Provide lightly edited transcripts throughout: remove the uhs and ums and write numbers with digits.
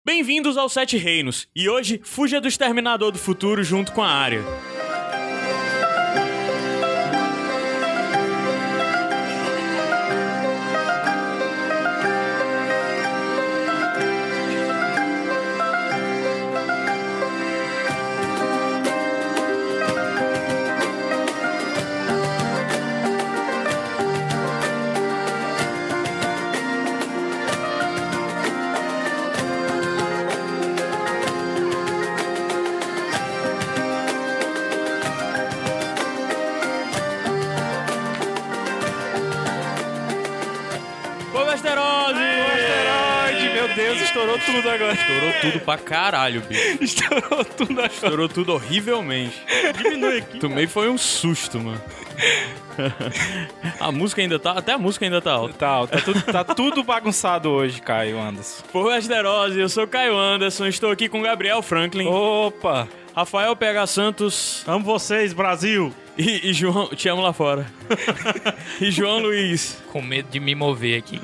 Bem-vindos aos Sete Reinos, e hoje fuja do Exterminador do Futuro junto com a Arya. Estourou tudo agora. Estourou tudo pra caralho, bicho. Estourou tudo agora. Estourou tudo horrivelmente. Diminui aqui. Tomei foi um susto, mano. A música ainda tá... Até a música ainda tá alta. Tá tudo bagunçado hoje, Caio Anderson. Por Westerose, eu sou Caio Anderson, estou aqui com Gabriel Franklin. Opa! Rafael PH Santos. Amo vocês, Brasil! E João... Te amo lá fora. E João Luiz. Com medo de me mover aqui.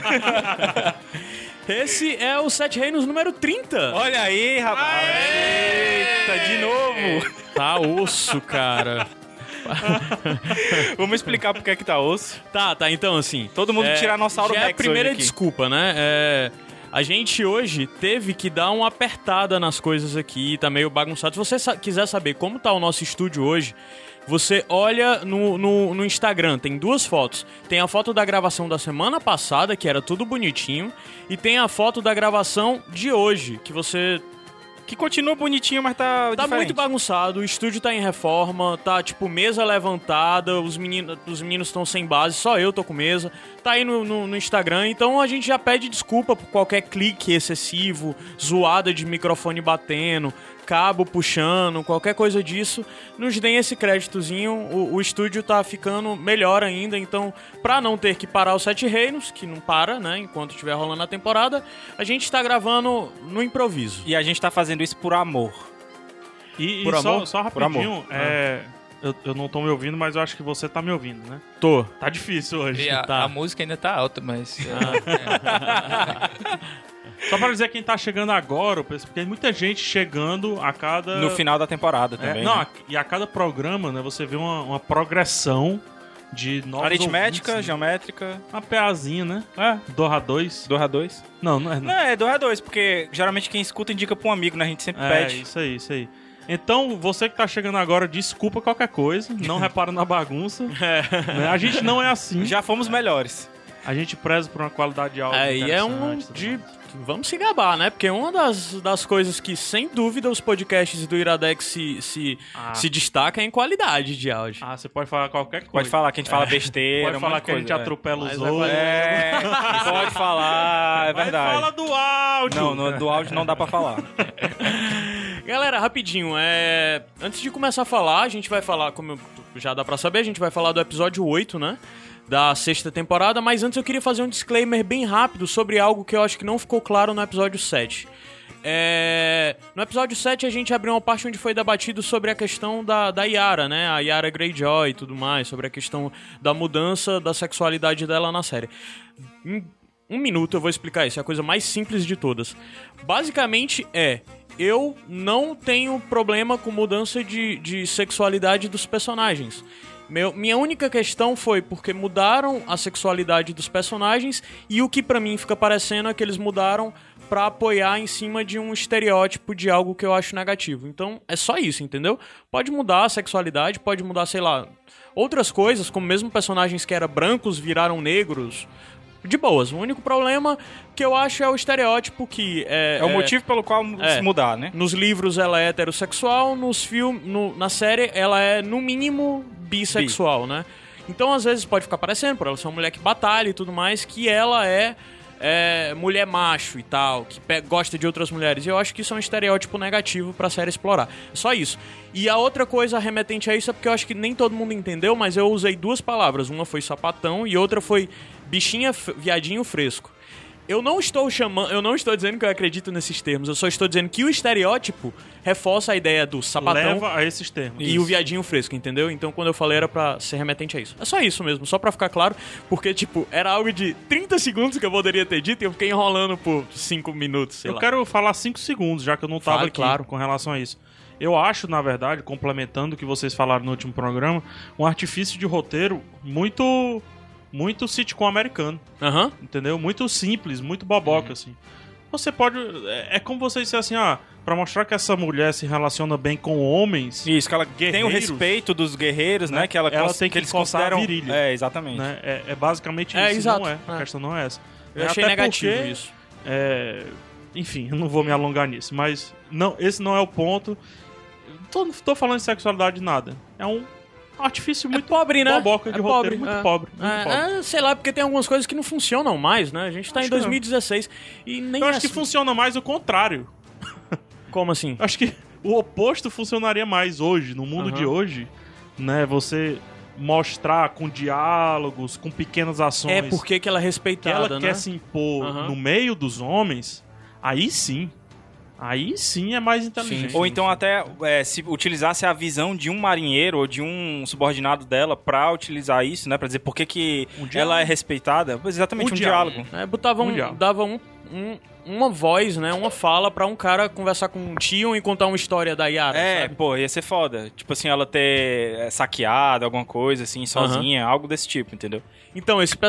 Esse é o Sete Reinos número 30. Olha aí, rapaz. Eita, de novo. Tá osso, cara. Vamos explicar por que tá osso. Tá, então assim... Todo mundo Tiranossauro Rex. É a primeira hoje aqui. desculpa, né? A gente hoje teve que dar uma apertada nas coisas aqui, tá meio bagunçado. Se você quiser saber como tá o nosso estúdio hoje, você olha no Instagram, tem duas fotos. Tem a foto da gravação da semana passada, que era tudo bonitinho, e tem a foto da gravação de hoje, que continua bonitinho, mas tá diferente. Muito bagunçado, o estúdio tá em reforma, tá tipo mesa levantada, os meninos estão sem base, só eu tô com mesa. Tá aí no Instagram, então a gente já pede desculpa por qualquer clique excessivo, zoada de microfone batendo, cabo puxando, qualquer coisa disso. Nos deem esse créditozinho, o estúdio tá ficando melhor ainda, então pra não ter que parar os Sete Reinos, que não para, né, enquanto estiver rolando a temporada, a gente tá gravando no improviso. E a gente tá fazendo isso por amor. E por amor? Só rapidinho, eu não tô me ouvindo, mas eu acho que você tá me ouvindo, né? Tô. Tá difícil hoje. E a, tá. A música ainda tá alta, mas... Só pra dizer quem tá chegando agora, porque tem muita gente chegando a cada... No final da temporada também, Não, né? E a cada programa, né, você vê uma progressão de novos aritmética, ouvintes, geométrica... Uma PAzinha, né? 2/2. 2/2? Não é. Não, é 2/2, porque geralmente quem escuta indica pra um amigo, né? A gente sempre pede. Isso aí. Então, você que tá chegando agora, desculpa qualquer coisa, não repara na bagunça. Né? A gente não é assim. Já fomos melhores. A gente preza por uma qualidade de áudio E é um de... Vamos se gabar, né? Porque uma das coisas que, sem dúvida, os podcasts do Iradex se destacam é em qualidade de áudio. Você pode falar qualquer coisa. Pode falar que a gente fala besteira. Pode falar que a gente atropela os outros. Pode falar, é verdade. Mas fala do áudio. Não, do áudio não dá pra falar. Galera, rapidinho, antes de começar a falar, a gente vai falar, como já dá pra saber, a gente vai falar do episódio 8, né? Da sexta temporada, mas antes eu queria fazer um disclaimer bem rápido sobre algo que eu acho que não ficou claro no episódio 7. No episódio 7 a gente abriu uma parte onde foi debatido sobre a questão da Yara, né? A Yara Greyjoy e tudo mais, sobre a questão da mudança da sexualidade dela na série. Em um minuto eu vou explicar isso, é a coisa mais simples de todas. Basicamente eu não tenho problema com mudança de sexualidade dos personagens. Minha única questão foi porque mudaram a sexualidade dos personagens e o que pra mim fica parecendo é que eles mudaram pra apoiar em cima de um estereótipo de algo que eu acho negativo. Então é só isso, entendeu? Pode mudar a sexualidade, pode mudar, sei lá, outras coisas, como mesmo personagens que eram brancos viraram negros. De boas. O único problema que eu acho é o estereótipo que... É o motivo pelo qual se mudar, né? Nos livros ela é heterossexual, nos filmes, na série ela é, no mínimo, bissexual, né? Então, às vezes, pode ficar parecendo, por ela ser uma mulher que batalha e tudo mais, que ela é mulher macho e tal, que gosta de outras mulheres. E eu acho que isso é um estereótipo negativo pra série explorar. É só isso. E a outra coisa remetente a isso é porque eu acho que nem todo mundo entendeu, mas eu usei duas palavras. Uma foi sapatão e outra foi bichinha, viadinho fresco. eu não estou dizendo que eu acredito nesses termos, eu só estou dizendo que o estereótipo reforça a ideia do sapatão Leva a esses termos. e o viadinho fresco, entendeu? Então quando eu falei era pra ser remetente a isso. É só isso mesmo, só pra ficar claro, porque, tipo, era algo de 30 segundos que eu poderia ter dito e eu fiquei enrolando por 5 minutos, sei Eu lá. quero falar 5 segundos, já que eu não tava Fale, aqui claro. com relação a isso. Eu acho, na verdade, complementando o que vocês falaram no último programa, um artifício de roteiro muito sitcom americano, Aham. entendeu? Muito simples, muito boboca, assim. Você pode... É como você disser assim, pra mostrar que essa mulher se relaciona bem com homens, Isso, que ela tem o Guerreiros, respeito dos guerreiros, né? Que ela tem que eles coçar a consideram... virilha. É, exatamente. né? É basicamente É, isso, exato. não é. A É. questão não é essa. Eu achei Até negativo porque, isso. enfim, eu não vou me alongar nisso, mas não, esse não é o ponto. Tô falando de sexualidade nada. É um artifício muito pobre, né? boboca de É roteiro, pobre, muito é. pobre. Muito pobre. Sei lá, porque tem algumas coisas que não funcionam mais, né? A gente tá em Acho que não. 2016 e nem Eu acho que assim. funciona mais o contrário. Como assim? Eu acho que o oposto funcionaria mais hoje, no mundo Aham. de hoje, né? Você mostrar com diálogos, com pequenas ações, É porque que ela é que respeitada, ela né? quer se impor Aham. no meio dos homens, aí sim é mais inteligente. Sim. Ou então até se utilizasse a visão de um marinheiro ou de um subordinado dela pra utilizar isso, né? Pra dizer por que Um diálogo. ela é respeitada. Pois exatamente, Um um diálogo. Botava Mundial. dava uma voz, né? Uma fala pra um cara conversar com um Tion e contar uma história da Yara, sabe? Pô, ia ser foda. Tipo assim, ela ter saqueado alguma coisa, assim, sozinha, algo desse tipo, entendeu? Então, esse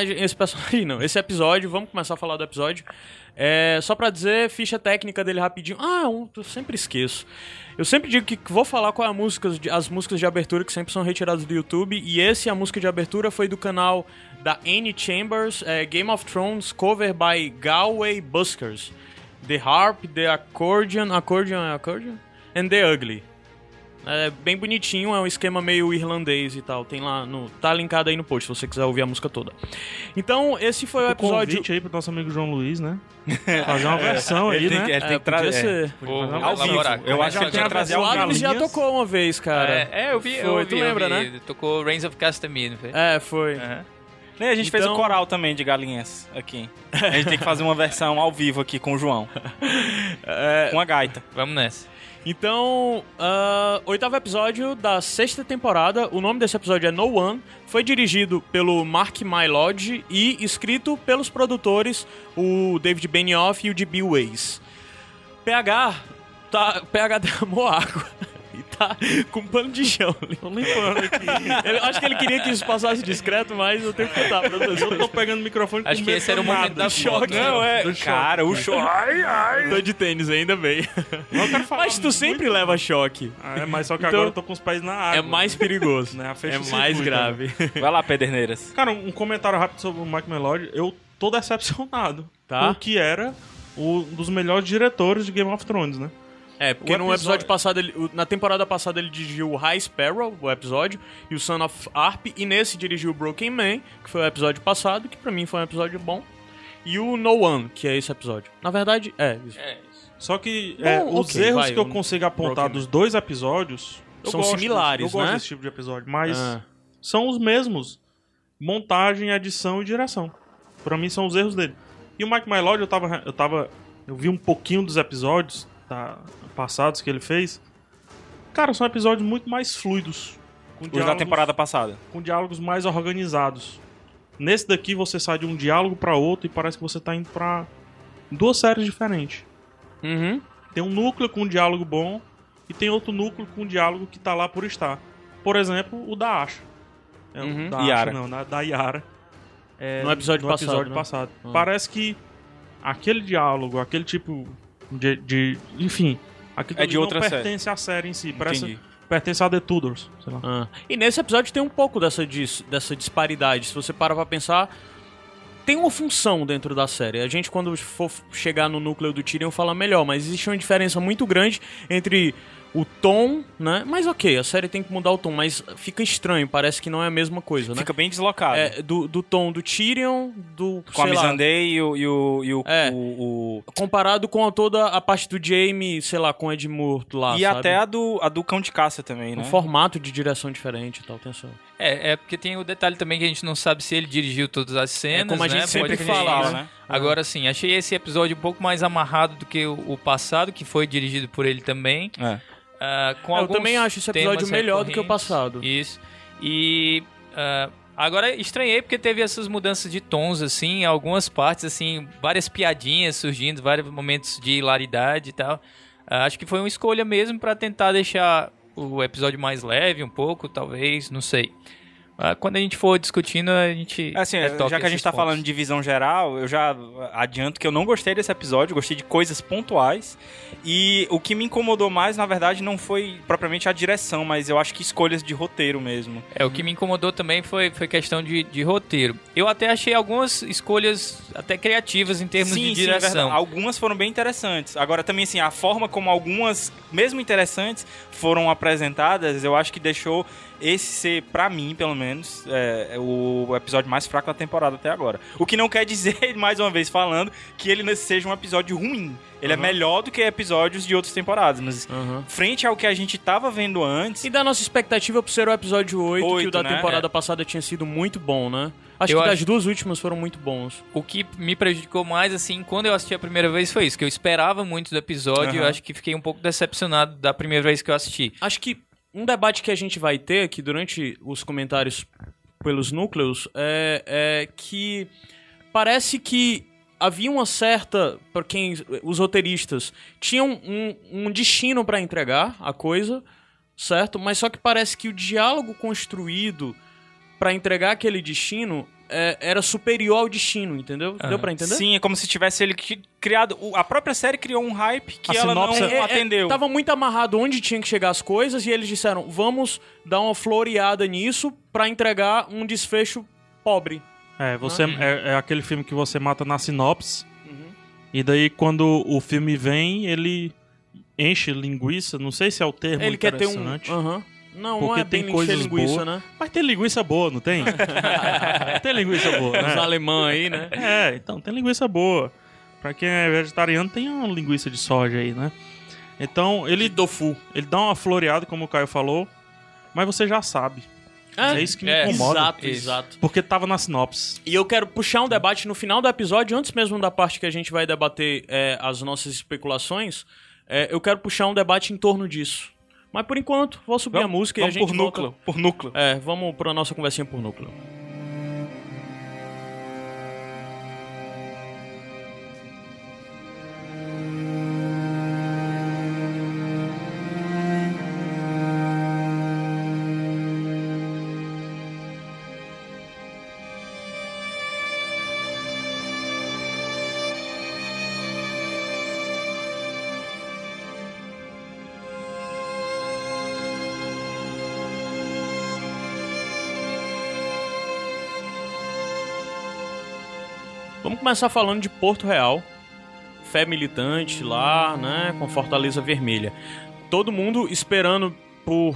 episódio, vamos começar a falar do episódio. Só pra dizer, ficha técnica dele rapidinho. Eu sempre esqueço. Eu sempre digo que vou falar qual é as músicas de abertura que sempre são retiradas do YouTube. E a música de abertura foi do canal da Annie Chambers, Game of Thrones, cover by Galway Buskers. The Harp, The Accordion, and The Ugly. É bem bonitinho, é um esquema meio irlandês e tal. Tem lá tá linkado aí no post, se você quiser ouvir a música toda. Então, esse foi o episódio. Convite aí pro nosso amigo João Luiz, né? Fazer uma versão aí, Ele né? tem que Podia trazer. ser. Vou Ao vivo. elaborar. Eu acho que Já tinha tem que trazer O ao vivo. Adams já galinhas. tocou uma vez, cara. Eu vi. Tu lembra, né? Tocou Reigns of Castamere, não foi? Foi. Aham. E a gente fez Então- o coral também de galinhas aqui. A gente tem que fazer uma versão ao vivo aqui com o João. Com a gaita. Vamos nessa. Então, 8º episódio da 6ª temporada. O nome desse episódio é No One. Foi dirigido pelo Mark Mylod e escrito pelos produtores, o David Benioff e o D.B. Weiss. PH derramou água e tá com um pano de chão. Tô limpando aqui. Eu acho que ele queria que isso passasse discreto, mas eu tenho que contar pra vocês. Eu tô pegando o microfone com Acho que medo esse era o do nada. momento da choque. foto. Não, é. Do choque. Cara, o show. Tô de tênis, ainda bem. Eu quero falar Mas tu sempre leva choque. mas só que Então, agora eu tô com os pés na água. É mais perigoso. Né? Fecha É o mais circuito, grave. Vai lá, Pederneiras. Cara, um comentário rápido sobre o Mike Melody. Eu tô decepcionado. Tá. Com o que era um dos melhores diretores de Game of Thrones, né? Porque O no episódio- episódio passado, na temporada passada ele dirigiu o High Sparrow, o episódio, e o Son of Harp, e nesse dirigiu o Broken Man, que foi o episódio passado, que pra mim foi um episódio bom, e o No One, que é esse episódio. Na verdade, isso. Só que Bom, os ok, erros vai, que eu o consigo apontar Broken dos dois episódios São gosto similares, eu gosto né? desse tipo de episódio, mas Ah. são os mesmos. Montagem, edição e direção. Pra mim são os erros dele. E o Mike Mylod, eu vi um pouquinho dos episódios passados que ele fez. Cara, são episódios muito mais fluidos. Com Os da temporada passada. com diálogos mais organizados. Nesse daqui você sai de um diálogo pra outro e parece que você tá indo pra duas séries diferentes. Uhum. Tem um núcleo com um diálogo bom e tem outro núcleo com um diálogo que tá lá por estar. Por exemplo, o da Asha. Uhum. O da Yara. Asha, não, da Yara. No episódio passado, né? passado. Parece que aquele diálogo, aquele tipo de enfim, aquilo É de não outra série. pertence à série em si. Parece, Entendi. pertence a The Tudors, sei lá. E nesse episódio tem um pouco dessa disparidade. Se você parar pra pensar, tem uma função dentro da série. A gente, quando for chegar no núcleo do Tyrion, fala melhor, mas existe uma diferença muito grande entre o tom, né? Mas ok, a série tem que mudar o tom, mas fica estranho, parece que não é a mesma coisa, né? Fica bem deslocado. Do tom do Tyrion, Com a sei lá, Missandei e o comparado com toda a parte do Jaime, sei lá, com o Ed Murto lá, e sabe? até a do Cão de Caça também, né? Um formato de direção diferente e tal, tem essa... É porque tem o detalhe também que a gente não sabe se ele dirigiu todas as cenas, como a gente né? sempre Pode fala, ter né? Agora sim, achei esse episódio um pouco mais amarrado do que o passado, que foi dirigido por ele também. Com eu também acho esse episódio temas melhor do que o recorrentes. passado. Isso. E agora estranhei porque teve essas mudanças de tons, assim, em algumas partes, assim, várias piadinhas surgindo, vários momentos de hilaridade e tal. Acho que foi uma escolha mesmo pra tentar deixar o episódio mais leve um pouco, talvez, não sei. Quando a gente for discutindo, a gente Assim, retoca já que a gente esses tá pontos. falando de visão geral, eu já adianto que eu não gostei desse episódio, gostei de coisas pontuais. E o que me incomodou mais, na verdade, não foi propriamente a direção, mas eu acho que escolhas de roteiro mesmo. O que me incomodou também foi questão de roteiro. Eu até achei algumas escolhas até criativas em termos de Sim, direção. verdade. Algumas foram bem interessantes. Agora, também, assim, a forma como algumas, mesmo interessantes, foram apresentadas, eu acho que deixou esse ser, pra mim, pelo menos, o episódio mais fraco da temporada até agora. O que não quer dizer, mais uma vez falando, que ele seja um episódio ruim. Ele é melhor do que episódios de outras temporadas, mas frente ao que a gente tava vendo antes... E da nossa expectativa por ser o episódio 8, que o da né? temporada passada tinha sido muito bom, né? Acho Eu que das acho- duas últimas foram muito bons. O que me prejudicou mais, assim, quando eu assisti a primeira vez foi isso, que eu esperava muito do episódio, eu acho que fiquei um pouco decepcionado da primeira vez que eu assisti. Acho que um debate que a gente vai ter aqui durante os comentários pelos núcleos é que parece que havia uma certa, para quem os roteiristas tinham um destino para entregar a coisa, certo? Mas só que parece que o diálogo construído para entregar aquele destino era superior ao destino, entendeu? Deu pra entender? Sim, é como se tivesse ele criado... A própria série criou um hype que A ela sinopse não atendeu. Tava muito amarrado onde tinha que chegar as coisas e eles disseram, vamos dar uma floreada nisso pra entregar um desfecho pobre. É aquele filme que você mata na sinopse. E daí quando o filme vem, ele enche linguiça. Não sei se é o termo Ele quer ter um... interessante. Aham. Não, Porque não é tem bem coisas encher linguiça, boas. né? Mas tem linguiça boa, não tem? Tem linguiça boa, Os né? alemães aí, né? Então tem linguiça boa. Pra quem é vegetariano, tem uma linguiça de soja aí, né? Então ele dá uma floreada, como o Caio falou, mas você já sabe. É isso que me incomoda. Exato, Isso. exato. Porque tava na sinopse. E eu quero puxar um debate no final do episódio, antes mesmo da parte que a gente vai debater as nossas especulações, eu quero puxar um debate em torno disso. Mas por enquanto, vou subir a música e a Vamos gente por volta... núcleo, por núcleo. Vamos pra nossa conversinha por núcleo. Vamos começar falando de Porto Real. Fé militante lá, né? Com Fortaleza Vermelha. Todo mundo esperando por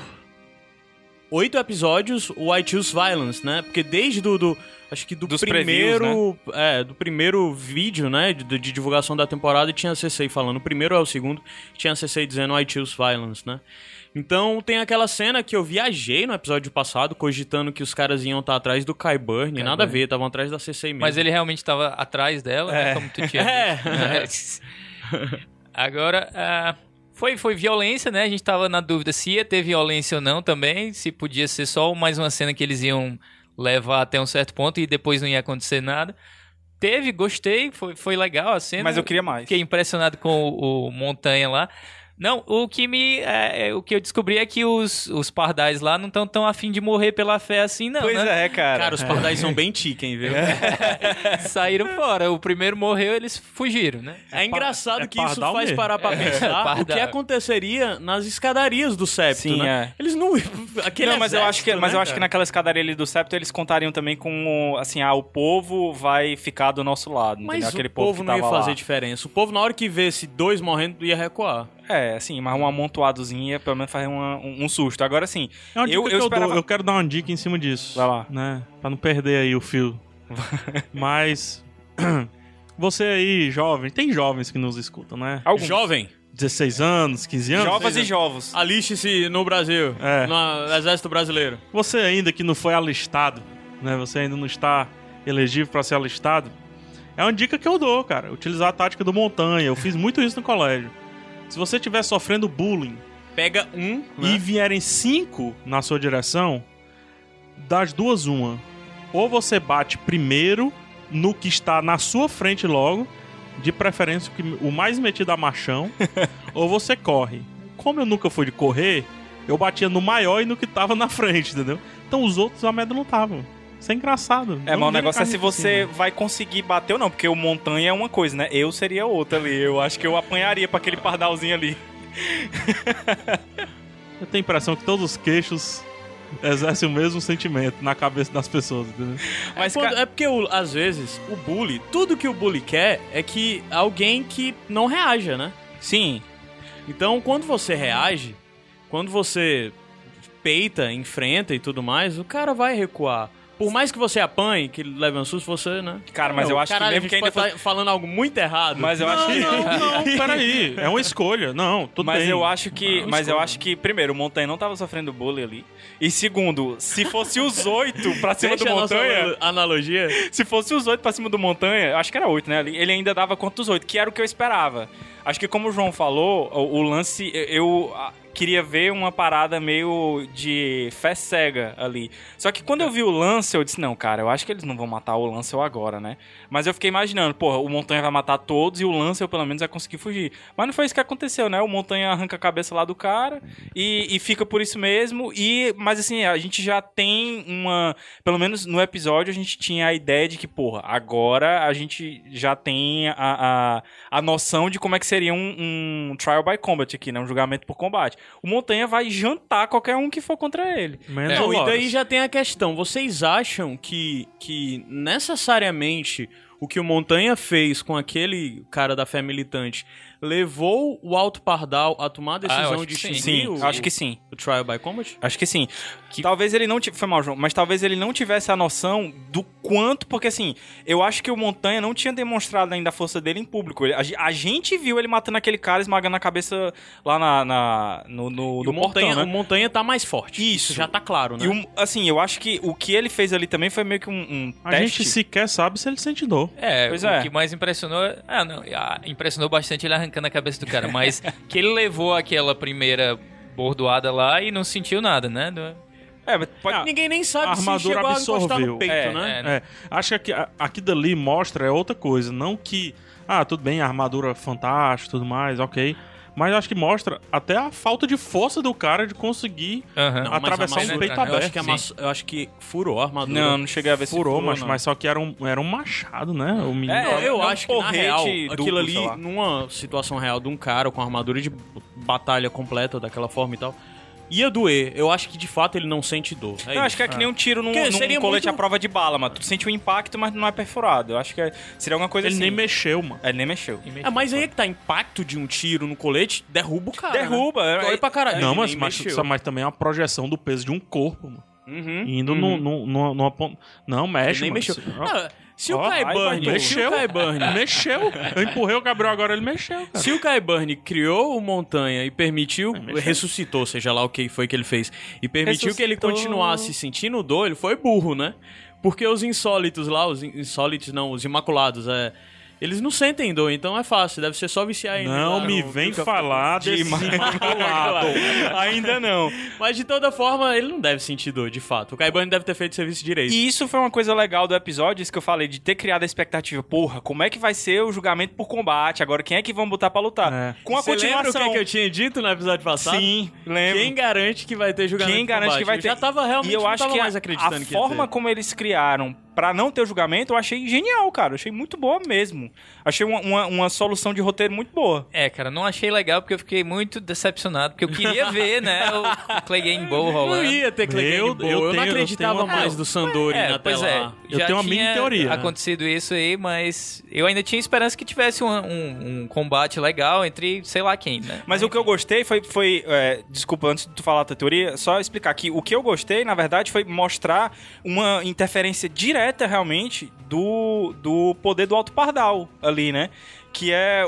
8 episódios o I Choose Violence, né? Porque desde acho que do Dos primeiro... do primeiro vídeo, né? De divulgação da temporada tinha a CC falando. O primeiro é o segundo. Tinha a CC dizendo I Choose Violence, né? Então tem aquela cena que eu viajei no episódio passado, cogitando que os caras iam estar atrás do Kai Burn. Nada a ver, estavam atrás da CC mesmo. Mas ele realmente estava atrás dela, né, como tu tinha dito. Agora, foi violência, né? A gente tava na dúvida se ia ter violência ou não também, se podia ser só mais uma cena que eles iam levar até um certo ponto e depois não ia acontecer nada. Teve, gostei, foi legal a cena. Mas eu queria mais. Fiquei impressionado com o Montanha lá. Não, o que eu descobri é que os pardais lá não estão tão afim de morrer pela fé assim, não, Pois né? é, cara. Cara, os pardais são bem chicken, viu? Saíram fora. O primeiro morreu, eles fugiram, né? É engraçado é que isso pardal faz mesmo. parar pra pensar pardal. o que aconteceria nas escadarias do septo, Sim, né? Eles não... Aquele Não, mas eu acho que, exército, né, acho que naquela escadaria ali do septo eles contariam também com, assim, o povo vai ficar do nosso lado, Mas entendeu? Aquele o povo que não ia tava fazer lá. diferença. O povo, na hora que vê esses dois morrendo, ia recuar. Assim, mas um amontoadozinho ia pelo menos fazer um susto. Agora, assim, É uma dica que eu esperava... dou. Eu quero dar uma dica em cima disso. Vai lá. Né? Pra não perder aí o fio. Mas... Você aí, jovem... Tem jovens que nos escutam, né? Alguns. Jovem, 16 anos, 15 anos. Jovas e jovos. aliste-se no Brasil, no Exército Brasileiro. Você ainda que não foi alistado, né? Você ainda não está elegível para ser alistado. É uma dica que eu dou, cara. Utilizar a tática do montanha. Eu fiz muito isso no colégio. Se você estiver sofrendo bullying... Pega um, né? E vierem 5 na sua direção, das duas, uma. Ou você bate primeiro no que está na sua frente logo, de preferência o mais metido a machão, ou você corre. Como eu nunca fui de correr, eu batia no maior e no que estava na frente, entendeu? Então os outros amedrontavam. Isso é engraçado. Mas o negócio é se você vai conseguir bater ou não, porque o montanha é uma coisa, né? Eu seria outra ali. Eu acho que eu apanharia pra aquele pardalzinho ali. Eu tenho a impressão que todos os queixos exercem o mesmo sentimento na cabeça das pessoas, entendeu? Mas, É porque, às vezes, o bully, tudo que o bully quer é que alguém que não reaja, né? Sim. Então, quando você reage, quando você peita, enfrenta e tudo mais, o cara vai recuar. Por mais que você apanhe, que leve um susto, você, né? Cara, mas eu acho que mesmo que ainda pode tá falando algo muito errado. Mas eu acho que... Não, peraí. É uma escolha. Não, tudo bem. Mas eu acho que... Mas eu acho que, primeiro, o Montanha não tava sofrendo bullying ali. E segundo, se fosse os 8 pra cima do Deixa a Montanha... nossa analogia. Se fosse os 8 pra cima do Montanha, acho que era 8, né? Ele ainda dava contra os 8, que era o que eu esperava. Acho que como o João falou, o lance... Eu queria ver uma parada meio de fé cega ali. Só que quando eu vi o Lancel, eu disse, não, cara, eu acho que eles não vão matar o Lancel agora, né? Mas eu fiquei imaginando, porra, o Montanha vai matar todos e o Lancel pelo menos vai conseguir fugir. Mas não foi isso que aconteceu, né? O Montanha arranca a cabeça lá do cara e fica por isso mesmo. Mas assim, a gente já tem uma... Pelo menos no episódio a gente tinha a ideia de que, porra, agora a gente já tem a noção de como é que seria um trial by combat aqui, né? Um julgamento por combate. O Montanha vai jantar qualquer um que for contra ele. Não, e daí já tem a questão. Vocês acham que necessariamente o que o Montanha fez com aquele cara da fé militante levou o Alto Pardal a tomar a decisão de sim, acho que sim. O trial by combat? Acho que sim. Talvez ele não foi mal, João, mas talvez ele não tivesse a noção do quanto, porque assim, eu acho que o Montanha não tinha demonstrado ainda a força dele em público. A gente viu ele matando aquele cara, esmagando a cabeça lá no portão, né? O Montanha tá mais forte. Isso já tá claro, né? E assim, eu acho que o que ele fez ali também foi meio que um teste. A gente sequer sabe se ele sente dor. O que mais impressionou... impressionou bastante ele arrancando a cabeça do cara, mas que ele levou aquela primeira bordoada lá e não sentiu nada, né? Ninguém nem sabe a armadura se chegou absorveu. a encostar no peito, né? Acho que aqui dali mostra é outra coisa. Não que... tudo bem, a armadura fantástica e tudo mais, ok. Mas eu acho que mostra até a falta de força do cara de conseguir atravessar um peito aberto. Eu acho que furou a armadura. Não cheguei a ver se furou. Mas só que era um machado, né? O menino. Eu acho que, na real, duplo, aquilo ali, numa situação real de um cara com armadura de batalha completa daquela forma e tal, ia doer. Eu acho que, de fato, ele não sente dor. Eu acho que é que nem um tiro num colete à prova de bala, mano. Tu sente o impacto, mas não é perfurado. Eu acho que seria alguma coisa assim. Ele nem mexeu, mano. Ele nem mexeu. Mas aí é que tá, impacto de um tiro no colete, derruba o cara. Derruba. Né? Dói pra caralho. Não, mas também é uma projeção do peso de um corpo, mano. Indo numa ponta... Não, mexe, nem mano. mexeu. Se o Kai Burn... Mexeu. Eu empurrei o Gabriel, agora ele mexeu, cara. Se o Kai Burn criou o Montanha e permitiu... Ressuscitou, seja lá o que foi que ele fez. E permitiu que ele continuasse sentindo dor, ele foi burro, né? Porque os insólitos lá, os imaculados, eles não sentem dor, então é fácil. Deve ser só viciar ainda. Não me vem falar de imaculado. Ainda não. Mas de toda forma, ele não deve sentir dor, de fato. O Kai Burn deve ter feito o serviço direito. E isso foi uma coisa legal do episódio, isso que eu falei, de ter criado a expectativa. Porra, como é que vai ser o julgamento por combate? Agora, quem é que vão botar pra lutar? Com a continuação. Lembra o que eu tinha dito no episódio passado? Sim, lembro. Quem garante que vai ter julgamento por combate? Quem garante que vai ter? Eu já tava realmente, eu acho que mais acreditando que ia ter. A forma como eles criaram pra não ter o julgamento, eu achei genial, cara. Eu achei muito boa mesmo. Achei uma solução de roteiro muito boa. Cara, não achei legal porque eu fiquei muito decepcionado, porque eu queria ver, né, o Clay Game Bowl rolando. Não ia ter Clay Game Bowl. Eu não acreditava mais do Sandori na tela. Eu tenho uma mini teoria. Acontecido isso aí, mas eu ainda tinha esperança que tivesse um combate legal entre sei lá quem, né? Mas o que eu gostei foi desculpa, antes de tu falar a tua teoria, só explicar que o que eu gostei, na verdade, foi mostrar uma interferência direta realmente do poder do Alto Pardal ali, né? Que é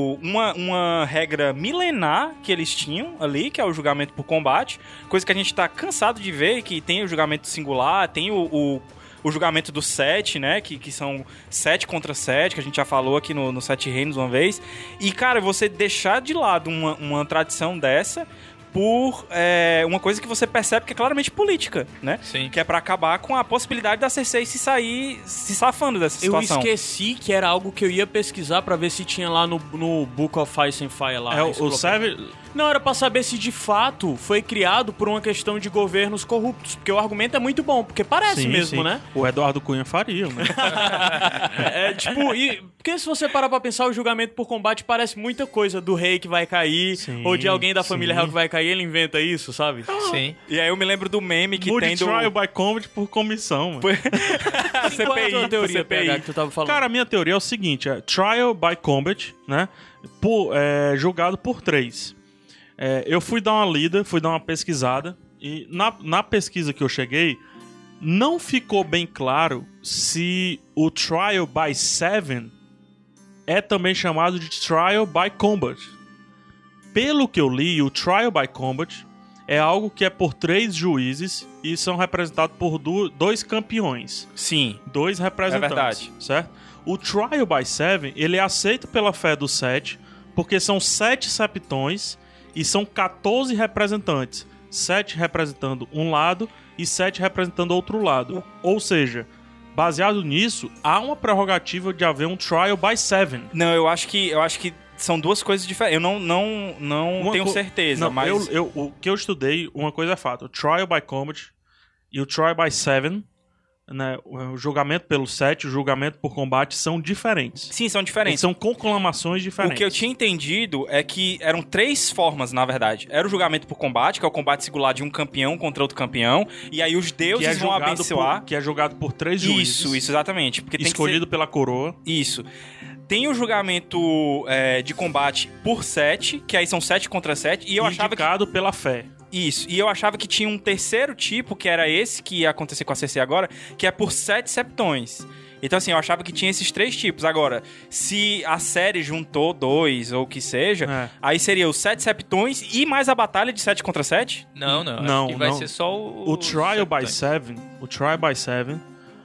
uma regra milenar que eles tinham ali, que é o julgamento por combate, coisa que a gente tá cansado de ver, que tem o julgamento singular, tem o o julgamento do 7, né? Que são 7 contra 7, que a gente já falou aqui no 7 Reinos uma vez. E, cara, você deixar de lado uma tradição dessa por uma coisa que você percebe que é claramente política, né? Sim. Que é pra acabar com a possibilidade da Cersei se safando dessa situação. Eu esqueci que era algo que eu ia pesquisar pra ver se tinha lá no Book of Ice and Fire lá. o Savage... Não, era pra saber se de fato foi criado por uma questão de governos corruptos. Porque o argumento é muito bom, porque parece mesmo, né? O Eduardo Cunha faria, né? Porque se você parar pra pensar, o julgamento por combate parece muita coisa do rei que vai cair, ou de alguém da família real que vai cair, ele inventa isso, sabe? Sim. E aí eu me lembro do meme que Mude tem do... trial by combat por comissão, mano. Qual é a tua teoria, PH, que tu tava falando? Cara, a minha teoria é o seguinte, trial by combat, né? Julgado por 3. Eu fui dar uma lida, fui dar uma pesquisada, e na pesquisa que eu cheguei, não ficou bem claro se o Trial by 7 é também chamado de Trial by Combat. Pelo que eu li, o Trial by Combat é algo que é por 3 juízes e são representados por 2 campeões. Sim. 2 representantes. É verdade. Certo? O Trial by 7, ele é aceito pela fé do 7, porque são 7 septões e são 14 representantes. 7 representando um lado e 7 representando outro lado. Ou seja, baseado nisso, há uma prerrogativa de haver um Trial by 7. Não, eu acho que são duas coisas diferentes. Eu não tenho certeza, mas... O que eu estudei, uma coisa é fato. O Trial by Combat e o Trial by 7, né, o julgamento pelo 7 e o julgamento por combate são diferentes. Sim, são diferentes. São conclamações diferentes. O que eu tinha entendido é que eram 3 formas, na verdade. Era o julgamento por combate, que é o combate singular de um campeão contra outro campeão, e aí os deuses vão abençoar. Que é julgado por 3 juízes. Isso, exatamente. Porque escolhido pela coroa. Isso. Tem o julgamento de combate por 7, que aí são 7 contra 7, e eu achava indicado pela fé. Isso, e eu achava que tinha um terceiro tipo, que era esse que ia acontecer com a Cersei agora, que é por 7 septões. Então, assim, eu achava que tinha esses 3 tipos. Agora, se a série juntou 2 ou o que seja, aí seria os 7 septões e mais a batalha de 7 contra 7? Não. Acho que vai ser só o Trial by 7. O Trial by 7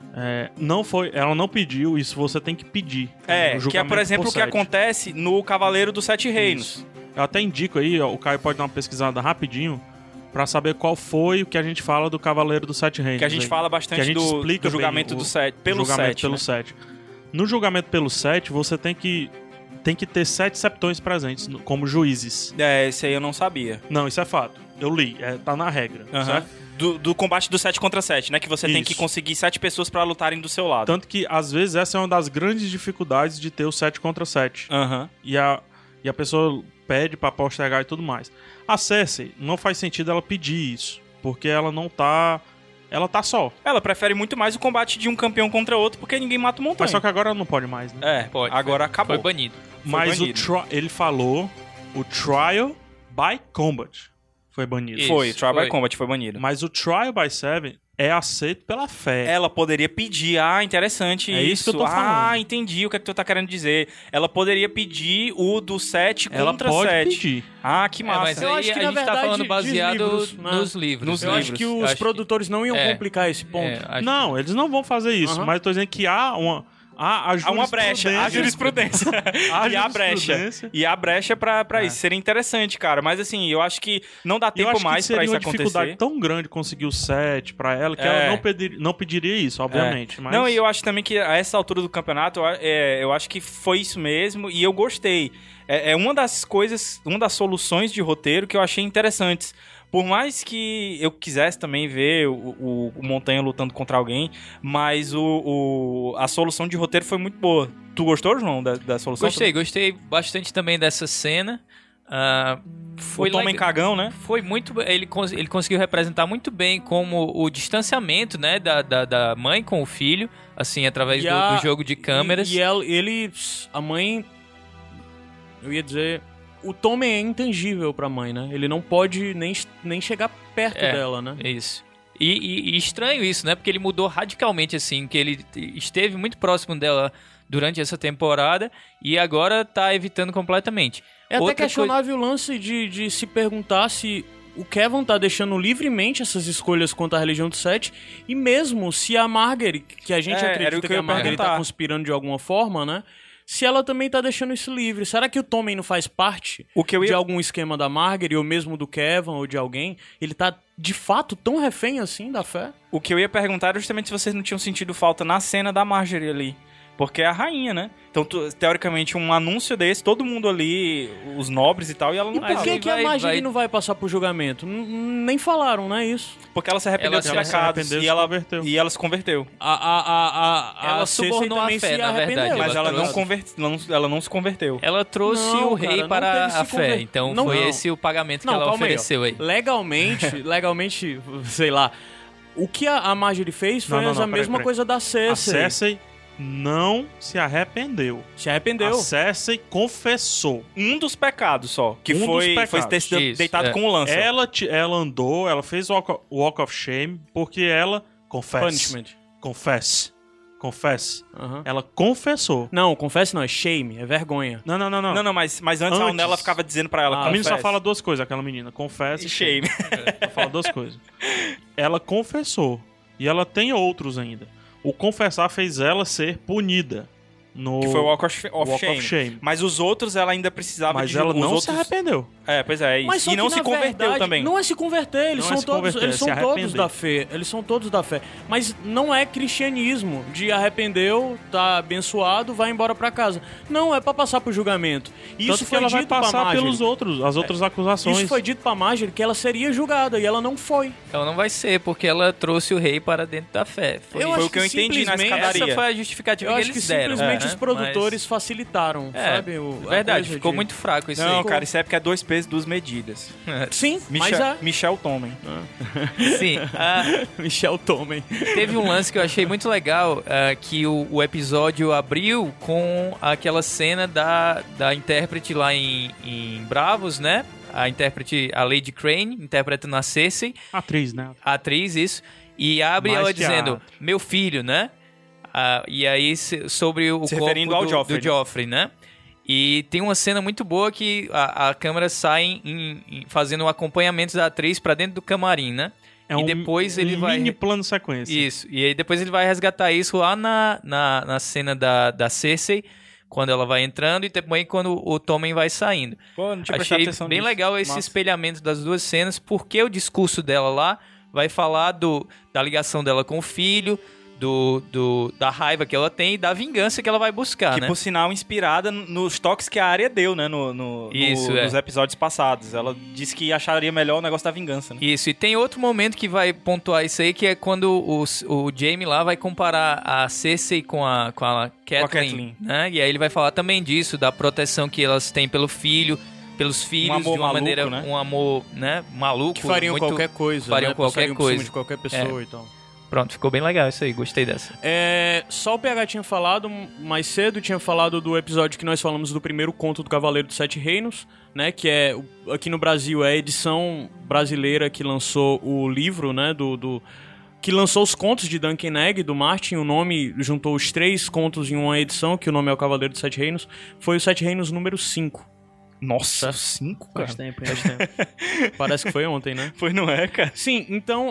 não foi... Ela não pediu, isso você tem que pedir. Que é, por exemplo, o que acontece no Cavaleiro dos 7 Reinos. Isso. Eu até indico aí, ó, o Caio pode dar uma pesquisada rapidinho pra saber qual foi o que a gente fala do Cavaleiro dos 7 Reinos. Que a gente fala bastante do julgamento do 7, pelo 7. No julgamento pelo 7, você tem que ter 7 septões presentes como juízes. Esse aí eu não sabia. Não, isso é fato. Eu li, tá na regra, certo? Do combate do 7 contra 7, né? Que você tem que conseguir 7 pessoas pra lutarem do seu lado. Tanto que, às vezes, essa é uma das grandes dificuldades de ter o 7 contra 7. E a pessoa pede pra postergar e tudo mais. A Cersei, não faz sentido ela pedir isso, porque ela não tá... Ela tá só. Ela prefere muito mais o combate de um campeão contra outro, porque ninguém mata o montanha. Mas só que agora ela não pode mais, né? Pode. Agora acabou. Foi banido. Mas ele falou o Trial by Combat foi banido. Isso, o Trial by Combat foi banido. Mas o Trial by 7 é aceito pela fé. Ela poderia pedir, interessante isso. É isso que eu tô falando. Entendi o que é que tu tá querendo dizer. Ela poderia pedir o do 7 contra 7. Ela pode pedir. Que massa. Mas eu acho que, a gente tá falando baseado nos livros. Eu acho que os produtores não iam complicar esse ponto. Não, eles não vão fazer isso. Mas eu tô dizendo que há uma brecha, a jurisprudência. E há brecha pra isso. Seria interessante, cara. Mas assim, eu acho que não dá tempo mais pra isso acontecer. Seria uma dificuldade tão grande conseguir o 7 pra ela que ela não pediria isso, obviamente. Mas... Não, e eu acho também que a essa altura do campeonato, eu acho que foi isso mesmo e eu gostei. É uma das coisas, uma das soluções de roteiro que eu achei interessantes. Por mais que eu quisesse também ver o Montanha lutando contra alguém, mas a solução de roteiro foi muito boa. Tu gostou, João, da solução? Gostei bastante também dessa cena. Foi o Tommen cagão, né? Foi muito... Ele conseguiu representar muito bem como o distanciamento, né, da mãe com o filho, assim, através do jogo de câmeras. A mãe... Eu ia dizer... O Tommen é intangível pra mãe, né? Ele não pode nem chegar perto dela, né? Isso. E estranho isso, né? Porque ele mudou radicalmente, assim, que ele esteve muito próximo dela durante essa temporada e agora tá evitando completamente. É até questionável o lance de se perguntar se o Kevin tá deixando livremente essas escolhas quanto à religião do Seth, e mesmo se a Margaery, que a gente acredita que a Margaery tá conspirando de alguma forma, né? Se ela também tá deixando isso livre. Será que o Tommen não faz parte de algum esquema da Margaery, ou mesmo do Kevin, ou de alguém? Ele tá, de fato, tão refém assim da fé? O que eu ia perguntar era justamente se vocês não tinham sentido falta na cena da Margaery ali. Porque é a rainha, né? Então, teoricamente, um anúncio desse, todo mundo ali, os nobres e tal, e ela não tá. E por que a Margaery não vai passar por julgamento? Nem falaram, né, isso? Porque ela se arrependeu dos pecados e ela se converteu. Ela subornou a fé, na verdade. Mas ela não se converteu. Ela trouxe o rei para a fé. Então, foi esse o pagamento que ela ofereceu aí. Legalmente, sei lá. O que a Margaery fez foi a mesma coisa da Cersei. A Cersei não se arrependeu. Se arrependeu. A Cersei confessou. Um dos pecados só. Que foi ter sido deitado com o lança. Ela andou, ela fez o Walk of Shame porque ela Punishment. Confesse. Ela confessou. Não, confesse não, é shame, é vergonha. Não, mas antes a Nella ficava dizendo pra ela, a menina só fala duas coisas, aquela menina. Confesse e shame. Só fala duas coisas. Ela confessou. E ela tem outros ainda. O confessar fez ela ser punida. Que foi o Walk of Shame. Mas os outros ela ainda precisava de... Mas ela não se arrependeu. Pois é isso. E não se converteu também. Não é se converter, eles são todos da fé. Eles são todos da fé. Mas não é cristianismo de arrependeu, tá abençoado, vai embora pra casa. Não, é pra passar pro julgamento. E isso foi ela dito vai passar pra Margaery. pelos outros, as outras acusações. Isso foi dito pra Margaery que ela seria julgada e ela não foi. Ela não vai ser, porque ela trouxe o rei para dentro da fé. Foi o que eu entendi na escadaria. Essa foi a justificativa que eles deram. Simplesmente os produtores facilitaram, sabe? Verdade, ficou muito fraco isso aí. Não, cara, isso é porque é 2 pesos, 2 medidas. Sim, mas Michel Tommen. Sim. Michel Tommen. Teve um lance que eu achei muito legal, que o episódio abriu com aquela cena da intérprete lá em Bravos, né? A intérprete, a Lady Crane, interpretando a Cersei. Atriz, né? Atriz, isso. E abre ela dizendo, meu filho, né? E aí, sobre o corpo do Joffrey, né? E tem uma cena muito boa que a câmera sai fazendo o acompanhamento da atriz pra dentro do camarim, né? E depois ele vai... mini plano sequência. Isso. E aí depois ele vai resgatar isso lá na cena da Cersei, quando ela vai entrando, e também quando o Tommen vai saindo. Pô, não tinha Achei bem legal esse espelhamento das duas cenas, porque o discurso dela lá vai falar da ligação dela com o filho, da raiva que ela tem e da vingança que ela vai buscar, que, né? Por sinal, inspirada nos toques que a Arya deu, né? Nos episódios passados. Ela disse que acharia melhor o negócio da vingança, né? Isso, e tem outro momento que vai pontuar isso aí, que é quando o Jaime lá vai comparar a Cersei com a Catelyn, né? E aí ele vai falar também disso, da proteção que elas têm pelo filho, pelos filhos, de uma maluco, maneira, né? Um amor, né, maluco. Que fariam qualquer coisa, fariam qualquer coisa. Por cima de qualquer pessoa e tal. Pronto, ficou bem legal isso aí, gostei dessa. Só o PH tinha falado mais cedo, tinha falado do episódio que nós falamos do primeiro conto do Cavaleiro dos Sete Reinos, né, que é, aqui no Brasil, é a edição brasileira que lançou o livro, né, que lançou os contos de Duncan Egg, do Martin. O nome juntou os 3 contos em uma edição, que o nome é o Cavaleiro dos Sete Reinos, foi o Sete Reinos número 5. Nossa, 5, cara? Faz tempo. Parece que foi ontem, né? Foi, não é, cara? Sim, então,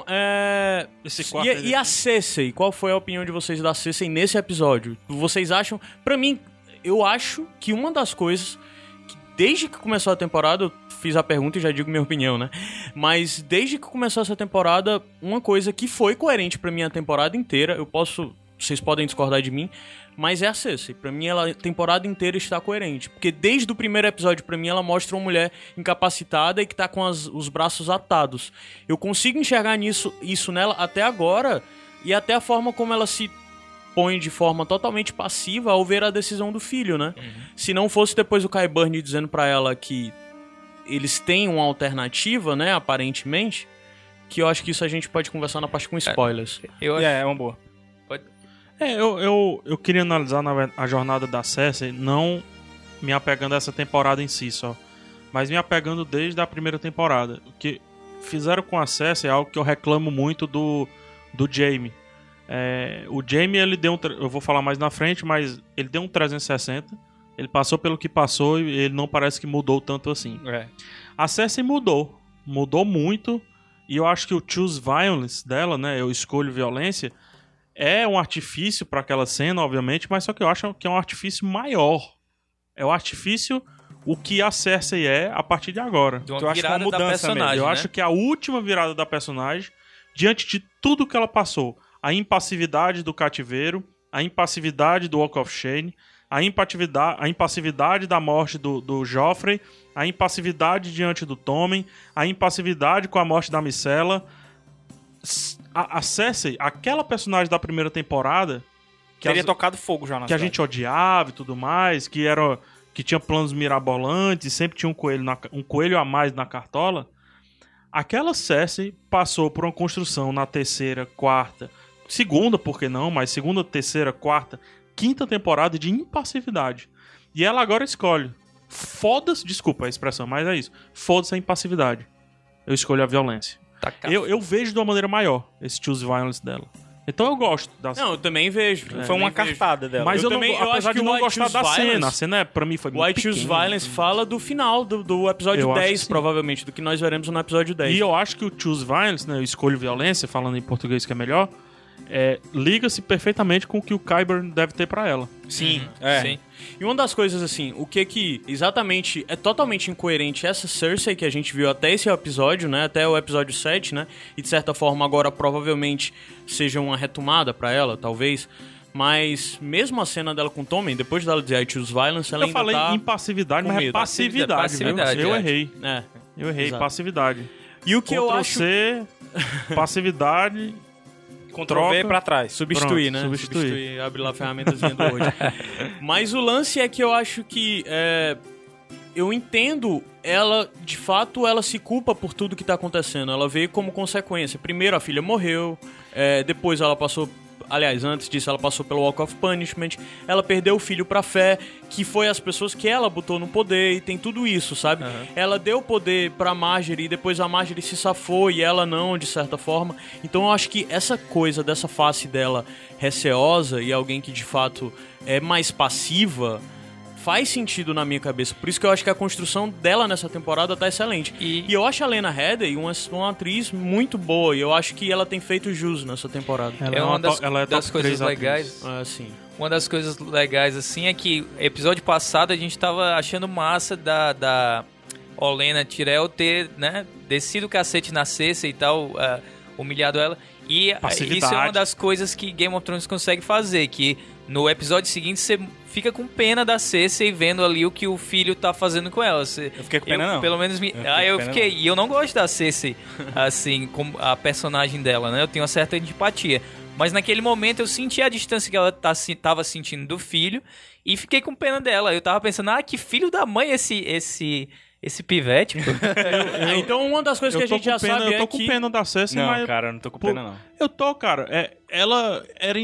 E a Cersei? Qual foi a opinião de vocês da Cersei nesse episódio? Vocês acham... Pra mim, eu acho que uma das coisas... que desde que começou a temporada... Eu fiz a pergunta e já digo minha opinião, né? Mas desde que começou essa temporada... Uma coisa que foi coerente pra mim a temporada inteira... Vocês podem discordar de mim... Mas é a Cersei. Pra mim, ela a temporada inteira está coerente. Porque desde o primeiro episódio, pra mim, ela mostra uma mulher incapacitada e que tá com os braços atados. Eu consigo enxergar isso nela até agora, e até a forma como ela se põe de forma totalmente passiva ao ver a decisão do filho, né? Uhum. Se não fosse depois o Qyburn dizendo pra ela que eles têm uma alternativa, né, aparentemente, que eu acho que isso a gente pode conversar na parte com spoilers. É uma boa. Eu queria analisar a jornada da Cersei, não me apegando a essa temporada em si só, mas me apegando desde a primeira temporada. O que fizeram com a Cersei é algo que eu reclamo muito do Jaime. O Jaime, ele deu eu vou falar mais na frente, mas ele deu um 360, ele passou pelo que passou e ele não parece que mudou tanto assim. A Cersei mudou. mudou muito. E eu acho que o choose violence dela, né? Eu escolho violência. É um artifício para aquela cena, obviamente, mas só que eu acho que é um artifício maior. É o artifício o que a Cersei é a partir de agora. De uma Tu acha que é uma virada da mudança mesmo? personagem, Eu né? acho que é a última virada da personagem, diante de tudo que ela passou. A impassividade do cativeiro, a impassividade do Walk of Shame, a impassividade da morte do Joffrey, a impassividade diante do Tommen, a impassividade com a morte da Micella. A Cersei, aquela personagem da primeira temporada Teria tocado fogo já na que a cidade. gente odiava e tudo mais, que tinha planos mirabolantes, sempre tinha um coelho a mais na cartola. Aquela Cersei passou por uma construção na terceira, quarta, segunda, por que não, mas segunda, terceira, quarta, quinta temporada de impassividade. E ela agora escolhe. Foda-se, desculpa a expressão, mas é isso. Foda-se a impassividade. Eu escolho a violência. Tacar Eu vejo de uma maneira maior esse choose violence dela. Então eu gosto da Não, eu também vejo. Foi uma cartada dela. Mas eu não, também- eu apesar acho de que não o gostar White da Choose cena. Violence- A cena pra mim foi muito White Choose pequena. Violence fala do final do episódio Eu acho 10, que sim. provavelmente, do que nós veremos no episódio 10. E eu acho que o choose violence, né, eu escolho violência, falando em português que é melhor, liga-se perfeitamente com o que o Qyburn deve ter pra ela. Sim, Sim. E uma das coisas, assim, o que exatamente é totalmente incoerente essa Cersei que a gente viu até esse episódio, né, até o episódio 7, né, e de certa forma agora provavelmente seja uma retomada pra ela, talvez, mas mesmo a cena dela com o Tommen, depois dela dizer I choose violence, ela Eu ainda falei tá... impassividade, com mas é medo. passividade, Passividade, viu? Eu é. errei. É, Eu errei, Exato. passividade. e o que eu Ctrl acho... C, passividade... Ctrl V pra trás. Substituir, Pronto, né? substituir. Abre lá a ferramentazinha do Word. Mas o lance é que eu acho que... eu entendo ela, de fato, ela se culpa por tudo que tá acontecendo. Ela veio como consequência. Primeiro a filha morreu, depois ela passou... Aliás, antes disso, ela passou pelo Walk of Punishment. Ela perdeu o filho pra fé, que foi as pessoas que ela botou no poder, e tem tudo isso, sabe? Ela deu poder pra Marjorie, e depois a Marjorie se safou, e ela não, de certa forma. Então eu acho que essa coisa, dessa face dela receosa, e alguém que de fato é mais passiva, faz sentido na minha cabeça. Por isso que eu acho que a construção dela nessa temporada tá excelente. E eu acho a Lena Headey uma atriz muito boa. E eu acho que ela tem feito jus nessa temporada. É uma das, ela é das top coisas 3 legais. atriz. Sim. Uma das coisas legais, assim, é que episódio passado a gente tava achando massa da Olenna Tyrell ter, né, descido o cacete na Cersei e tal, humilhado ela. E Passividade. isso é uma das coisas que Game of Thrones consegue fazer, que no episódio seguinte você fica com pena da Cersei vendo ali o que o filho tá fazendo com ela. Eu fiquei com pena, não. Pelo menos fiquei com eu pena, fiquei. não. E eu não gosto da Cersei, assim, como a personagem dela, né? Eu tenho uma certa antipatia. Mas naquele momento eu senti a distância que ela tava sentindo do filho e fiquei com pena dela. Eu tava pensando, que filho da mãe esse pivete, pô. Então uma das coisas que a gente já sabe Eu tô é com que... pena da Cersei, Não, mas... cara, eu não tô com Pô, pena, não. Eu tô, cara. Ela era...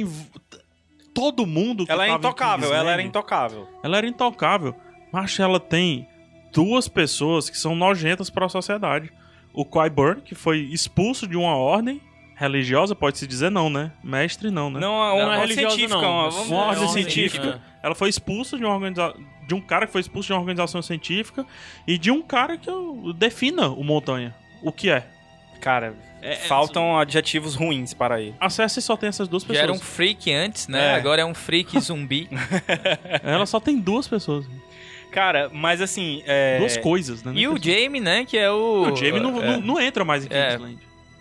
Todo mundo que Ela é tava em intocável, ela Kingsland, era intocável. Ela era intocável. Mas ela tem duas pessoas que são nojentas para a sociedade. O Qyburn, que foi expulso de uma ordem religiosa, pode-se dizer não, né? Mestre não, né? Não, Não é religiosa, científica, não. vamos Uma ordem dizer, científica. Ela foi expulsa de de um cara que foi expulso de uma organização científica e de um cara que defina o Montanha. O que é? Cara, faltam adjetivos ruins para ele. A Cersei só tem essas duas Já pessoas. era um freak antes, né? É. Agora é um freak zumbi. Ela só tem duas pessoas. Cara, mas assim... Duas coisas, né? E o Jaime, né? Que é o... O Jaime não entra mais em Kingsland.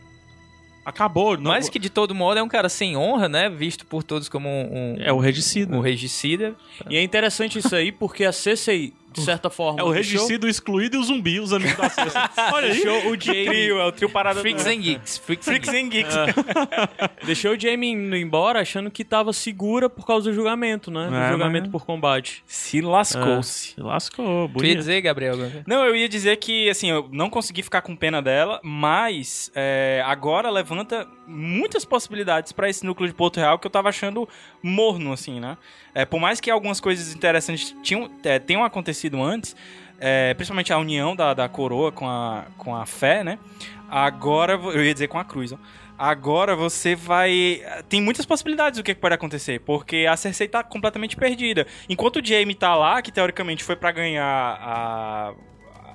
Acabou. Não, Mas que de todo modo é um cara sem honra, né? Visto por todos como é o regicida. um regicida. E é interessante isso aí, porque a Cersei, de certa forma... É o deixou- regicida, o excluído e o zumbi, os amigos da Cersei. Olha aí. Deixou o Jaime... É o trio parada Freaks and Geeks. Freaks and Freaks Geeks. and Geeks. Deixou o Jaime indo embora achando que tava segura por causa do julgamento, né? Do julgamento mas- por combate. Se lascou-se. Se lascou, Tu ia bonito. dizer, Gabriel? alguma coisa? Não, eu ia dizer que, assim, eu não consegui ficar com pena dela, mas agora levanta muitas possibilidades pra esse núcleo de Porto Real que eu tava achando morno, assim, né? Por mais que algumas coisas interessantes tenham acontecido antes, principalmente a união da coroa com a fé, né? Agora, eu ia dizer com a cruz, ó. Agora você vai... Tem muitas possibilidades do que pode acontecer, porque a Cersei tá completamente perdida. Enquanto o Jaime tá lá, que teoricamente foi pra ganhar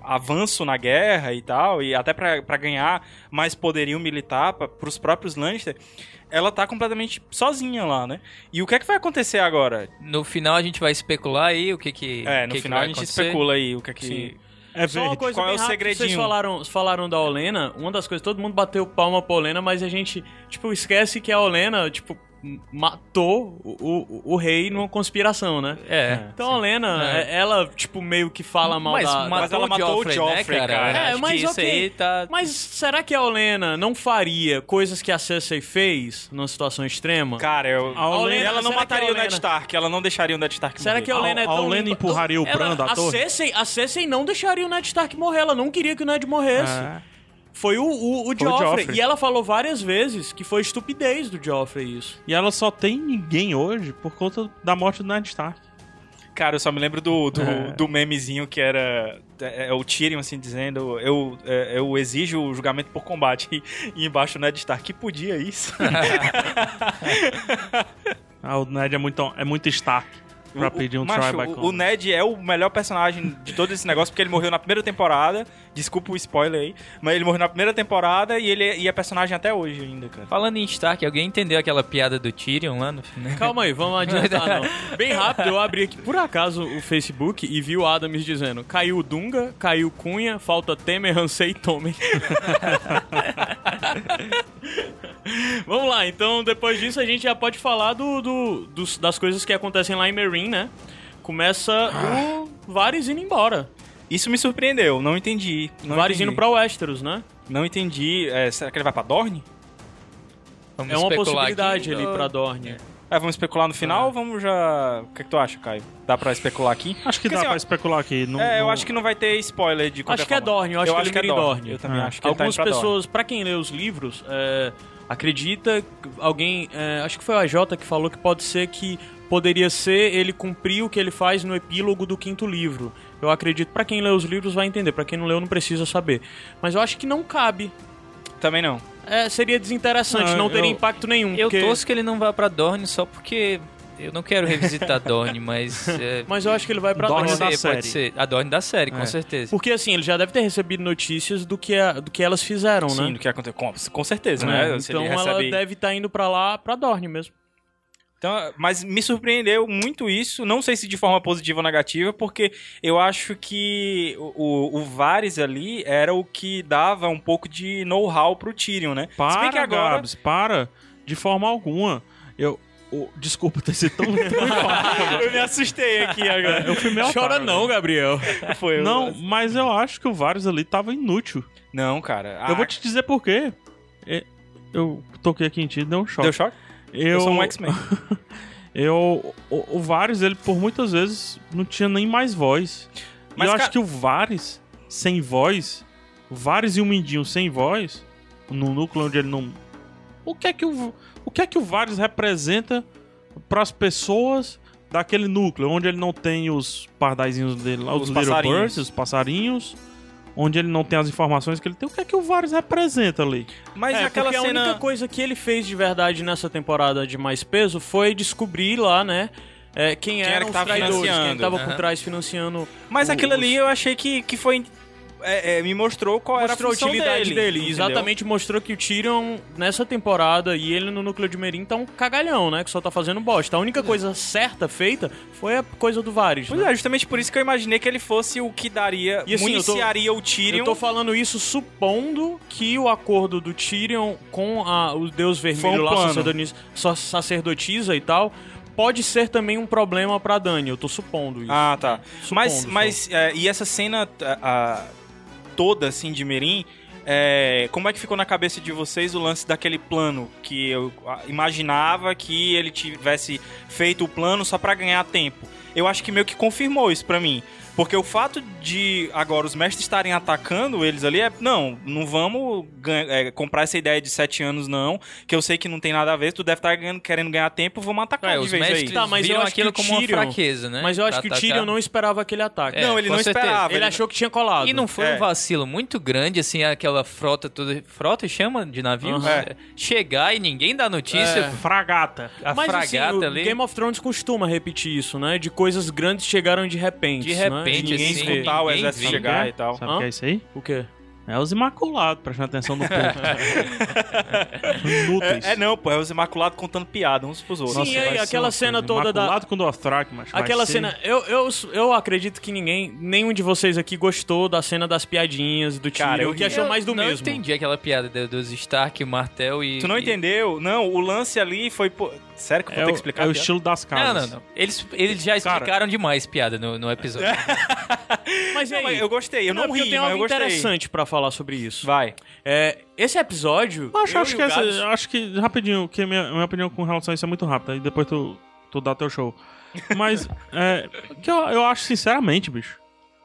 avanço na guerra e tal, e até pra ganhar mais poderio militar pros próprios Lannister, ela tá completamente sozinha lá, né? E o que é que vai acontecer agora? No final a gente vai especular aí o que No que final vai a gente acontecer. especula aí o que é que... É Só uma verde. coisa Qual é bem o rápida, segredinho? Vocês falaram da Olenna, uma das coisas, todo mundo bateu palma pra Olenna, mas a gente, tipo, esquece que a Olenna, tipo, matou o rei numa conspiração, né? Então a Olenna, ela, tipo, meio que fala mal Mas ela matou o Joffrey, né, cara. Acho mas que isso ok. aí tá... Mas será que a Olenna não faria coisas que a Cersei fez numa situação extrema? Cara, A Olenna- ela não será mataria que a o Ned Olenna- Stark, ela não deixaria o Ned Stark Será morrer. que a Olenna é A tão Olenna limpa? empurraria o Bran da torre? A Cersei não deixaria o Ned Stark morrer, ela não queria que o Ned morresse. É. Foi o Foi o Joffrey. Joffrey. E ela falou várias vezes que foi estupidez do Joffrey isso. E ela só tem ninguém hoje por conta da morte do Ned Stark. Cara, eu só me lembro do memezinho que era o Tyrion, assim, dizendo eu exijo o julgamento por combate. E embaixo o Ned Stark, que podia isso? O Ned é muito Stark pra pedir um Macho, try by o Ned é o melhor personagem de todo esse negócio, porque ele morreu na primeira temporada. Desculpa o spoiler aí, mas ele morreu na primeira temporada e ele é personagem até hoje ainda, cara. Falando em Stark, alguém entendeu aquela piada do Tyrion lá no final? Calma aí, vamos adiantar não. Bem rápido, eu abri aqui por acaso o Facebook e vi o Adams dizendo: caiu Dunga, caiu Cunha, falta Temer, Hansei e Tommen. Vamos lá, então depois disso a gente já pode falar das coisas que acontecem lá em Meereen, né? Começa o Varys indo embora. Isso me surpreendeu, não entendi. Varys indo pra Westeros, né? Não entendi. Será que ele vai pra Dorne? Vamos É uma especular possibilidade aqui, ali pra Dorne. Vamos especular no final ou vamos já... O que tu acha, Caio? Dá pra especular aqui? Acho que Porque, dá assim, pra especular aqui. eu acho que não vai ter spoiler de qualquer Acho que é forma. Dorne, eu acho que ele mira em Dorne. Eu também acho que ele tá indo Algumas pra Dorne. pessoas, pra quem lê os livros, acredita, alguém, acho que foi o AJ que falou que pode ser que poderia ser ele cumprir o que ele faz no epílogo do 5º livro. Eu acredito, pra quem lê os livros vai entender, pra quem não leu não precisa saber. Mas eu acho que não cabe. Também não. Seria desinteressante, não teria impacto nenhum. Eu porque... torço que ele não vá pra Dorne só porque eu não quero revisitar Dorne, mas... Mas eu acho que ele vai pra Dorne Dorne. da pode série. ser. A Dorne da série, com certeza. Porque assim, ele já deve ter recebido notícias do que elas fizeram, Sim, né? do que aconteceu. Com certeza, né? Se Então ele ela recebe... deve estar indo pra lá, pra Dorne mesmo. Então, mas me surpreendeu muito isso, não sei se de forma positiva ou negativa, porque eu acho que o Varys ali era o que dava um pouco de know-how pro Tyrion, né? Se bem que Para, agora... Gabs, para. De forma alguma. Desculpa ter sido tão... Eu me assustei aqui agora. Eu fui meio Chora otário, não, Gabriel. Foi, Não, mas eu acho que o Varys ali tava inútil. Não, cara. Eu vou te dizer por quê. Eu toquei aqui em ti, deu um choque. Deu choque? Eu sou um X-Men. O Varys, ele por muitas vezes não tinha nem mais voz. Mas, E eu cara- acho que o Varys sem voz, o Varys e o Mindinho sem voz, no núcleo onde ele não... O que é que o Varys representa para as pessoas daquele núcleo, onde ele não tem os pardaizinhos dele lá, os Little passarinhos. Birds, os passarinhos, onde ele não tem as informações que ele tem. O que é que o Varys representa ali? Mas aquela porque cena... a única coisa que ele fez de verdade nessa temporada de mais peso foi descobrir lá, né, quem era eram que os tava traidores, quem financiando. tava por trás financiando. Mas aquilo ali eu achei que foi... me mostrou qual era a Mostrou a função utilidade dele. entendeu? Exatamente, mostrou que o Tyrion, nessa temporada, e ele no núcleo de Meereen, tá um cagalhão, né? Que só tá fazendo bosta. A única coisa certa feita foi a coisa do Varys, Pois né? é, justamente por isso que eu imaginei que ele fosse o que daria, E assim, municiaria o Tyrion. Eu tô falando isso supondo que o acordo do Tyrion com o Deus Foi Vermelho um lá, plano. sacerdotisa e tal, pode ser também um problema pra Dany. Eu tô supondo isso. Ah, tá. Supondo, Mas e essa cena toda, assim, de Meereen, como é que ficou na cabeça de vocês o lance daquele plano que eu imaginava que ele tivesse feito o plano só pra ganhar tempo? Eu acho que meio que confirmou isso pra mim. Porque o fato de agora os mestres estarem atacando eles ali não vamos comprar essa ideia de 7 anos não, que eu sei que não tem nada a ver, tu deve estar querendo ganhar tempo, vamos atacar de Os vez mestres aí. Tá, mas eu viram acho que aquilo o como uma Tyrion- fraqueza, né? Mas eu acho Pra que o atacar. Tyrion não esperava aquele ataque. Não, ele com não certeza. esperava. Ele achou que tinha colado. E não foi É. um vacilo muito grande, assim, aquela frota toda... Frota chama de navios? Uhum. Chegar e ninguém dá notícia. Fragata. A Mas assim, fragata o ali. Game of Thrones costuma repetir isso, né? De coisas grandes chegaram de repente. De repente, repente, Ninguém assim, escutar o ninguém exército vê. chegar e tal. Sabe o que é isso aí? O quê? É os Imaculados, prestando atenção no ponto. Inúteis. Não, pô, é os Imaculados contando piada uns pros outros. Sim, Nossa, aí, vai ser aquela uma cena coisa. toda da... Imaculado com Dothraki, mas vai Aquela ser- cena... Eu acredito que nenhum de vocês aqui gostou da cena das piadinhas, do Cara, Tyrion, eu que achou mais do não mesmo. entendi aquela piada dos Stark, o martel e... Tu não entendeu? Não, o lance ali foi... Pô, sério que eu vou ter que explicar? É o a piada? estilo das casas. Não. Eles já explicaram demais piada no episódio. Mas e Não, aí? mas eu gostei, eu não porque ri, eu tenho mas eu algo gostei. interessante pra falar sobre isso. Vai. Esse episódio... Acho que rapidinho, que minha opinião com relação a isso é muito rápida, aí depois tu dá teu show. Mas, que eu acho sinceramente, bicho,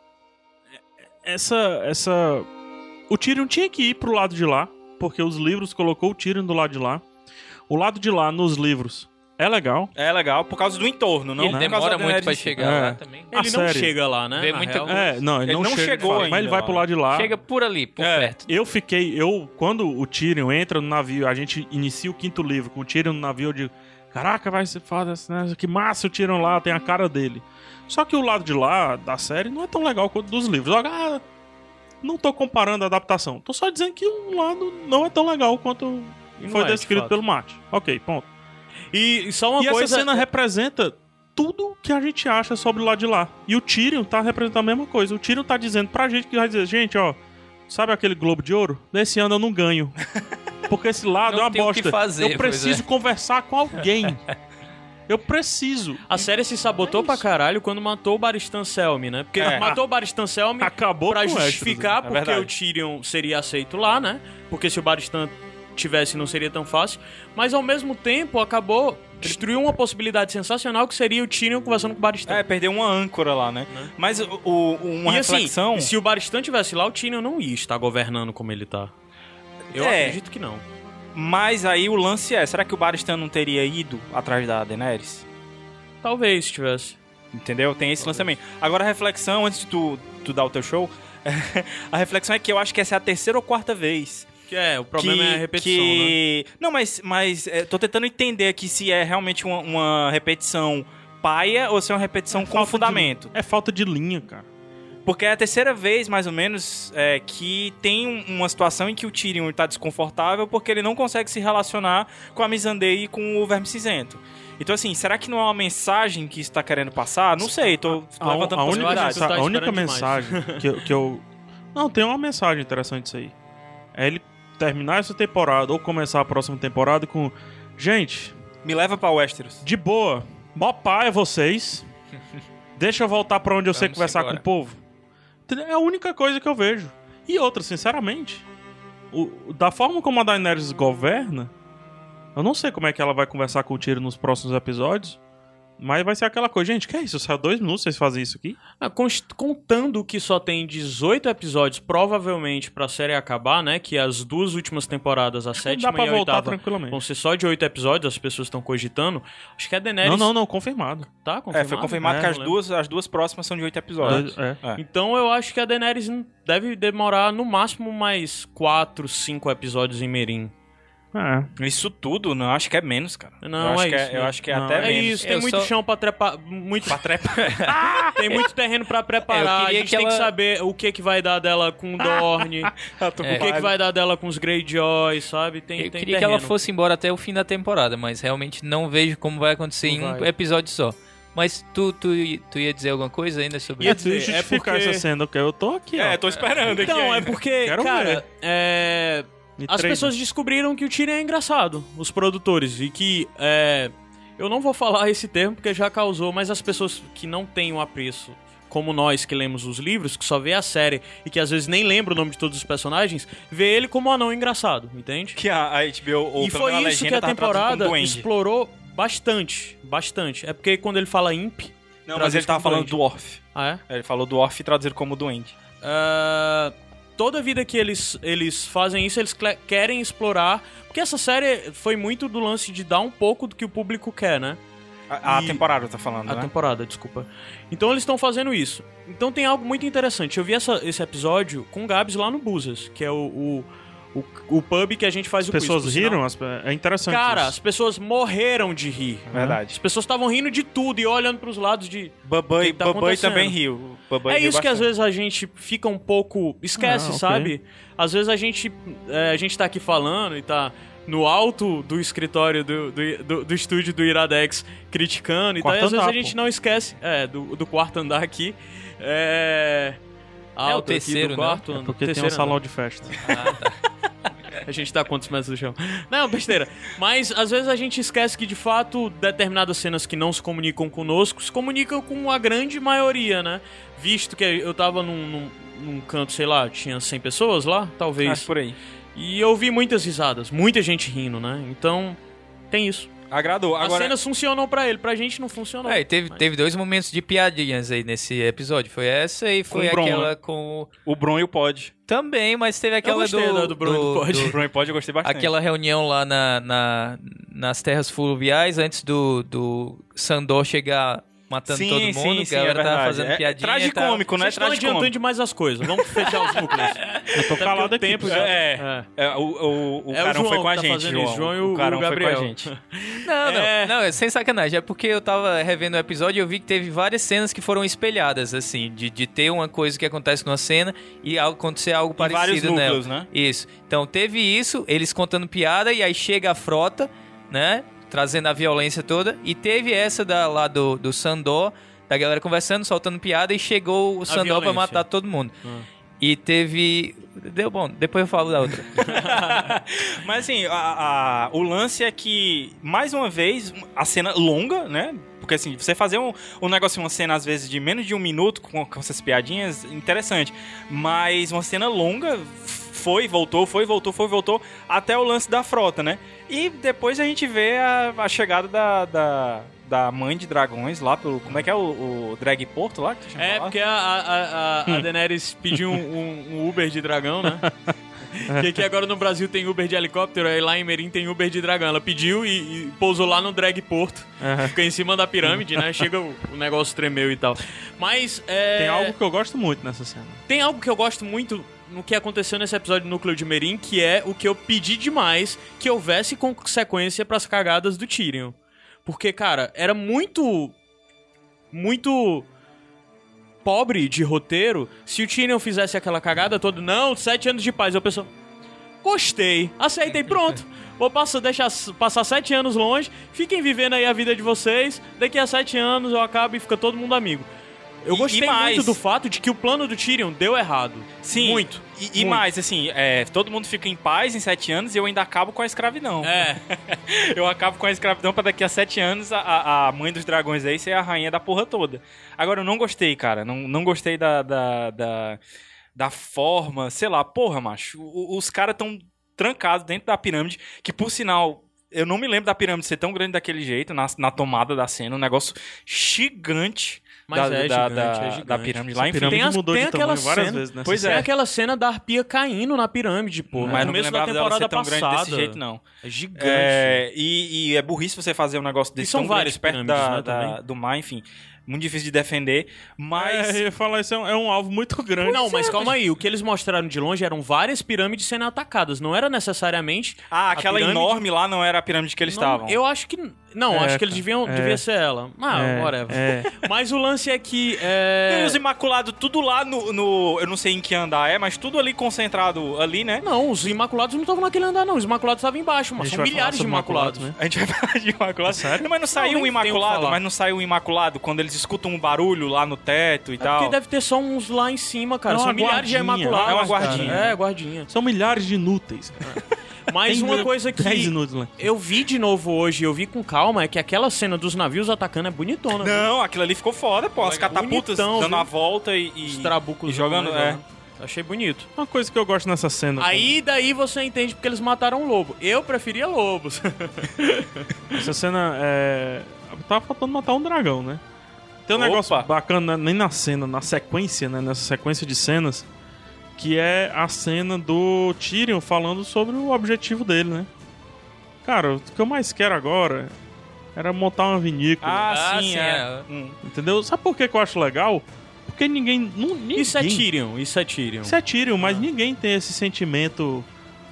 o Tyrion tinha que ir pro lado de lá, porque os livros colocou o Tyrion do lado de lá. O lado de lá, nos livros, é legal. É legal por causa do entorno, não Ele por causa demora da muito Daenerys pra em si. chegar É. lá também. A Ele não série. chega lá, né? Vê na muita real. coisa. Ele não Ele não chega, chegou de fato, ainda mas ele vai lá. pro lado de lá. Chega por ali, por perto. Quando o Tyrion entra no navio, a gente inicia o 5º livro com o Tyrion no navio, eu digo, caraca, vai ser foda, né? Que massa o Tyrion lá, tem a cara dele. Só que o lado de lá da série não é tão legal quanto dos livros. Não tô comparando a adaptação, tô só dizendo que um lado não é tão legal quanto E não foi é, de descrito fato. pelo Matt. Ok, ponto. E só uma E coisa... essa cena representa tudo que a gente acha sobre o lado de lá. E o Tyrion tá representando a mesma coisa. O Tyrion tá dizendo pra gente que vai dizer, gente, ó, sabe aquele Globo de Ouro? Desse ano eu não ganho. Porque esse lado Não é uma tem o que bosta. fazer, Eu pois preciso é. conversar com alguém. Eu preciso. A série se sabotou pra caralho quando matou o Baristan Selmy, né? Porque matou o Baristan Selmy Acabou pra com justificar extras, né? É porque o verdade. Tyrion seria aceito lá, né? Porque se o Baristan tivesse não seria tão fácil. Mas ao mesmo tempo acabou... Destruiu uma possibilidade sensacional que seria o Tyrion conversando com o Baristan. Perdeu uma âncora lá, né? Mas uma e reflexão... assim, se o Baristan tivesse lá, o Tyrion não ia estar governando como ele tá. Eu acredito que não. Mas aí o lance será que o Baristan não teria ido atrás da Daenerys? Talvez tivesse. Entendeu? Tem esse lance também. Agora a reflexão, antes de tu dar o teu show, a reflexão é que eu acho que essa é a 3ª ou 4ª vez. O problema é a repetição, né? Não, mas tô tentando entender aqui se é realmente uma repetição paia ou se é uma repetição com fundamento. É falta de linha, cara. Porque é a 3ª vez, mais ou menos, que tem uma situação em que o Tyrion tá desconfortável porque ele não consegue se relacionar com a Missandei e com o Verme Cinzento. Então, assim, será que não é uma mensagem que isso tá querendo passar? Não sei, tô levantando possibilidades. tá A única esperando mensagem que eu... Não, tem uma mensagem interessante isso aí. É ele terminar essa temporada ou começar a próxima temporada com... Gente, Me leva pra Westeros. de boa, mó pai é vocês. Deixa eu voltar pra onde eu sei Vamos conversar embora. com o povo. É a única coisa que eu vejo. E outra, sinceramente, da forma como a Daenerys governa, eu não sei como é que ela vai conversar com o Tyrion nos próximos episódios, mas vai ser aquela coisa, gente, que é isso? Só 2 minutos vocês fazem isso aqui? Contando que só tem 18 episódios, provavelmente, pra série acabar, né? Que as 2 últimas temporadas, a 7ª Dá pra e a voltar 8ª, tranquilamente. vão ser só de 8 episódios, as pessoas estão cogitando. Acho que a Daenerys... Não, confirmado. Tá confirmado? Foi confirmado que Não lembro. as duas próximas são de 8 episódios. Então eu acho que a Daenerys deve demorar no máximo mais 4, 5 episódios em Meereen. Isso tudo, não, acho que é menos, cara. Não, Eu acho que é até É menos. isso, tem Eu muito só- chão pra trepar. Tem muito terreno pra preparar. A queria gente que tem que ela- saber o que vai dar dela com o Dorne, o que vai dar dela com os Greyjoy, sabe? Tem Eu tem queria que terreno. ela fosse embora até o fim da temporada, mas realmente não vejo como vai acontecer em um vai. episódio só. Mas tu ia dizer alguma coisa ainda sobre Ia isso? dizer, Justificar é porque- essa cena, que eu tô aqui, ó. Tô esperando aqui. Então, é ainda. porque, Quero cara, Me as treina. pessoas descobriram que o Tyrion é engraçado, os produtores, e que, eu não vou falar esse termo porque já causou, mas as pessoas que não têm o apreço, como nós que lemos os livros, que só vê a série e que às vezes nem lembra o nome de todos os personagens, vê ele como um anão engraçado, entende? Que a HBO, ou E pelo foi menos isso legenda, que a tava tratando como temporada duende. explorou bastante. É porque quando ele fala imp... Não, mas ele tava como falando duende. dwarf. Ah, é? Ele falou dwarf e traduzido como duende. Toda vida que eles fazem isso, eles querem explorar. Porque essa série foi muito do lance de dar um pouco do que o público quer, né? A E- temporada, tá falando, A né? temporada, desculpa. Então eles estão fazendo isso. Então tem algo muito interessante. Eu vi esse episódio com o Gabs lá no Busas, que é o o pub que a gente faz As o quiz. pessoas por sinal. riram? É interessante Cara, isso. as pessoas morreram de rir. Verdade. As pessoas estavam rindo de tudo e olhando pros lados de... o que tá Babãe acontecendo? também riu. Babãe É riu isso que às bastante. vezes a gente fica um pouco... Esquece, Ah, ok. sabe? Às vezes a gente tá aqui falando e tá no alto do escritório do estúdio do Iradex criticando e tal. E Quarto às vezes a andar, gente pô. não esquece do quarto andar aqui. Alto aqui terceiro, do né? quarto É andar. porque tem um Terceiro salão andar. de festa. A gente tá quantos metros do chão? Não, besteira. Mas às vezes a gente esquece que de fato determinadas cenas que não se comunicam conosco se comunicam com a grande maioria, né? Visto que eu tava num canto, sei lá, tinha 100 pessoas lá, talvez. Acho por aí. E eu vi muitas risadas, muita gente rindo, né? Então, tem isso. Agradou. As Agora, cenas funcionam pra ele, pra gente não funcionou. E teve 2 momentos de piadinhas aí nesse episódio. Foi essa e foi Com o Bron, aquela né? com... o Bron e o Pod. Também, mas teve aquela gostei do Bron e do Pod. O Bron e o Pod eu gostei bastante. Aquela reunião lá nas terras fluviais, antes do Sandor chegar matando Sim, todo mundo. sim, a galera é tava verdade. fazendo É piadinha. tragicômico, né? Vocês estão adiantando Tragicômico. demais as coisas. Vamos fechar os núcleos. Eu tô calado o aqui. tempo pô. já... O É o Carão João foi com a que tá gente, fazendo João. isso, João e o o Carão foi com Gabriel. a gente. Não, é sem sacanagem. É porque eu tava revendo o episódio e eu vi que teve várias cenas que foram espelhadas, assim, de ter uma coisa que acontece numa cena e acontecer algo vários parecido nela. núcleos, né? Isso. Então teve isso, eles contando piada e aí chega a frota, né? Trazendo a violência toda. E teve essa lá do Sandor, da galera conversando, soltando piada e chegou o Sandor pra violência. matar todo mundo. E teve... Deu bom, depois eu falo da outra. Mas assim, o lance é que, mais uma vez, a cena longa, né? Porque assim, você fazer um negócio, uma cena às vezes de menos de 1 minuto com essas piadinhas, interessante. Mas uma cena longa, foi, voltou, até o lance da frota, né? E depois a gente vê a chegada da mãe de dragões lá pelo... Como é que é o Drag Porto lá? Que tinha falado? Porque a Daenerys pediu um Uber de dragão, né? Que aqui agora no Brasil tem Uber de helicóptero, aí lá em Merim tem Uber de dragão. Ela pediu e pousou lá no Drag Porto. Fica em cima da pirâmide, né? Chega o negócio tremeu e tal. Mas Tem algo que eu gosto muito nessa cena. Tem algo que eu gosto muito no que aconteceu nesse episódio do Núcleo de Merim, que é o que eu pedi demais, que houvesse consequência pras cagadas do Tyrion. Porque, cara, era muito pobre de roteiro se o Tyrion fizesse aquela cagada toda. Não, 7 anos de paz. Eu penso, gostei, aceitei, pronto. Vou deixar passar 7 anos longe, fiquem vivendo aí a vida de vocês. Daqui a 7 anos eu acabo e fica todo mundo amigo. Eu gostei mais. muito do fato de que o plano do Tyrion deu errado. Sim. Muito. E mais, assim, todo mundo fica em paz em 7 anos e eu ainda acabo com a escravidão. Eu acabo com a escravidão pra daqui a 7 anos a mãe dos dragões aí ser a rainha da porra toda. Agora, eu não gostei, cara. Não gostei da forma, sei lá, porra, macho. Os caras tão trancados dentro da pirâmide, que por sinal... Eu não me lembro da pirâmide ser tão grande daquele jeito, na tomada da cena, um negócio gigante. Mas gigante. Da pirâmide lá, A enfim. pirâmide mudou tem de aquela tamanho várias cena- vezes nessa Pois cena. É aquela cena da arpia caindo na pirâmide, pô. Mas no não me começo da lembrava dela ser temporada tão passada. grande desse jeito, não. É gigante. E é burrice você fazer um negócio desse E são tão grande várias perto pirâmides, né, também. do mar, enfim. Muito difícil de defender, mas... Eu ia falar, isso é um alvo muito grande. Não, mas calma aí. O que eles mostraram de longe eram várias pirâmides sendo atacadas. Não era necessariamente... aquela pirâmide- enorme lá não era a pirâmide que eles Não, estavam. eu acho que... Não, acho que eles devia ser ela. Whatever. Mas o lance é que... E os Imaculados, tudo lá no... Eu não sei em que andar mas tudo ali concentrado ali, né? Não, os Imaculados não estavam naquele andar, não. Os Imaculados estavam embaixo, mas A gente são vai milhares de falar sobre Imaculados. né? A gente vai falar de Imaculado. Sério? Não, mas não saiu nem um tem o que Imaculado, falar. mas não saiu um Imaculado quando eles escutam um barulho lá no teto e tal. Porque deve ter só uns lá em cima, cara. Não, São uma milhares de guardinha. Imaculados. É uma guardinha. Cara. É, guardinha. São milhares de inúteis, cara. Mas Tem uma coisa que 10 inúteis lá. eu vi de novo hoje, eu vi com calma, é que aquela cena dos navios atacando é bonitona. Não, aquilo ali ficou foda, pô. As catapultas Bonitão, dando viu? a volta Os trabucos e jogando. Achei bonito. Uma coisa que eu gosto nessa cena. Aí daí você entende porque eles mataram o lobo. Eu preferia lobos. Essa cena tava faltando matar um dragão, né? Tem um Opa! negócio bacana, nem na cena, na sequência, né? Nessa sequência de cenas, que é a cena do Tyrion falando sobre o objetivo dele, né? Cara, o que eu mais quero agora era montar uma vinícola. Sim, é. Entendeu? Sabe por que eu acho legal? Porque ninguém. Ninguém Isso é Tyrion, isso é Tyrion. Isso é Tyrion, mas ninguém tem esse sentimento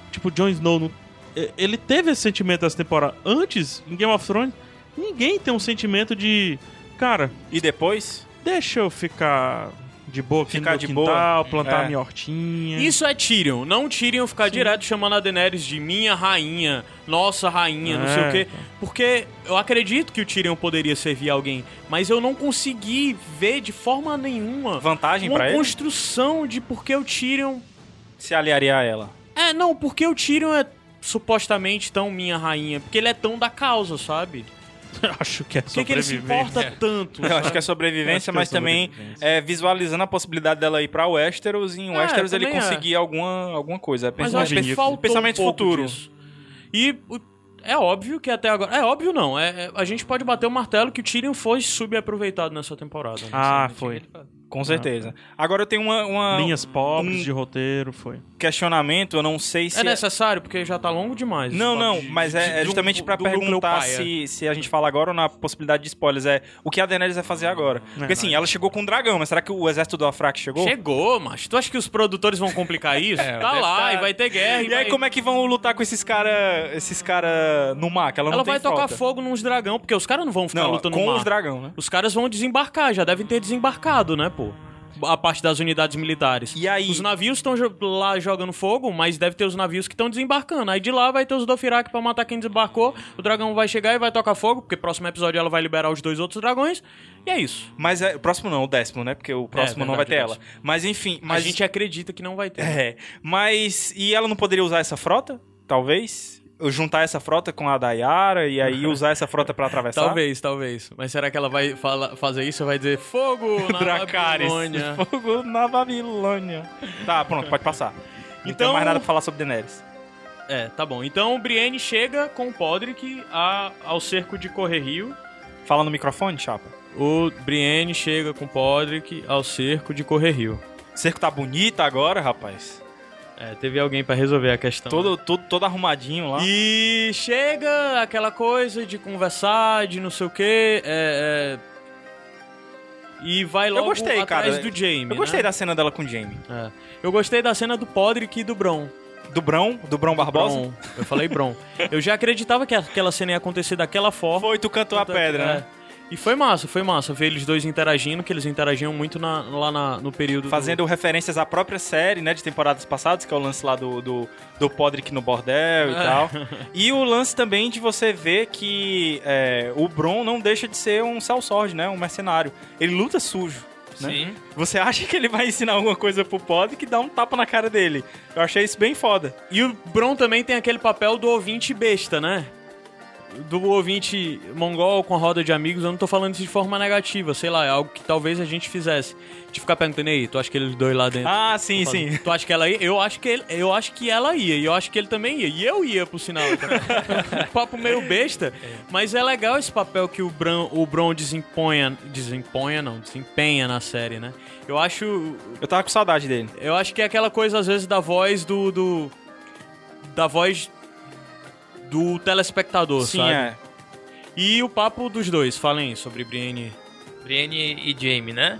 tipo, Jon Snow, ele teve esse sentimento essa temporada. Antes, em Game of Thrones, ninguém tem um sentimento de... Cara... E depois? Deixa eu ficar de boa aqui Ficar no de meu quintal, boa. plantar minha hortinha. Isso é Tyrion, não Tyrion ficar direto chamando a Daenerys de minha rainha, nossa rainha, não sei o quê. Porque eu acredito que o Tyrion poderia servir alguém, mas eu não consegui ver de forma nenhuma Vantagem pra ele? uma construção de por que o Tyrion... Se aliaria a ela. Não, porque o Tyrion é supostamente tão minha rainha, porque ele é tão da causa, sabe? Eu acho que é Por que ele se importa tanto? Eu acho que é sobrevivência, mas também visualizando a possibilidade dela ir pra Westeros e em Westeros ele conseguir alguma coisa. Mas eu acho que faltou pensamento um pouco futuro. disso. E é óbvio que até agora... É óbvio não, a gente pode bater o martelo que o Tyrion foi subaproveitado nessa temporada. Foi. Com certeza. Agora eu tenho uma linhas pobres de roteiro, foi. questionamento, eu não sei se... É necessário, porque já tá longo demais. Não, mas é justamente pra perguntar se a gente fala agora ou na possibilidade de spoilers, o que a Daenerys vai fazer agora. Porque assim, ela chegou com um dragão, mas será que o exército do Afrak chegou? Chegou, mas tu acha que os produtores vão complicar isso? Tá lá, e vai ter guerra. E aí como é que vão lutar com esses cara no mar, que ela não tem vai tocar frota? fogo nos dragão, porque os caras não vão ficar lutando no mar. com os dragão, né? Os caras vão desembarcar, já devem ter desembarcado, né, pô? A parte das unidades militares. E aí? Os navios estão lá jogando fogo, mas deve ter os navios que estão desembarcando. Aí de lá vai ter os Dothraki pra matar quem desembarcou. O dragão vai chegar e vai tocar fogo, porque próximo episódio ela vai liberar os 2 outros dragões. E é isso. Mas o próximo não, o 10º, né? Porque o próximo não vai ter ela. Mas enfim... A gente acredita que não vai ter. Mas... E ela não poderia usar essa frota? Talvez? Juntar essa frota com a Dayara e aí usar essa frota pra atravessar? Talvez. Mas será que ela vai fazer isso ou vai dizer fogo na Babilônia? Fogo na Babilônia. Tá, pronto, pode passar. Não tem mais nada pra falar sobre Daenerys. Tá bom. Então o Brienne chega com o Podrick ao cerco de Correrio. Fala no microfone, chapa. O Brienne chega com o Podrick ao cerco de Correrio. O cerco tá bonito agora, rapaz. Teve alguém pra resolver a questão. Todo arrumadinho lá. E chega aquela coisa de conversar, de não sei o quê. E vai logo atrás do Jaime. Eu gostei da cena dela com o Jaime. Eu gostei da cena do Podrick e do Bron. Do Bron Barbosa? Eu falei Bron. Eu já acreditava que aquela cena ia acontecer daquela forma. Tu cantou a pedra, né? E foi massa ver eles dois interagindo, que eles interagiam muito lá no período... Fazendo referências à própria série, né, de temporadas passadas, que é o lance lá do Podrick no bordel e tal. E o lance também de você ver que o Bron não deixa de ser um sellsword, né, um mercenário. Ele luta sujo. Né? Sim. Você acha que ele vai ensinar alguma coisa pro Podrick e dá um tapa na cara dele. Eu achei isso bem foda. E o Bron também tem aquele papel do ouvinte besta, né? Do ouvinte mongol com a roda de amigos, eu não tô falando isso de forma negativa, sei lá, é algo que talvez a gente fizesse. De ficar perguntando aí, tu acha que eles dois lá dentro? Ah, sim, sim. Tu acha que ela ia? Eu acho que ela ia, e eu acho que ele também ia. E eu ia, por sinal. Papo meio besta, mas é legal esse papel que o Bron desempenha na série, né? Eu tava com saudade dele. Eu acho que é aquela coisa, às vezes, da voz da voz do telespectador, sim, sabe? E o papo dos dois, falem sobre Brienne e Jaime, né?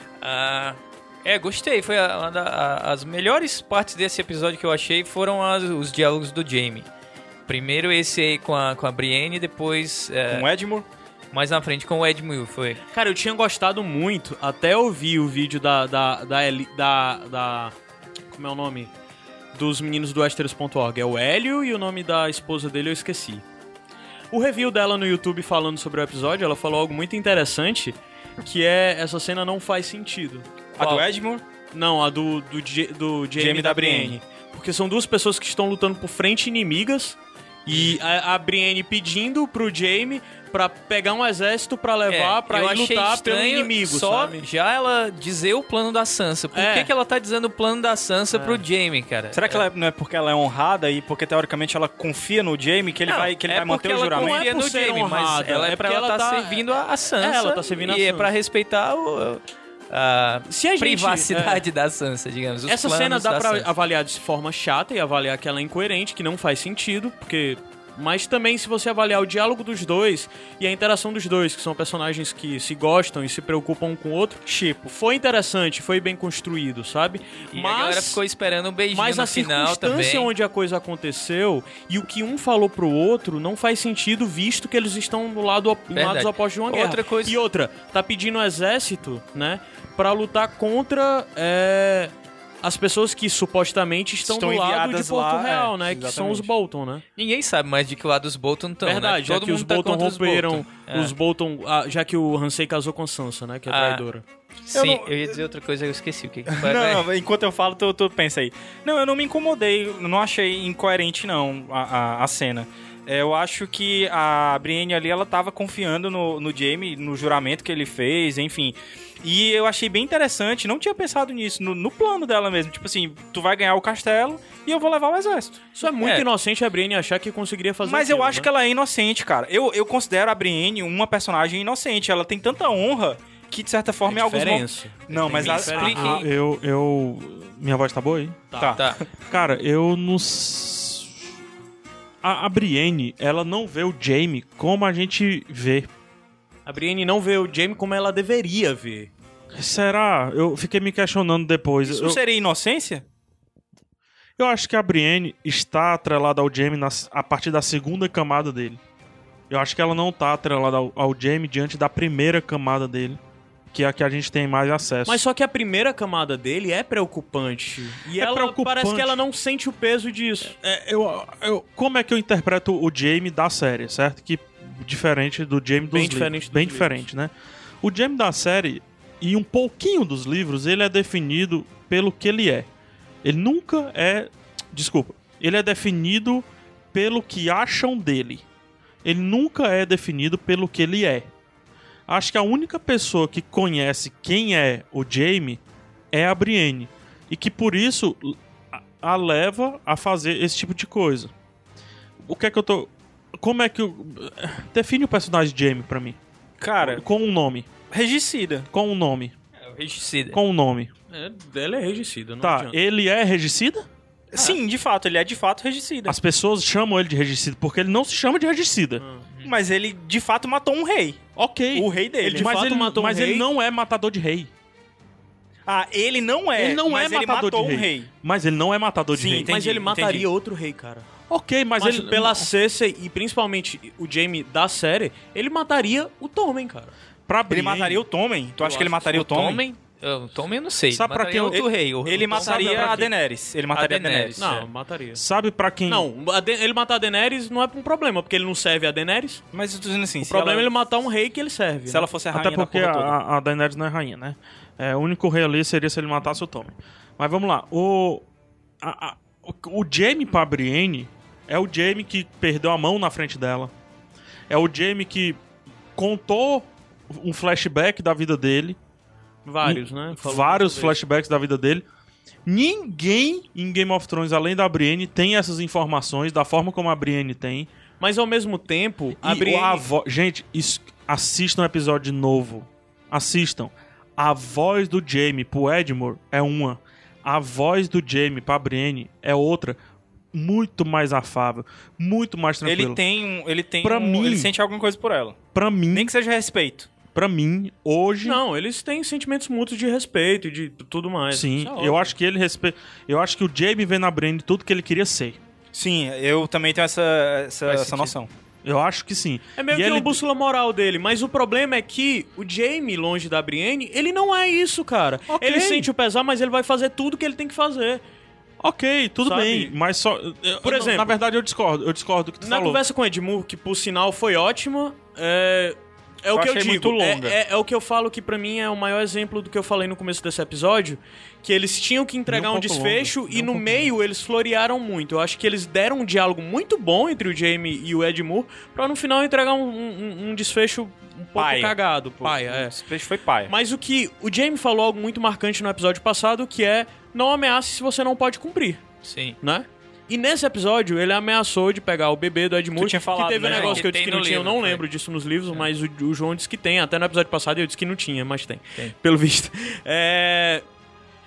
Gostei. Foi as melhores partes desse episódio que eu achei foram os diálogos do Jaime. Primeiro esse aí com a Brienne, depois... com o Edmure? Mais na frente com o Edmure, foi. Cara, eu tinha gostado muito, até ouvir o vídeo da como é o nome? Dos meninos do Westeros.org. É o Hélio e o nome da esposa dele eu esqueci. O review dela no YouTube falando sobre o episódio, ela falou algo muito interessante, que essa cena não faz sentido. A do Edmure? Não, a do Jaime e da Brienne. Porque são duas pessoas que estão lutando por frente inimigas, e a Brienne pedindo pro Jaime pra pegar um exército pra levar pra ir lutar pelo inimigo, sabe? Já ela dizer o plano da Sansa. Por que ela tá dizendo o plano da Sansa pro Jaime, cara? Será que ela não é porque ela é honrada e porque teoricamente ela confia no Jaime que ele vai manter o juramento? Não é por ser honrada, mas ela tá servindo a Sansa. Ela tá servindo a Sansa. E é pra respeitar a privacidade da Sansa, digamos. Essa cena dá pra avaliar de forma chata e avaliar que ela é incoerente, que não faz sentido, porque Mas também, se você avaliar o diálogo dos dois e a interação dos dois, que são personagens que se gostam e se preocupam um com o outro, tipo, foi interessante, foi bem construído, sabe? E a galera ficou esperando um beijinho mas no final também. Mas a circunstância onde a coisa aconteceu e o que um falou pro outro não faz sentido, visto que eles estão em lados opostos de uma guerra. Outra coisa... E outra, tá pedindo o exército, né, pra lutar contra as pessoas que supostamente estão do lado de Porto Real, né, que são os Bolton, né? Ninguém sabe mais de que lado os Bolton estão, verdade, né? já que os Bolton romperam, os Bolton, já que o Hansei casou com Sansa, né, que é traidora. Sim, eu ia dizer outra coisa, eu esqueci o que foi. Não, enquanto eu falo, tu pensa aí. Não, eu não me incomodei, não achei incoerente, não, a cena. Eu acho que a Brienne ali, ela tava confiando no Jaime, no juramento que ele fez, enfim. E eu achei bem interessante, não tinha pensado nisso, no plano dela mesmo. Tipo assim, tu vai ganhar o castelo e eu vou levar o exército. Isso é muito inocente a Brienne achar que conseguiria fazer Mas aquilo, eu acho que ela é inocente, cara. Eu considero a Brienne uma personagem inocente. Ela tem tanta honra que, de certa forma, em alguns momentos... Não, mas expliquem. Minha voz tá boa aí? Tá. Cara, eu não... A Brienne, ela não vê o Jaime como a gente vê. A Brienne não vê o Jaime como ela deveria ver. Será? Eu fiquei me questionando depois. Isso seria inocência? Eu acho que a Brienne está atrelada ao Jaime a partir da segunda camada dele. Eu acho que ela não está atrelada ao Jaime diante da primeira camada dele, que é a que a gente tem mais acesso. Mas só que a primeira camada dele é preocupante. E ela preocupante. Parece que ela não sente o peso disso. Como é que eu interpreto o Jaime da série, certo? Que diferente do Jaime dos livros. Bem diferente, né? O Jaime da série e um pouquinho dos livros, ele é definido pelo que ele é. Ele nunca é... Desculpa. Ele é definido pelo que acham dele. Ele nunca é definido pelo que ele é. Acho que a única pessoa que conhece quem é o Jaime é a Brienne. E que por isso a leva a fazer esse tipo de coisa. O que é que eu tô... Como é que eu... Define o personagem Jaime pra mim. Cara... Com um nome. Regicida. Com um nome. Regicida. Com um nome. Ela é regicida, não Tá, adianta. ele é regicida? Sim, de fato, ele é de fato regicida. As pessoas chamam ele de regicida porque ele não se chama de regicida. Mas ele de fato matou um rei. Ok. O rei dele. Mas ele não é matador de rei. Ah, ele não é. Ele não mas é ele matador matou de um rei. rei. Mas ele não é matador de Sim, rei. entendi, Mas ele mataria entendi. outro rei, cara. Ok, mas ele... Pela Cersei e principalmente o Jaime da série, ele mataria o Tommen, cara. Pra Ele Brienne, mataria o Tommen? Tu acha que ele mataria o Tommen? O Tommen eu não sei. Sabe pra Mataria quem outro rei. Ele mataria a Daenerys. Ele mataria a Daenerys. Não, mataria. Sabe pra quem... Não, ele matar a Daenerys não é um problema, porque ele não serve a Daenerys. Mas eu tô dizendo assim, O problema é ele matar um rei que ele serve. se né? ela fosse a rainha Até porque da porra toda. a Daenerys não é rainha, né? O único rei ali seria se ele matasse o Tommen. Mas vamos lá. O Jaime pra Brienne é o Jaime que perdeu a mão na frente dela. É o Jaime que contou um flashback da vida dele. Vários, né? Falou Vários muitas vezes. flashbacks da vida dele. Ninguém em Game of Thrones, além da Brienne, tem essas informações da forma como a Brienne tem. Mas ao mesmo tempo, a E Brienne... Gente, assistam um episódio novo. Assistam. A voz do Jaime pro Edmure é uma. A voz do Jaime pra Brienne é outra. Muito mais afável. Muito mais tranquilo. Ele sente alguma coisa por ela. Pra mim, Nem que seja respeito. pra mim, hoje... Não, eles têm sentimentos mútuos de respeito e de tudo mais. Sim, Isso é eu óbvio. acho que ele respeita... Eu acho que o Jaime vê na Brienne tudo que ele queria ser. Sim, eu também tenho essa sentido. noção. Eu acho que sim. É meio E que ele... uma bússola moral dele, mas o problema é que o Jaime, longe da Brienne, ele não é isso, cara. Ok. Ele sente o pesar, mas ele vai fazer tudo que ele tem que fazer. Ok, tudo Sabe? bem, mas só... Por exemplo... Na verdade, eu discordo do que tu Na falou. conversa com o Edmure, que por sinal foi ótima, é o que eu achei digo. muito longa. É o que eu falo que pra mim é o maior exemplo do que eu falei no começo desse episódio, que eles tinham que entregar Nem um um pouco desfecho longa, e nem um no pouco meio eles florearam muito. Eu acho que eles deram um diálogo muito bom entre o Jaime e o Edmure pra no final entregar um desfecho um pouco Paia. cagado. Paia, é. Esse peixe foi paia. Mas o que o Jaime falou algo muito marcante no episódio passado, que é não ameace se você não pode cumprir, Sim. né? E nesse episódio, ele ameaçou de pegar o bebê do Edmure, Tu tinha falado, que teve um né? negócio que eu Que disse que tem não no tinha, eu livro, não foi. lembro disso nos livros, mas o João disse que tem. Até no episódio passado eu disse que não tinha, mas tem. Tem. Pelo visto.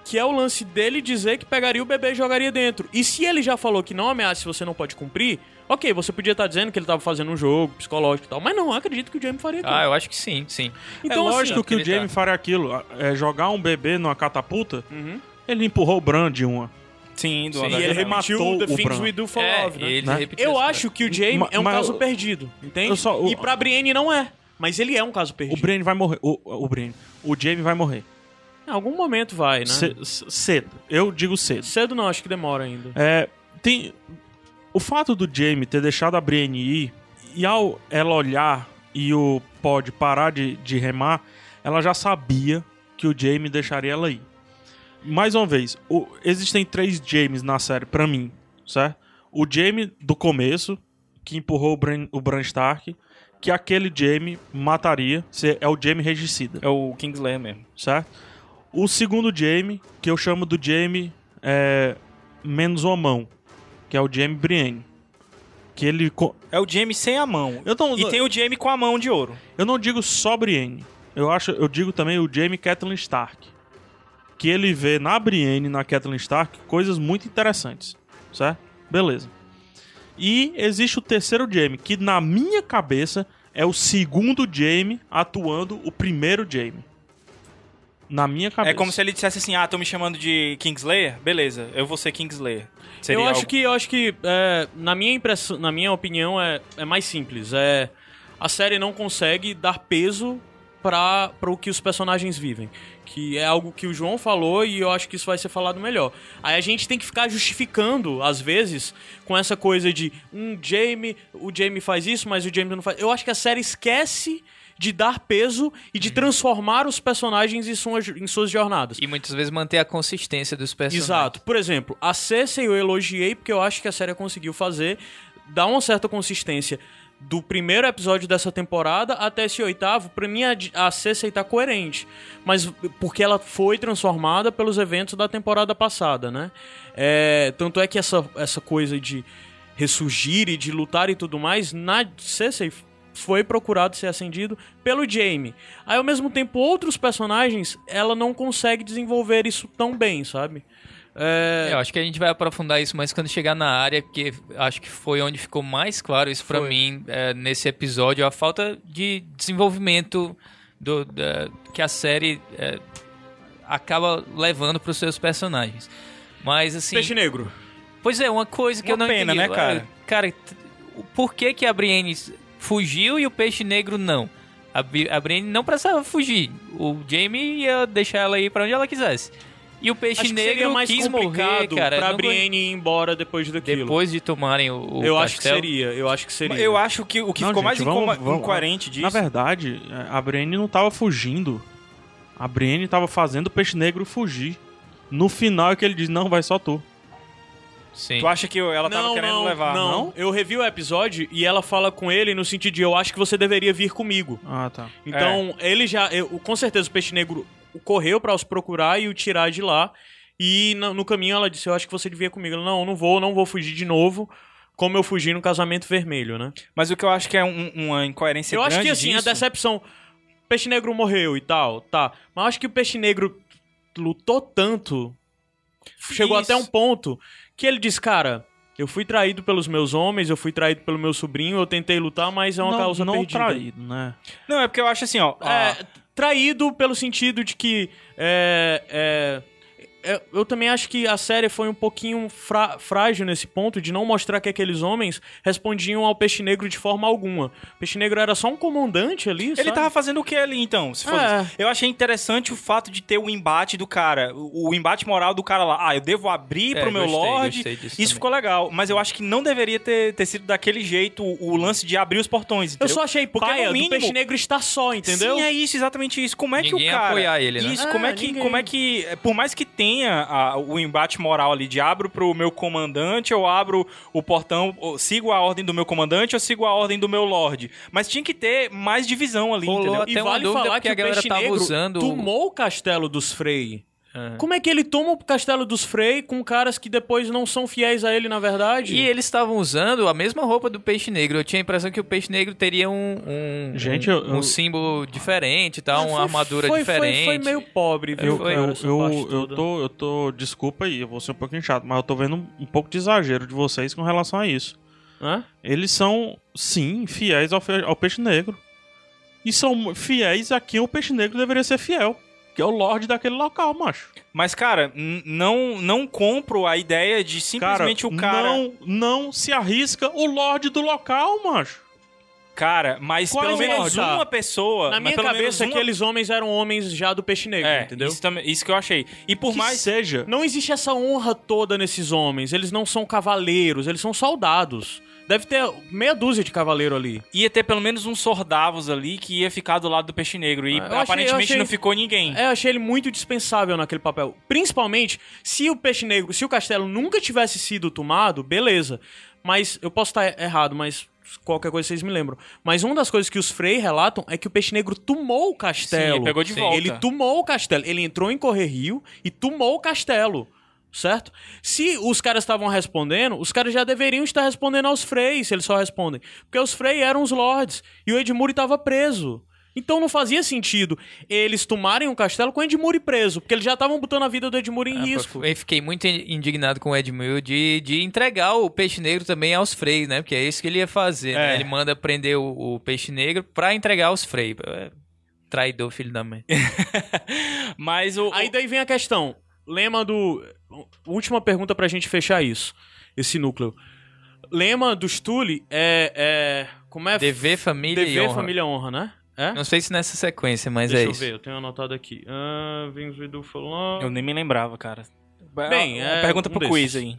que é o lance dele dizer que pegaria o bebê e jogaria dentro. E se ele já falou que não ameaça se você não pode cumprir, ok, você podia estar dizendo que ele estava fazendo um jogo psicológico e tal, mas não, eu acredito que o Jaime faria aquilo. Eu acho que sim. Então, é lógico assim, que o Jaime faria aquilo. Jogar um bebê numa catapulta, ele empurrou o Bran de uma. Sim, do e andar. ele repetiu matou The o Things Bran. We Do For Love, né? Ele Né? repetiu Eu essa acho que o Jaime é um mas caso eu- perdido, entende? eu E pra Brienne não é, mas ele é um caso O perdido. Brienne vai morrer. O Jaime vai morrer. Em algum momento vai, né? Cedo. Eu digo cedo. Cedo não, acho que demora ainda. Tem o fato do Jaime ter deixado a Brienne ir, e ao ela olhar e o Pod parar de remar, ela já sabia que o Jaime deixaria ela ir. Mais uma vez, existem 3 Jaimes na série, pra mim, certo? O Jaime do começo, que empurrou o Bran Stark, que aquele Jaime mataria, é o Jaime regicida, É o Kingslayer mesmo. certo? O segundo Jaime, que eu chamo do Jaime menos uma mão, que é o Jaime Brienne. Que ele... É o Jaime sem a mão. Eu E tem o Jaime com a mão de ouro. Eu não digo só Brienne. Eu digo também o Jaime Catelyn Stark. Que ele vê na Brienne, na Catelyn Stark, coisas muito interessantes. Certo? Beleza. E existe o terceiro Jaime, que na minha cabeça é o segundo Jaime atuando o primeiro Jaime. Na minha cabeça. É como se ele dissesse assim, estão me chamando de Kingslayer? Beleza, eu vou ser Kingslayer. Seria Eu acho que na minha impressão, na minha opinião, é mais simples. A série não consegue dar peso para o que os personagens vivem. Que é algo que o João falou e eu acho que isso vai ser falado melhor. Aí a gente tem que ficar justificando, às vezes, com essa coisa de o Jaime faz isso, mas o Jaime não faz. Eu acho que a série esquece de dar peso e de transformar os personagens em suas jornadas. E muitas vezes manter a consistência dos personagens. Exato. Por exemplo, a Cersei eu elogiei porque eu acho que a série conseguiu dar uma certa consistência do primeiro episódio dessa temporada até esse 8º. Pra mim, a Cersei tá coerente. Mas porque ela foi transformada pelos eventos da temporada passada, né? Tanto é que essa coisa de ressurgir e de lutar e tudo mais, na Cersei foi procurado ser acendido pelo Jaime. Aí, ao mesmo tempo, outros personagens, ela não consegue desenvolver isso tão bem, sabe? Eu acho que a gente vai aprofundar isso mais quando chegar na área, porque acho que foi onde ficou mais claro isso pra mim nesse episódio, a falta de desenvolvimento que a série acaba levando pros seus personagens. Mas assim... Peixe Negro. Pois é, uma coisa que Uma eu não pena, entendi. né, cara? Cara, por que a Brienne fugiu e o Peixe Negro não? A Brienne não precisava fugir. O Jaime ia deixar ela ir pra onde ela quisesse. E o Peixe Acho que Negro seria mais quis complicado morrer, cara. pra Não- Brienne ir embora depois daquilo. Depois de tomarem o eu castelo. acho que seria. Eu acho que o que Não, ficou gente, mais vamos- incoerente disso... Na verdade, a Brienne não tava fugindo. A Brienne tava fazendo o Peixe Negro fugir. No final é que ele diz, não, vai só tu. Sim. Tu acha que ela tava querendo levar? Não, eu revi o episódio e ela fala com ele no sentido de eu acho que você deveria vir comigo. Ah, tá. Então, ele já... com certeza o Peixe Negro correu pra os procurar e o tirar de lá. E no caminho ela disse, eu acho que você devia ir comigo. Ela, não vou fugir de novo, como eu fugi no Casamento Vermelho, né? Mas o que eu acho que é uma incoerência Eu grande acho que assim, disso... a decepção... O Peixe Negro morreu e tal, tá. Mas eu acho que o Peixe Negro lutou tanto... Chegou Isso. até um ponto que ele disse, cara... Eu fui traído pelos meus homens, eu fui traído pelo meu sobrinho, eu tentei lutar, mas é uma causa não perdida. traído, né? Não, é porque eu acho assim, ó... Traído pelo sentido de que... eu também acho que a série foi um pouquinho frágil nesse ponto de não mostrar que aqueles homens respondiam ao Peixe Negro de forma alguma. O Peixe Negro era só um comandante ali, Ele sabe? tava fazendo o que ali, então? Se fosse isso? Eu achei interessante o fato de ter o embate do cara. O embate moral do cara lá. Eu devo abrir pro meu Lorde. Gostei disso Isso também. ficou legal. Mas eu acho que não deveria ter sido daquele jeito o lance de abrir os portões, Eu entendeu? só achei Porque, paia no mínimo- do Peixe Negro estar só, entendeu? Sim, é isso, exatamente isso. Como é que Ninguém o ia cara... apoiar ele, né? Isso, Ninguém. como é que... Por mais que tenha o embate moral ali de abro pro meu comandante, ou abro o portão, ou sigo a ordem do meu comandante, ou sigo a ordem do meu Lorde. Mas tinha que ter mais divisão ali, Rolou entendeu? até E uma vale dúvida falar porque que a o galera Peixe tava Negro usando... tomou o castelo dos Frey. Como é que ele toma o castelo dos Frey com caras que depois não são fiéis a ele, na verdade? E eles estavam usando a mesma roupa do Peixe Negro. Eu tinha a impressão que o Peixe Negro teria um símbolo diferente e tal, uma armadura diferente. Foi meio pobre, viu? Eu tô... Desculpa aí, eu vou ser um pouquinho chato, mas eu tô vendo um pouco de exagero de vocês com relação a isso. Hã? Eles são, sim, fiéis ao Peixe Negro. E são fiéis a quem o Peixe Negro deveria ser fiel. Que é o Lorde daquele local, macho. Mas, cara, não compro a ideia de simplesmente o cara... Não se arrisca o Lorde do local, macho. Cara, mas Qual pelo menos Lorde? uma pessoa... Na minha cabeça, aqueles homens eram homens já do Peixe Negro, entendeu? Isso que eu achei. E por Que mais... seja... Não existe essa honra toda nesses homens. Eles não são cavaleiros, eles são soldados. Deve ter meia dúzia de cavaleiro ali. Ia ter pelo menos uns soldavos ali que ia ficar do lado do Peixe Negro. E aparentemente não ficou ninguém. Eu achei ele muito dispensável naquele papel. Principalmente, se o Peixe Negro, se o castelo nunca tivesse sido tomado, beleza. Mas, eu posso estar errado, mas qualquer coisa vocês me lembram. Mas uma das coisas que os Frey relatam é que o Peixe Negro tomou o castelo. Sim, pegou de volta. Ele tomou o castelo. Ele entrou em Correr Rio e tomou o castelo. Certo? Se os caras estavam respondendo, os caras já deveriam estar respondendo aos Frey, se eles só respondem. Porque os Frey eram os Lords e o Edmure estava preso. Então não fazia sentido eles tomarem um castelo com o Edmure preso, porque eles já estavam botando a vida do Edmure em risco. Eu fiquei muito indignado com o Edmure de entregar o Peixe Negro também aos Frey, né? Porque é isso que ele ia fazer, né? Ele manda prender o Peixe Negro pra entregar aos Frey. Traidor, filho da mãe. Mas Aí daí vem a questão. Lema do... Última pergunta pra gente fechar isso. Esse núcleo. Lema do Stule como é? Dever, família e honra. Dever, família, honra, né? É? Não sei se nessa sequência, mas Deixa é eu isso. ver, eu tenho anotado aqui. Vinhos do falar... eu nem me lembrava, cara. Bem, pergunta um pro quiz aí.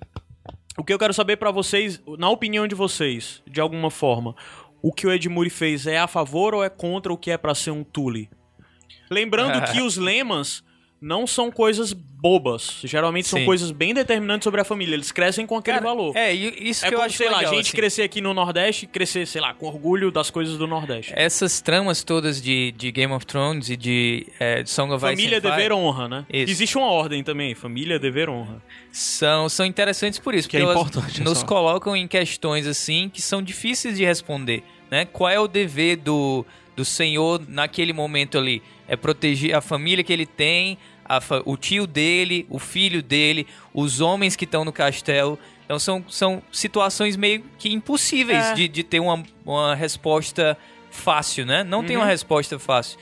O que eu quero saber pra vocês, na opinião de vocês, de alguma forma, o que o Edmure fez é a favor ou é contra o que é pra ser um Tule? Lembrando que os lemas não são coisas bobas. Geralmente são coisas bem determinantes sobre a família. Eles crescem com aquele valor. Isso que como, eu acho sei lá, legal, a gente crescer aqui no Nordeste e crescer, sei lá, com orgulho das coisas do Nordeste. Essas tramas todas de Game of Thrones e de Song of Ice Família, and Fire, dever, honra, né? Isso. Existe uma ordem também. Família, dever, honra. São interessantes por isso. Que é porque importante, elas nos colocam em questões assim que são difíceis de responder, né? Qual é o dever do senhor naquele momento ali? É proteger a família que ele tem, o tio dele, o filho dele, os homens que estão no castelo. Então são situações meio que impossíveis de ter uma resposta fácil, né? Não tem uma resposta fácil.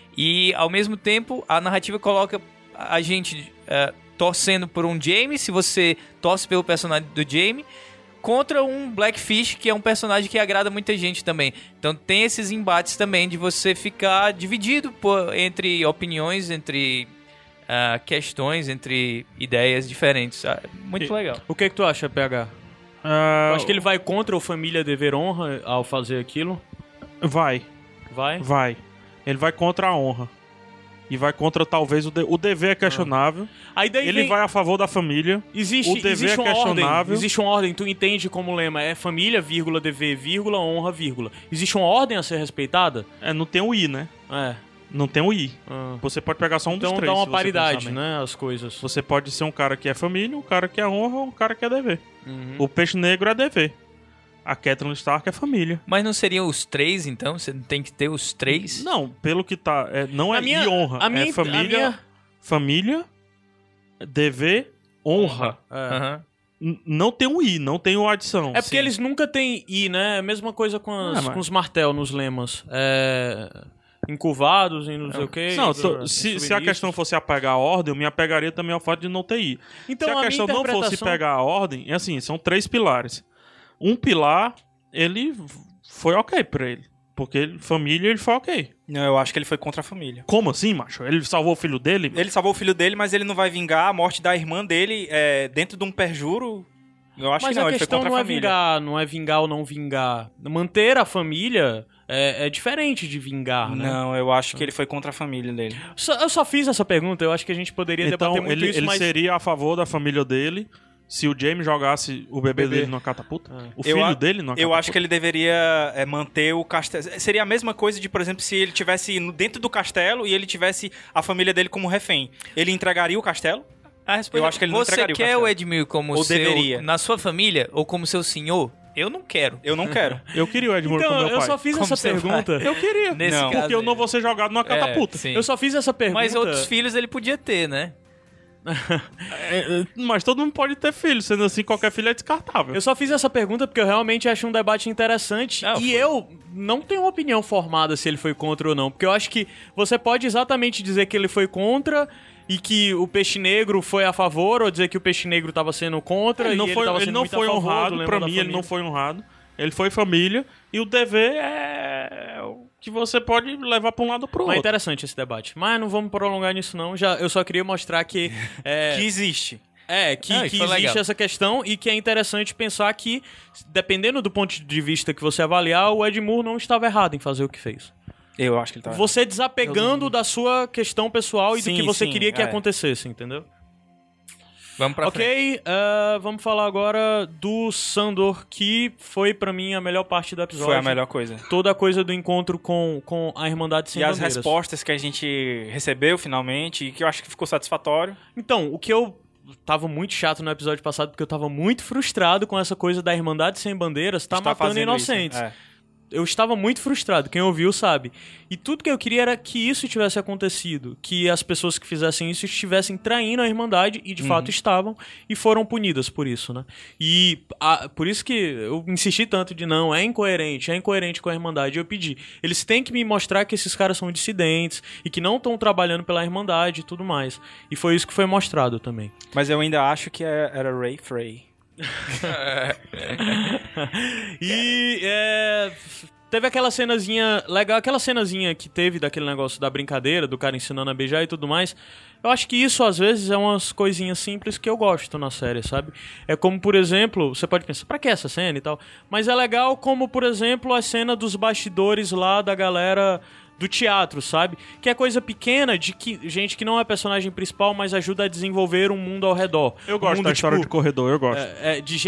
E, ao mesmo tempo, a narrativa coloca a gente torcendo por um Jaime, se você torce pelo personagem do Jaime, contra um Blackfish, que é um personagem que agrada muita gente também. Então tem esses embates também de você ficar dividido entre opiniões, entre questões, entre ideias diferentes. Muito legal. O que tu acha, PH? Eu acho que ele vai contra o família, dever, honra ao fazer aquilo. Vai. Vai? Ele vai contra a honra. E vai contra, talvez, o dever é questionável. Aí daí ele vai a favor da família. Existe é uma questionável. ordem. Existe uma ordem. Tu entende como lema é família, vírgula, dever, vírgula, honra, vírgula. Existe uma ordem a ser respeitada? Não tem o I, né? Não tem o I. Você pode pegar só um dos três. Então dá uma paridade, né? As coisas. Você pode ser um cara que é família, um cara que é honra, um cara que é dever. O Peixe Negro é dever. A Catelyn Stark é família. Mas não seriam os três, então? Você tem que ter os três? Não, pelo que tá... não é I honra. É família, família, dever, honra. Não tem um I, não tem o adição. É porque eles nunca têm I, né? É a mesma coisa com os martel nos lemas. Encurvados e não sei o quê. Não, se a questão fosse apegar a ordem, eu me apegaria também ao fato de não ter I. Então, se a questão não fosse pegar a ordem, é assim, são 3 pilares. Um pilar, ele foi ok pra ele. Porque família, ele foi ok. Não, eu acho que ele foi contra a família. Como assim, macho? Ele salvou o filho dele? Ele salvou o filho dele, mas ele não vai vingar a morte da irmã dele dentro de um perjuro. Eu acho que não, ele foi contra a família. Mas não é vingar ou não vingar. Manter a família é diferente de vingar, né? Não, eu acho que ele foi contra a família dele. Eu só fiz essa pergunta, eu acho que a gente poderia debater muito isso, mas... Ele seria a favor da família dele se o Jaime jogasse o bebê dele numa catapulta? O filho dele numa catapulta? Eu acho que ele deveria manter o castelo. Seria a mesma coisa de, por exemplo, se ele tivesse dentro do castelo e ele tivesse a família dele como refém. Ele entregaria o castelo? Eu acho que ele não entregaria o castelo. Você quer o Edmure como ou seu... deveria. Na sua família ou como seu senhor? Eu não quero. Eu não quero. Eu queria o Edmure então, como meu pai. Eu só fiz essa pergunta. Eu queria. Nesse porque caso eu não vou ser jogado numa catapulta. Eu só fiz essa pergunta. Mas outros filhos ele podia ter, né? Mas todo mundo pode ter filho, sendo assim, qualquer filho é descartável. Eu só fiz essa pergunta porque eu realmente acho um debate interessante eu não tenho uma opinião formada se ele foi contra ou não, porque eu acho que você pode exatamente dizer que ele foi contra e que o Peixe Negro foi a favor, ou dizer que o Peixe Negro estava sendo contra ele não e foi, ele estava sendo não muito foi a favor honrado, pra mim ele não foi honrado. Ele foi família e o dever é o que você pode levar pra um lado ou pro outro. Mas é interessante esse debate. Mas não vamos prolongar nisso não. Eu só queria mostrar que... que existe. Que existe essa questão e que é interessante pensar que, dependendo do ponto de vista que você avaliar, o Edmure não estava errado em fazer o que fez. Eu acho que ele estava Você desapegando da sua questão pessoal e do que você queria que acontecesse, entendeu? Vamos pra frente. Vamos falar agora do Sandor, que foi pra mim a melhor parte do episódio. Foi a melhor coisa. Toda a coisa do encontro com a Irmandade Sem Bandeiras. E as respostas que a gente recebeu finalmente, e que eu acho que ficou satisfatório. Então, o que eu tava muito chato no episódio passado, porque eu tava muito frustrado com essa coisa da Irmandade Sem Bandeiras matando inocentes. Eu estava muito frustrado, quem ouviu sabe. E tudo que eu queria era que isso tivesse acontecido, que as pessoas que fizessem isso estivessem traindo a Irmandade, e de fato estavam, e foram punidas por isso, né? E por isso que eu insisti tanto de não, é incoerente com a Irmandade. Eu pedi, eles têm que me mostrar que esses caras são dissidentes, e que não estão trabalhando pela Irmandade e tudo mais. E foi isso que foi mostrado também. Mas eu ainda acho que era Ray Frey. Teve aquela cenazinha legal, aquela cenazinha que teve daquele negócio da brincadeira, do cara ensinando a beijar e tudo mais. Eu acho que isso às vezes é umas coisinhas simples que eu gosto na série, sabe? É como, por exemplo, você pode pensar, pra que essa cena e tal? Mas é legal como, por exemplo, a cena dos bastidores lá da galera do teatro, sabe? Que é coisa pequena de gente que não é personagem principal, mas ajuda a desenvolver um mundo ao redor. Eu gosto da história de corredor, eu gosto. De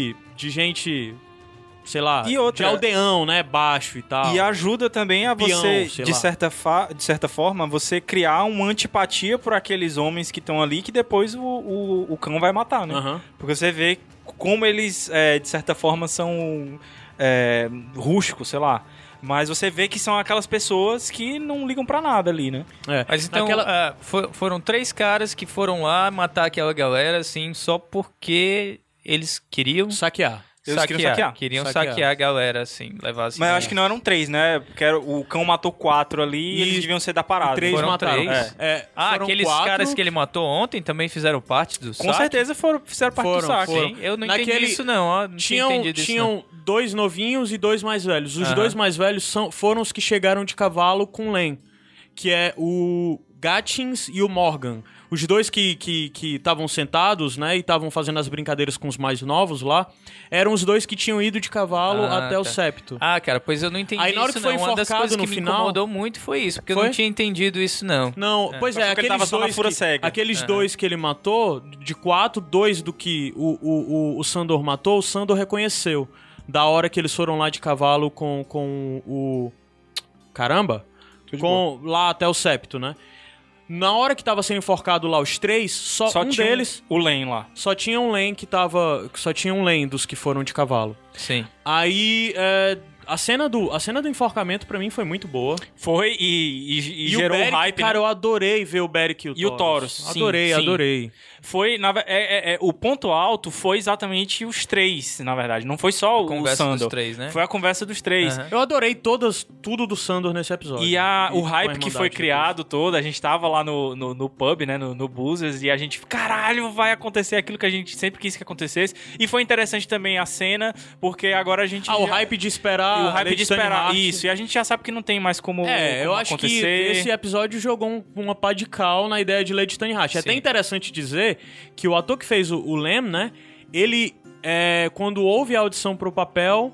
gente, sei lá, e outra, de aldeão, né? Baixo e tal. E ajuda também a você, de certa forma, você criar uma antipatia por aqueles homens que estão ali, que depois o cão vai matar, né? Uhum. Porque você vê como eles, de certa forma, são rústicos, sei lá. Mas você vê que são aquelas pessoas que não ligam pra nada ali, né? Mas então, foram 3 caras que foram lá matar aquela galera, assim, só porque eles queriam... Saquear. Queriam saquear a galera, assim, levar assim. Mas eu acho que não eram 3, né? Porque o cão matou 4 ali e eles deviam ser da parada. 3 foram mataram. 3? Aqueles 4... caras que ele matou ontem também fizeram parte do saque? Com certeza fizeram parte do saque. Sim, eu não entendi isso não. Tinham 2 novinhos e 2 mais velhos. Os 2 mais velhos foram os que chegaram de cavalo com Len, que é o Gatins e o Morgan. Os 2 que estavam sentados, né, e estavam fazendo as brincadeiras com os mais novos lá, eram os 2 que tinham ido de cavalo até o septo. Cara, pois eu não entendi aí, na hora isso que foi não. Uma das coisas que me incomodou muito foi isso, porque eu não tinha entendido isso não. Não, pois aqueles 2 que ele matou, de 4, 2 do que o Sandor matou, o Sandor reconheceu. Da hora que eles foram lá de cavalo com o... Caramba! Lá até o septo, né? Na hora que tava sendo enforcado lá os 3, só um deles... O Len lá. Só tinha um Len que tava... Só tinha um Len dos que foram de cavalo. Sim. Aí... A cena do enforcamento pra mim foi muito boa. Foi e gerou o Beric, hype. Cara, eu adorei ver o Beric e o Taurus. Adorei. Foi, o ponto alto foi exatamente os 3, na verdade. Não foi só o Sandor. Dos 3, né? Foi a conversa dos 3. Eu adorei tudo do Sandor nesse episódio. E o hype que foi criado todo, a gente tava lá no pub, né, no Boozers, e a gente, caralho, vai acontecer aquilo que a gente sempre quis que acontecesse. E foi interessante também a cena, porque agora a gente... o hype de esperar... O hype de esperar, isso. E a gente já sabe que não tem mais como eu acho acontecer. Que esse episódio jogou uma pá de cal na ideia de Lady Tannhatt. É até interessante dizer que o ator que fez o Lem, né, ele, quando houve a audição pro papel,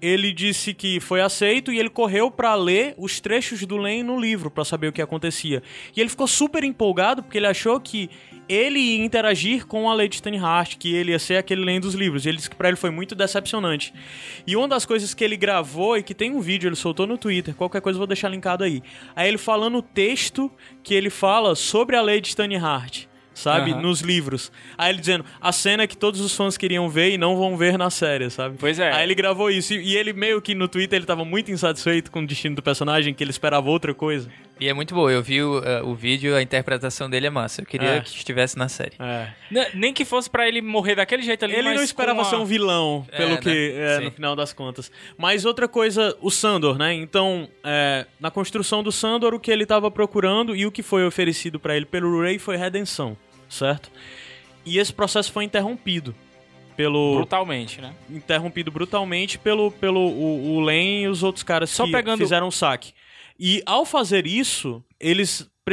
ele disse que foi aceito e ele correu pra ler os trechos do Len no livro, pra saber o que acontecia. E ele ficou super empolgado porque ele achou que ele ia interagir com a Lady Stoneheart, que ele ia ser aquele Len dos livros. E ele disse que pra ele foi muito decepcionante. E uma das coisas que ele gravou e que tem um vídeo, ele soltou no Twitter, qualquer coisa eu vou deixar linkado aí. Aí ele falando o texto que ele fala sobre a Lady Stoneheart, sabe? Nos livros. Aí ele dizendo, a cena que todos os fãs queriam ver e não vão ver na série, sabe? Pois é. Aí ele gravou isso. E ele meio que no Twitter ele tava muito insatisfeito com o destino do personagem, que ele esperava outra coisa. E é muito bom, eu vi o vídeo, a interpretação dele é massa. Eu queria que estivesse na série. Nem que fosse pra ele morrer daquele jeito ali, Ele mas não esperava ser um vilão, pelo que no final das contas. Mas outra coisa, o Sandor, né? Então, na construção do Sandor, o que ele tava procurando e o que foi oferecido pra ele pelo Rey foi redenção, certo? E esse processo foi interrompido brutalmente, né? Interrompido brutalmente pelo o Len e os outros caras que fizeram o saque. E ao fazer isso, ele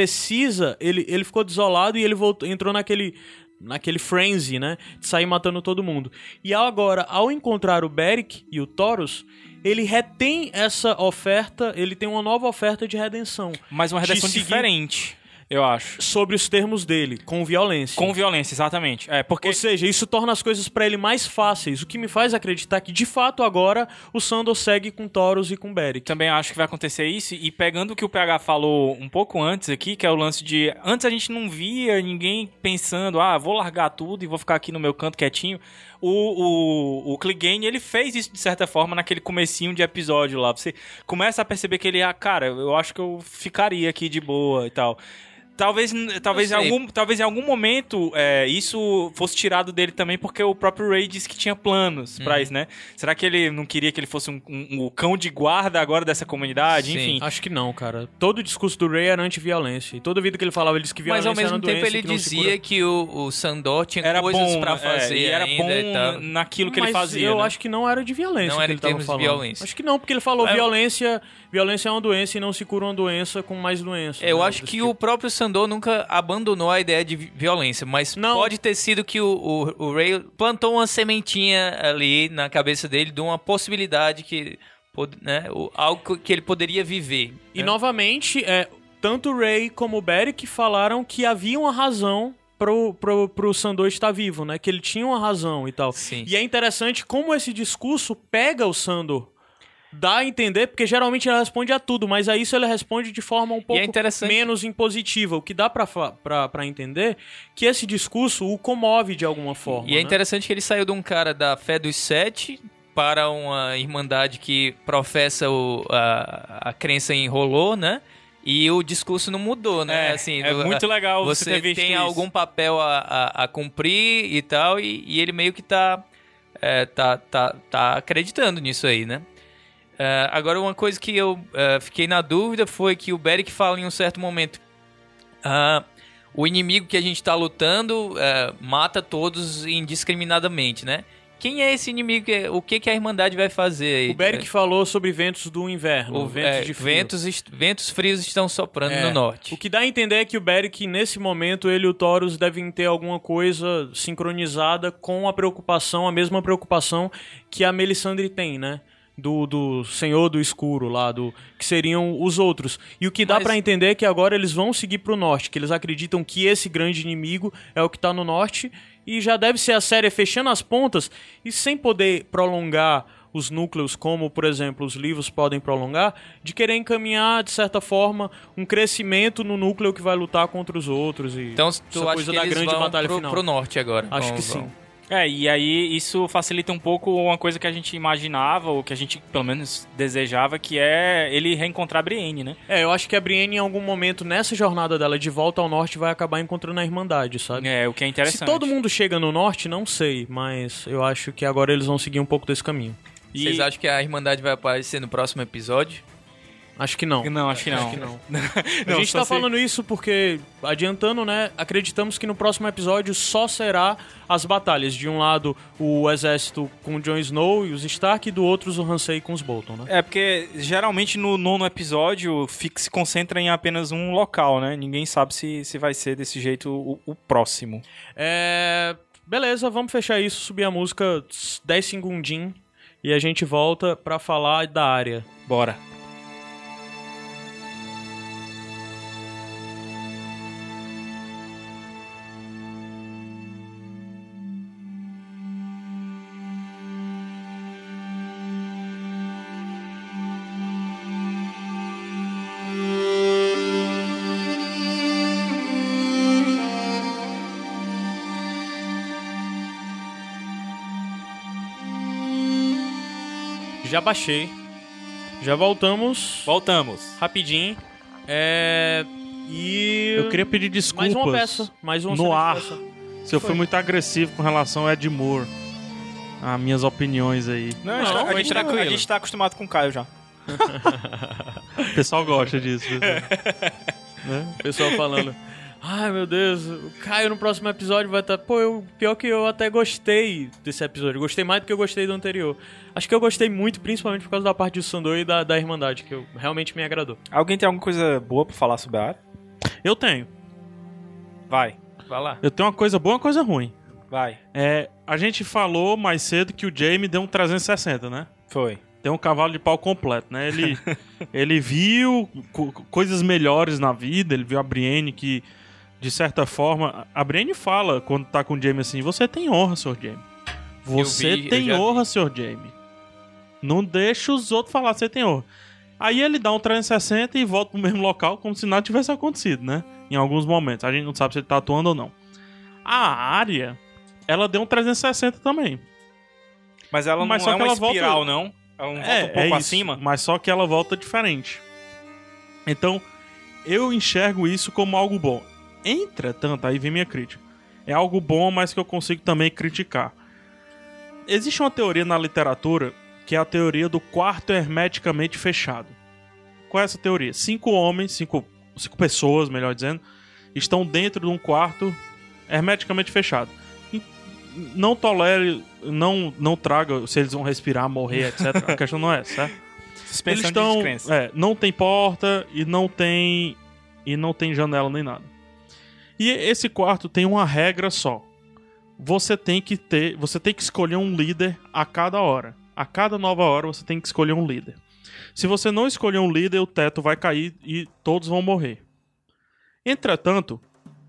ficou desolado e ele entrou naquele frenzy, né? De sair matando todo mundo. E agora, ao encontrar o Beric e o Taurus, ele retém essa oferta, ele tem uma nova oferta de redenção. Mas uma redenção diferente, eu acho. Sobre os termos dele, com violência. Com violência, exatamente. Ou seja, isso torna as coisas pra ele mais fáceis, o que me faz acreditar que, de fato, agora o Sandor segue com Taurus e com Beric. Também acho que vai acontecer isso, e pegando o que o PH falou um pouco antes aqui, que é o lance de... Antes a gente não via ninguém pensando, vou largar tudo e vou ficar aqui no meu canto quietinho. O Clegane, ele fez isso de certa forma naquele comecinho de episódio lá. Você começa a perceber que ele, cara, eu acho que eu ficaria aqui de boa e tal. Talvez em algum momento isso fosse tirado dele também, porque o próprio Rey disse que tinha planos pra isso, né? Será que ele não queria que ele fosse um cão de guarda agora dessa comunidade? Sim. Enfim. Acho que não, cara. Todo o discurso do Rey era anti-violência. E toda vida que ele falava, ele disse que violência era doença. Mas ao mesmo tempo ele dizia que o Sandor tinha coisas pra fazer e era ainda bom e tal. naquilo que ele fazia. Eu acho que não era de violência. Não era que ele em termos falando. de violência. Acho que não, porque ele falou violência é uma doença e não se cura uma doença com mais doença. Eu acho que o próprio Sandor nunca abandonou a ideia de violência, mas pode ter sido que o Rey plantou uma sementinha ali na cabeça dele de uma possibilidade que, né, algo que ele poderia viver. E novamente, tanto o Rey como o Beric falaram que havia uma razão pro Sandor estar vivo, né? Que ele tinha uma razão e tal. Sim. E é interessante como esse discurso pega o Sandor. Dá a entender, porque geralmente ele responde a tudo, mas a isso ele responde de forma um pouco menos impositiva, o que dá pra entender que esse discurso o comove de alguma forma. E é interessante que ele saiu de um cara da fé dos sete para uma irmandade que professa a crença em Rolô, né? E o discurso não mudou, né? Assim, muito legal você ter visto tem isso. algum papel a cumprir e tal, e ele meio que tá acreditando nisso aí, né? Agora, uma coisa que eu fiquei na dúvida foi que o Beric fala em um certo momento: o inimigo que a gente tá lutando mata todos indiscriminadamente, né? Quem é esse inimigo? O que a Irmandade vai fazer aí? O Beric falou sobre ventos do inverno, ventos de frio. Ventos frios estão soprando no norte. O que dá a entender é que o Beric, nesse momento, ele e o Taurus devem ter alguma coisa sincronizada com a mesma preocupação que a Melisandre tem, né? Do Senhor do Escuro lá, que seriam os outros. E o que dá pra entender é que agora eles vão seguir pro norte, que eles acreditam que esse grande inimigo é o que tá no norte, e já deve ser a série fechando as pontas, e sem poder prolongar os núcleos, como, por exemplo, os livros podem prolongar, de querer encaminhar, de certa forma, um crescimento no núcleo que vai lutar contra os outros. E então, tu acha que eles vão pro norte agora? Acho que sim. E aí isso facilita um pouco uma coisa que a gente imaginava, ou que a gente, pelo menos, desejava, que é ele reencontrar a Brienne, né? Eu acho que a Brienne, em algum momento, nessa jornada dela de volta ao norte, vai acabar encontrando a Irmandade, sabe? O que é interessante. Se todo mundo chega no norte, não sei, mas eu acho que agora eles vão seguir um pouco desse caminho. Vocês acham que a Irmandade vai aparecer no próximo episódio? Acho que não. Não, acho que não. A gente tá falando isso porque, adiantando, né, acreditamos que no próximo episódio só será as batalhas. De um lado, o exército com o Jon Snow e os Stark, e do outro, o Ramsay com os Bolton, né? Porque geralmente no nono episódio se concentra em apenas um local, né? Ninguém sabe se vai ser desse jeito o próximo. Beleza, vamos fechar isso, subir a música 10 segundinhos. e a gente volta pra falar da área. Bora. Já baixei. Já voltamos. Voltamos. Rapidinho. E... Eu queria pedir desculpas mais uma peça. Mais uma no cena de ar. peça. Se eu fui muito agressivo com relação ao Ed Moore. As minhas opiniões aí. Não, Não, a foi gente tranquilo. tá acostumado com o Caio já. O pessoal gosta disso. Né? O pessoal falando... Ai, meu Deus, o Caio no próximo episódio vai estar... Pô, pior que eu até gostei desse episódio. Gostei mais do que eu gostei do anterior. Acho que eu gostei muito, principalmente por causa da parte do Sandor e da Irmandade, que realmente me agradou. Alguém tem alguma coisa boa pra falar sobre a área? Eu tenho. Vai. Vai lá. Eu tenho uma coisa boa e uma coisa ruim. Vai. A gente falou mais cedo que o Jaime deu um 360, né? Foi. Tem um cavalo de pau completo, né? Ele viu coisas melhores na vida, ele viu a Brienne que, de certa forma... A Brienne fala, quando tá com o Jaime assim, você tem honra, Sr. Jaime. Você tem honra, Sr. Jaime. Não deixa os outros falar, você tem honra. Aí ele dá um 360 e volta pro mesmo local, como se nada tivesse acontecido, né? Em alguns momentos. A gente não sabe se ele tá atuando ou não. A Arya, ela deu um 360 também. Mas ela Mas não só é que uma ela volta- espiral, não? Ela não volta um pouco isso, acima? mas só que ela volta diferente. Então, eu enxergo isso como algo bom. Entretanto, aí vem minha crítica. É algo bom, mas que eu consigo também criticar. Existe uma teoria na literatura que é a teoria do quarto hermeticamente fechado. Qual é essa teoria? 5 homens, 5 pessoas, melhor dizendo, estão dentro de um quarto hermeticamente fechado. Não tolere, não traga se eles vão respirar, morrer, etc. A questão não é essa, certo? Suspensão Eles de estão, descrença. não tem porta e não tem janela nem nada. E esse quarto tem uma regra só. Você tem que escolher um líder a cada hora. A cada nova hora você tem que escolher um líder. Se você não escolher um líder, o teto vai cair e todos vão morrer. Entretanto,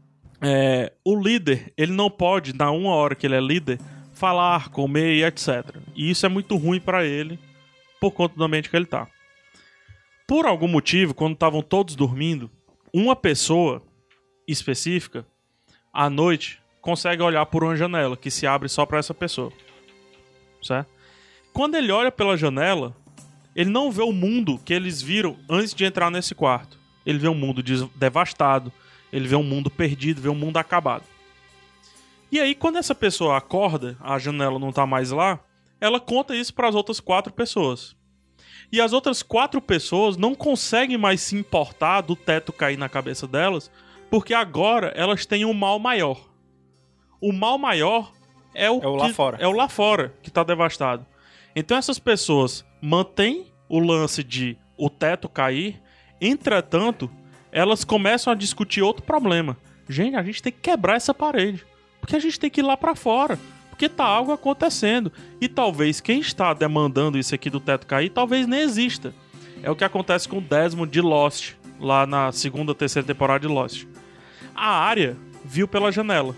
o líder, ele não pode, na uma hora que ele é líder, falar, comer e etc. E isso é muito ruim pra ele, por conta do ambiente que ele tá. Por algum motivo, quando estavam todos dormindo, uma pessoa específica, à noite, consegue olhar por uma janela que se abre só pra essa pessoa. Certo? Quando ele olha pela janela, ele não vê o mundo que eles viram antes de entrar nesse quarto. Ele vê um mundo devastado, ele vê um mundo perdido, vê um mundo acabado. E aí, quando essa pessoa acorda, a janela não tá mais lá, ela conta isso para as outras 4 pessoas. E as outras 4 pessoas não conseguem mais se importar do teto cair na cabeça delas, porque agora elas têm um mal maior. O mal maior é o lá fora. É o lá fora que tá devastado. Então essas pessoas mantêm o lance de o teto cair, entretanto, elas começam a discutir outro problema. Gente, a gente tem que quebrar essa parede, porque a gente tem que ir lá pra fora, porque tá algo acontecendo. E talvez quem está demandando isso aqui do teto cair, talvez nem exista. É o que acontece com o Desmond de Lost, lá na segunda, terceira temporada de Lost. A Arya viu pela janela.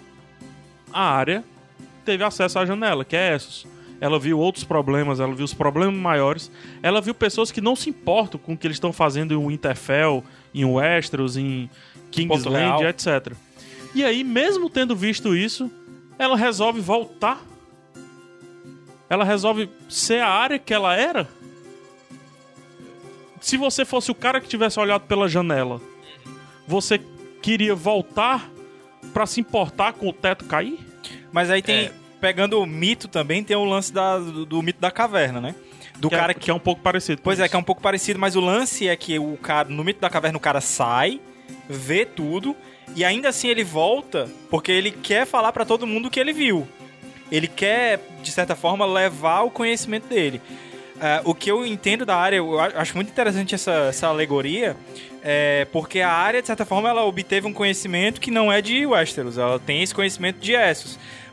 A Arya teve acesso à janela, que é Essos. Ela viu outros problemas, ela viu os problemas maiores. Ela viu pessoas que não se importam com o que eles estão fazendo em Winterfell, em Westeros, em Kingsland, etc. E aí, mesmo tendo visto isso, ela resolve voltar. Ela resolve ser a Arya que ela era. Se você fosse o cara que tivesse olhado pela janela, você queria voltar pra se importar com o teto cair? Mas aí tem... Pegando o mito também, tem o lance do mito da caverna, né? Do cara que é um pouco parecido. Pois é, que é um pouco parecido, mas o lance é que o cara, no mito da caverna, o cara sai, vê tudo, e ainda assim ele volta, porque ele quer falar pra todo mundo o que ele viu. Ele quer, de certa forma, levar o conhecimento dele. O que eu entendo da Arya, eu acho muito interessante essa alegoria, porque a Arya, de certa forma, ela obteve um conhecimento que não é de Westeros, ela tem esse conhecimento de Essos.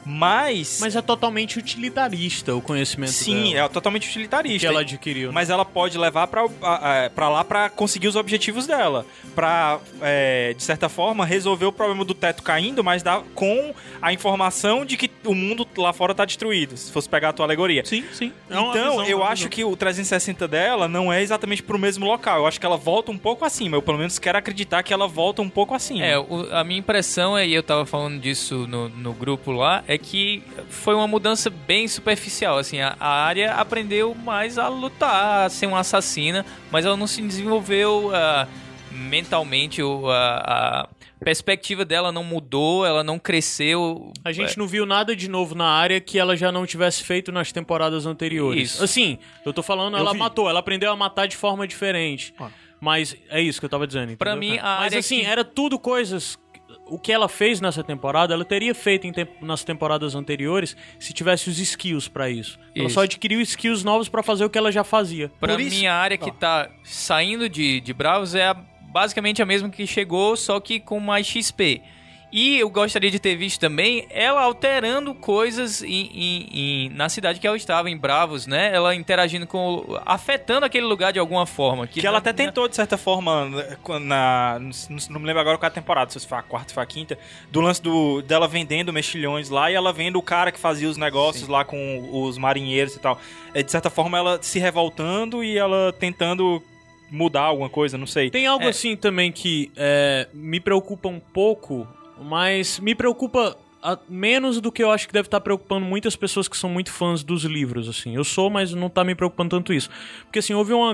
Mas é totalmente utilitarista o conhecimento sim, dela. é totalmente utilitarista. Que ela adquiriu. Mas ela pode levar pra lá pra conseguir os objetivos dela. Pra, de certa forma, resolver o problema do teto caindo, mas com a informação de que o mundo lá fora tá destruído, se fosse pegar a tua alegoria. Sim, sim. Então, eu acho que o 360 dela não é exatamente pro mesmo local. Eu acho que ela volta um pouco acima. Eu, pelo menos, quero acreditar que ela volta um pouco acima. A minha impressão, e eu tava falando disso no grupo lá, é que foi uma mudança bem superficial, assim, a Arya aprendeu mais a lutar, a ser uma assassina, mas ela não se desenvolveu mentalmente, a perspectiva dela não mudou, ela não cresceu. A gente não viu nada de novo na Arya que ela já não tivesse feito nas temporadas anteriores. Isso. Assim, eu tô falando, ela matou, ela aprendeu a matar de forma diferente. Mas é isso que eu tava dizendo, entendeu? Pra mim, a Mas Arya assim, era tudo coisas... O que ela fez nessa temporada, ela teria feito nas temporadas anteriores se tivesse os skills pra isso. Ela só adquiriu skills novos pra fazer o que ela já fazia. Pra mim, a área que tá saindo de Bravos é basicamente a mesma que chegou, só que com mais XP. E eu gostaria de ter visto também ela alterando coisas na cidade que ela estava, em Bravos, né? Ela interagindo afetando aquele lugar de alguma forma. Que ela até tentou, de certa forma, não me lembro agora qual é a temporada, se foi a quarta, se foi a quinta, do lance dela vendendo mexilhões lá e ela vendo o cara que fazia os negócios lá com os marinheiros e tal. De certa forma, ela se revoltando e ela tentando mudar alguma coisa, não sei. Tem algo assim também que me preocupa um pouco, mas me preocupa menos do que eu acho que deve estar preocupando muitas pessoas que são muito fãs dos livros, assim. Eu sou, mas não tá me preocupando tanto isso. Porque, assim, houve uma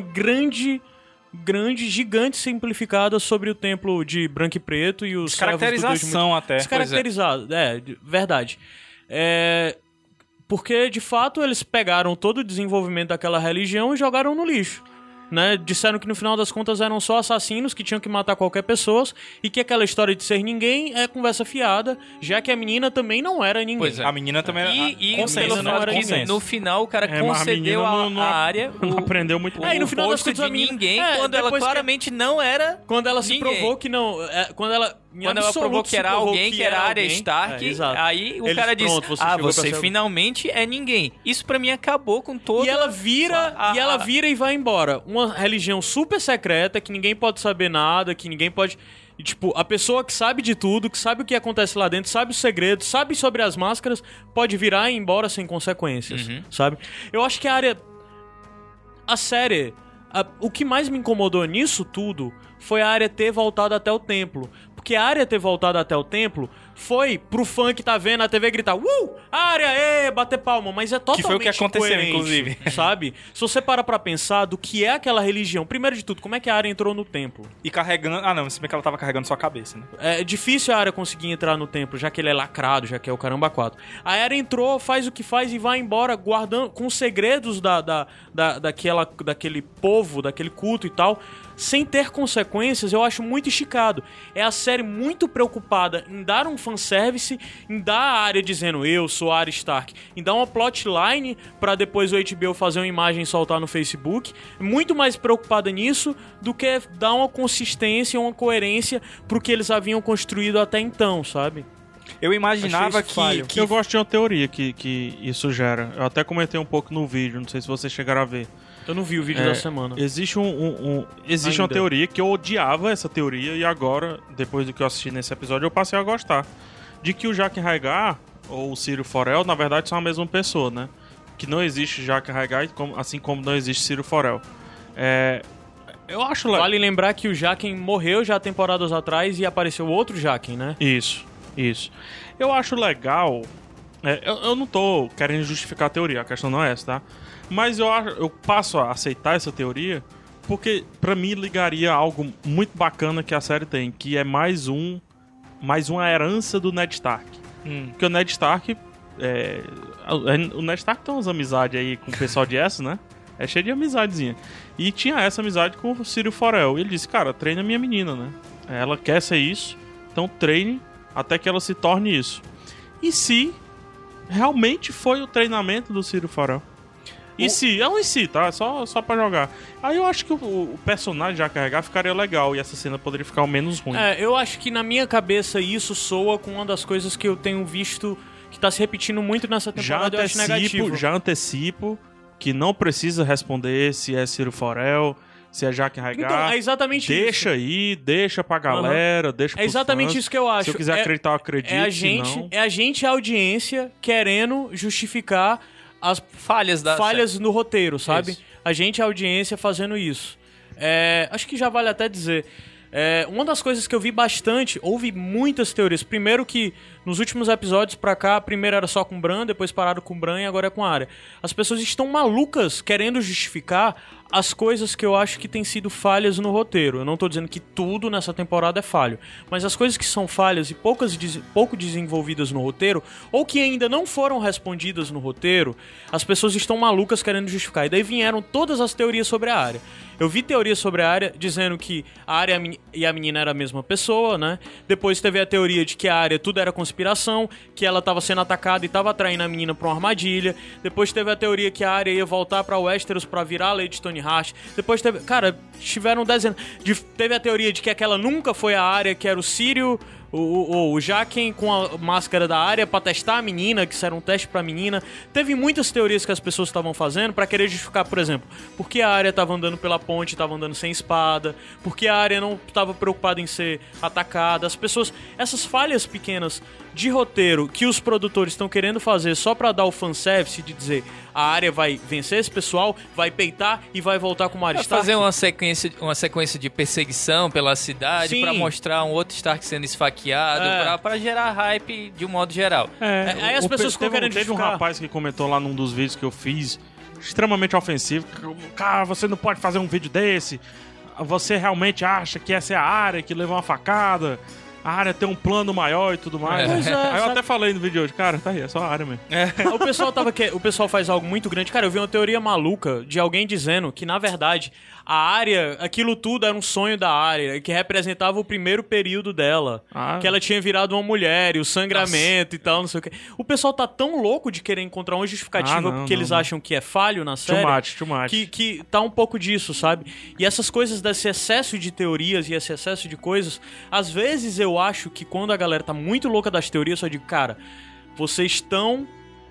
gigante simplificada sobre o templo de branco e preto e os descaracterização até. Descaracterizado, verdade. Porque, de fato, eles pegaram todo o desenvolvimento daquela religião e jogaram no lixo. Né? Disseram que no final das contas eram só assassinos que tinham que matar qualquer pessoa e que aquela história de ser ninguém é conversa fiada, já que a menina também não era ninguém. Pois é. A menina também era consenso, não era ninguém. No final o cara concedeu a área. Não aprendeu muito bem. E no final das contas de ninguém, quando ela claramente não era. Quando ela se provou que não. Quando ela provou que era alguém, que era a Arya Stark, aí o cara disse: você finalmente é ninguém. Isso pra mim acabou com toda. E ela vira e vai embora. Uma religião super secreta, que ninguém pode saber nada, que ninguém pode... E, tipo, a pessoa que sabe de tudo, que sabe o que acontece lá dentro, sabe os segredos, sabe sobre as máscaras, pode virar e ir embora sem consequências, sabe? Eu acho que a série... o que mais me incomodou nisso tudo foi a Arya ter voltado até o templo. Porque a Arya ter voltado até o templo foi pro fã que tá vendo a TV gritar Arya, bater palma, mas é totalmente que foi o que aconteceu, inclusive. Sabe? Se você para pra pensar do que é aquela religião, primeiro de tudo, como é que a Arya entrou no templo? E carregando... não, se bem que ela tava carregando sua cabeça, né? É difícil a Arya conseguir entrar no templo, já que ele é lacrado, já que é o caramba 4. A Arya entrou, faz o que faz e vai embora, guardando com os segredos daquele povo, daquele culto e tal, sem ter consequências. Eu acho muito esticado. É a série muito preocupada em dar um fanservice, em dar a Arya dizendo eu sou a Arya Stark, em dar uma plotline pra depois o HBO fazer uma imagem e soltar no Facebook. Muito mais preocupada nisso do que dar uma consistência, uma coerência pro que eles haviam construído até então, sabe? Eu imaginava que... Eu gosto de uma teoria que isso gera. Eu até comentei um pouco no vídeo, não sei se vocês chegaram a ver. Eu não vi o vídeo da semana. Existe uma teoria que eu odiava essa teoria e agora, depois do que eu assisti nesse episódio, eu passei a gostar. De que o Jaqen H'ghar ou o Syrio Forel, na verdade, são a mesma pessoa, né? Que não existe Jaqen H'ghar, assim como não existe Syrio Forel. Eu acho legal. Vale lembrar que o Jaqen morreu já temporadas atrás e apareceu outro Jaqen, né? Isso. Eu acho legal... eu não tô querendo justificar a teoria, a questão não é essa, tá? Mas eu passo a aceitar essa teoria porque, pra mim, ligaria algo muito bacana que a série tem, que é mais uma herança do Ned Stark. Porque o Ned Stark... o Ned Stark tem umas amizades aí com o pessoal de Essos, né? É cheio de amizadezinha. E tinha essa amizade com o Syrio Forel. E ele disse, cara, treina minha menina, né? Ela quer ser isso, então treine até que ela se torne isso. E se realmente foi o treinamento do Syrio Forel? E se? É um e se, tá? Só pra jogar. Aí eu acho que o personagem já carregar ficaria legal e essa cena poderia ficar o menos ruim. Eu acho que na minha cabeça isso soa com uma das coisas que eu tenho visto que tá se repetindo muito nessa temporada, eu acho negativo. Já antecipo que não precisa responder se é Ciro Forel, se é Jaquen Haigar. Então, é exatamente deixa isso. aí, deixa pra galera, deixa pros É exatamente fãs. isso que eu acho. Se eu quiser acreditar, eu acredito, É a gente, a audiência, querendo justificar as falhas no roteiro, sabe? Isso. A gente, a audiência, fazendo isso. Acho que já vale até dizer. Uma das coisas que eu vi bastante, houve muitas teorias. Primeiro que nos últimos episódios pra cá, primeiro era só com o Bran, depois pararam com o Bran e agora é com a Arya. As pessoas estão malucas querendo justificar as coisas que eu acho que têm sido falhas no roteiro. Eu não tô dizendo que tudo nessa temporada é falho, mas as coisas que são falhas e pouco desenvolvidas no roteiro, ou que ainda não foram respondidas no roteiro, as pessoas estão malucas querendo justificar. E daí vieram todas as teorias sobre a Arya. Eu vi teorias sobre a Arya dizendo que a Arya e a menina era a mesma pessoa, né? Depois teve a teoria de que a Arya tudo era conspiração, que ela tava sendo atacada e tava atraindo a menina pra uma armadilha. Depois teve a teoria que a Arya ia voltar pra Westeros pra virar a Lady Stoneheart. Depois teve... Cara, tiveram dezenas... Teve a teoria de que aquela nunca foi a Arya, que era o Sírio... O Jaqen com a máscara da Arya pra testar a menina, que isso era um teste pra menina. Teve muitas teorias que as pessoas estavam fazendo pra querer justificar, por exemplo, por que a Arya tava andando pela ponte, tava andando sem espada, por que a Arya não tava preocupada em ser atacada. As pessoas... Essas falhas pequenas de roteiro que os produtores estão querendo fazer só pra dar o fanservice de dizer a Arya vai vencer esse pessoal, vai peitar e vai voltar com o Arya Stark. Fazer uma sequência de perseguição pela cidade. Sim. Pra mostrar um outro Stark sendo esfaqueado, pra gerar hype de um modo geral. Aí as pessoas ficam querendo Teve um rapaz que comentou lá num dos vídeos que eu fiz, extremamente ofensivo: cara, você não pode fazer um vídeo desse, você realmente acha que essa é a Arya que levou uma facada? A Arya tem um plano maior e tudo mais. Aí eu até falei no vídeo hoje, cara, tá aí, é só a Arya mesmo. O pessoal faz algo muito grande. Cara, eu vi uma teoria maluca de alguém dizendo que, na verdade, a Arya, aquilo tudo era um sonho da Arya, que representava o primeiro período dela. Que ela tinha virado uma mulher, e o sangramento e tal, não sei o quê. O pessoal tá tão louco de querer encontrar uma justificativa porque eles acham que é falho na série. Too much. Que tá um pouco disso, sabe? E essas coisas desse excesso de teorias e esse excesso de coisas, às vezes eu acho que quando a galera tá muito louca das teorias, eu só digo, cara, vocês estão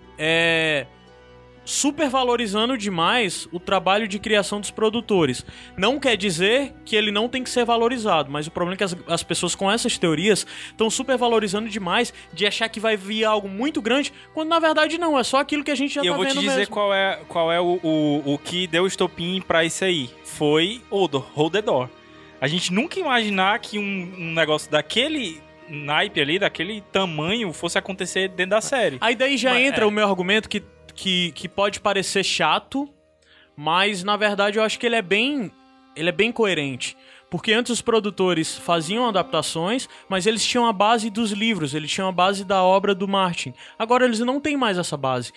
supervalorizando demais o trabalho de criação dos produtores. Não quer dizer que ele não tem que ser valorizado, mas o problema é que as pessoas com essas teorias estão supervalorizando demais, de achar que vai vir algo muito grande, quando na verdade não, é só aquilo que a gente já tá vendo mesmo. Eu vou te dizer qual é o que deu estopim pra isso aí. Foi o Hold the Door. A gente nunca imaginar que um negócio daquele naipe ali, daquele tamanho, fosse acontecer dentro da série. Aí daí já entra o meu argumento que pode parecer chato, mas na verdade eu acho que ele é bem coerente. Porque antes os produtores faziam adaptações, mas eles tinham a base dos livros, eles tinham a base da obra do Martin. Agora eles não têm mais essa base.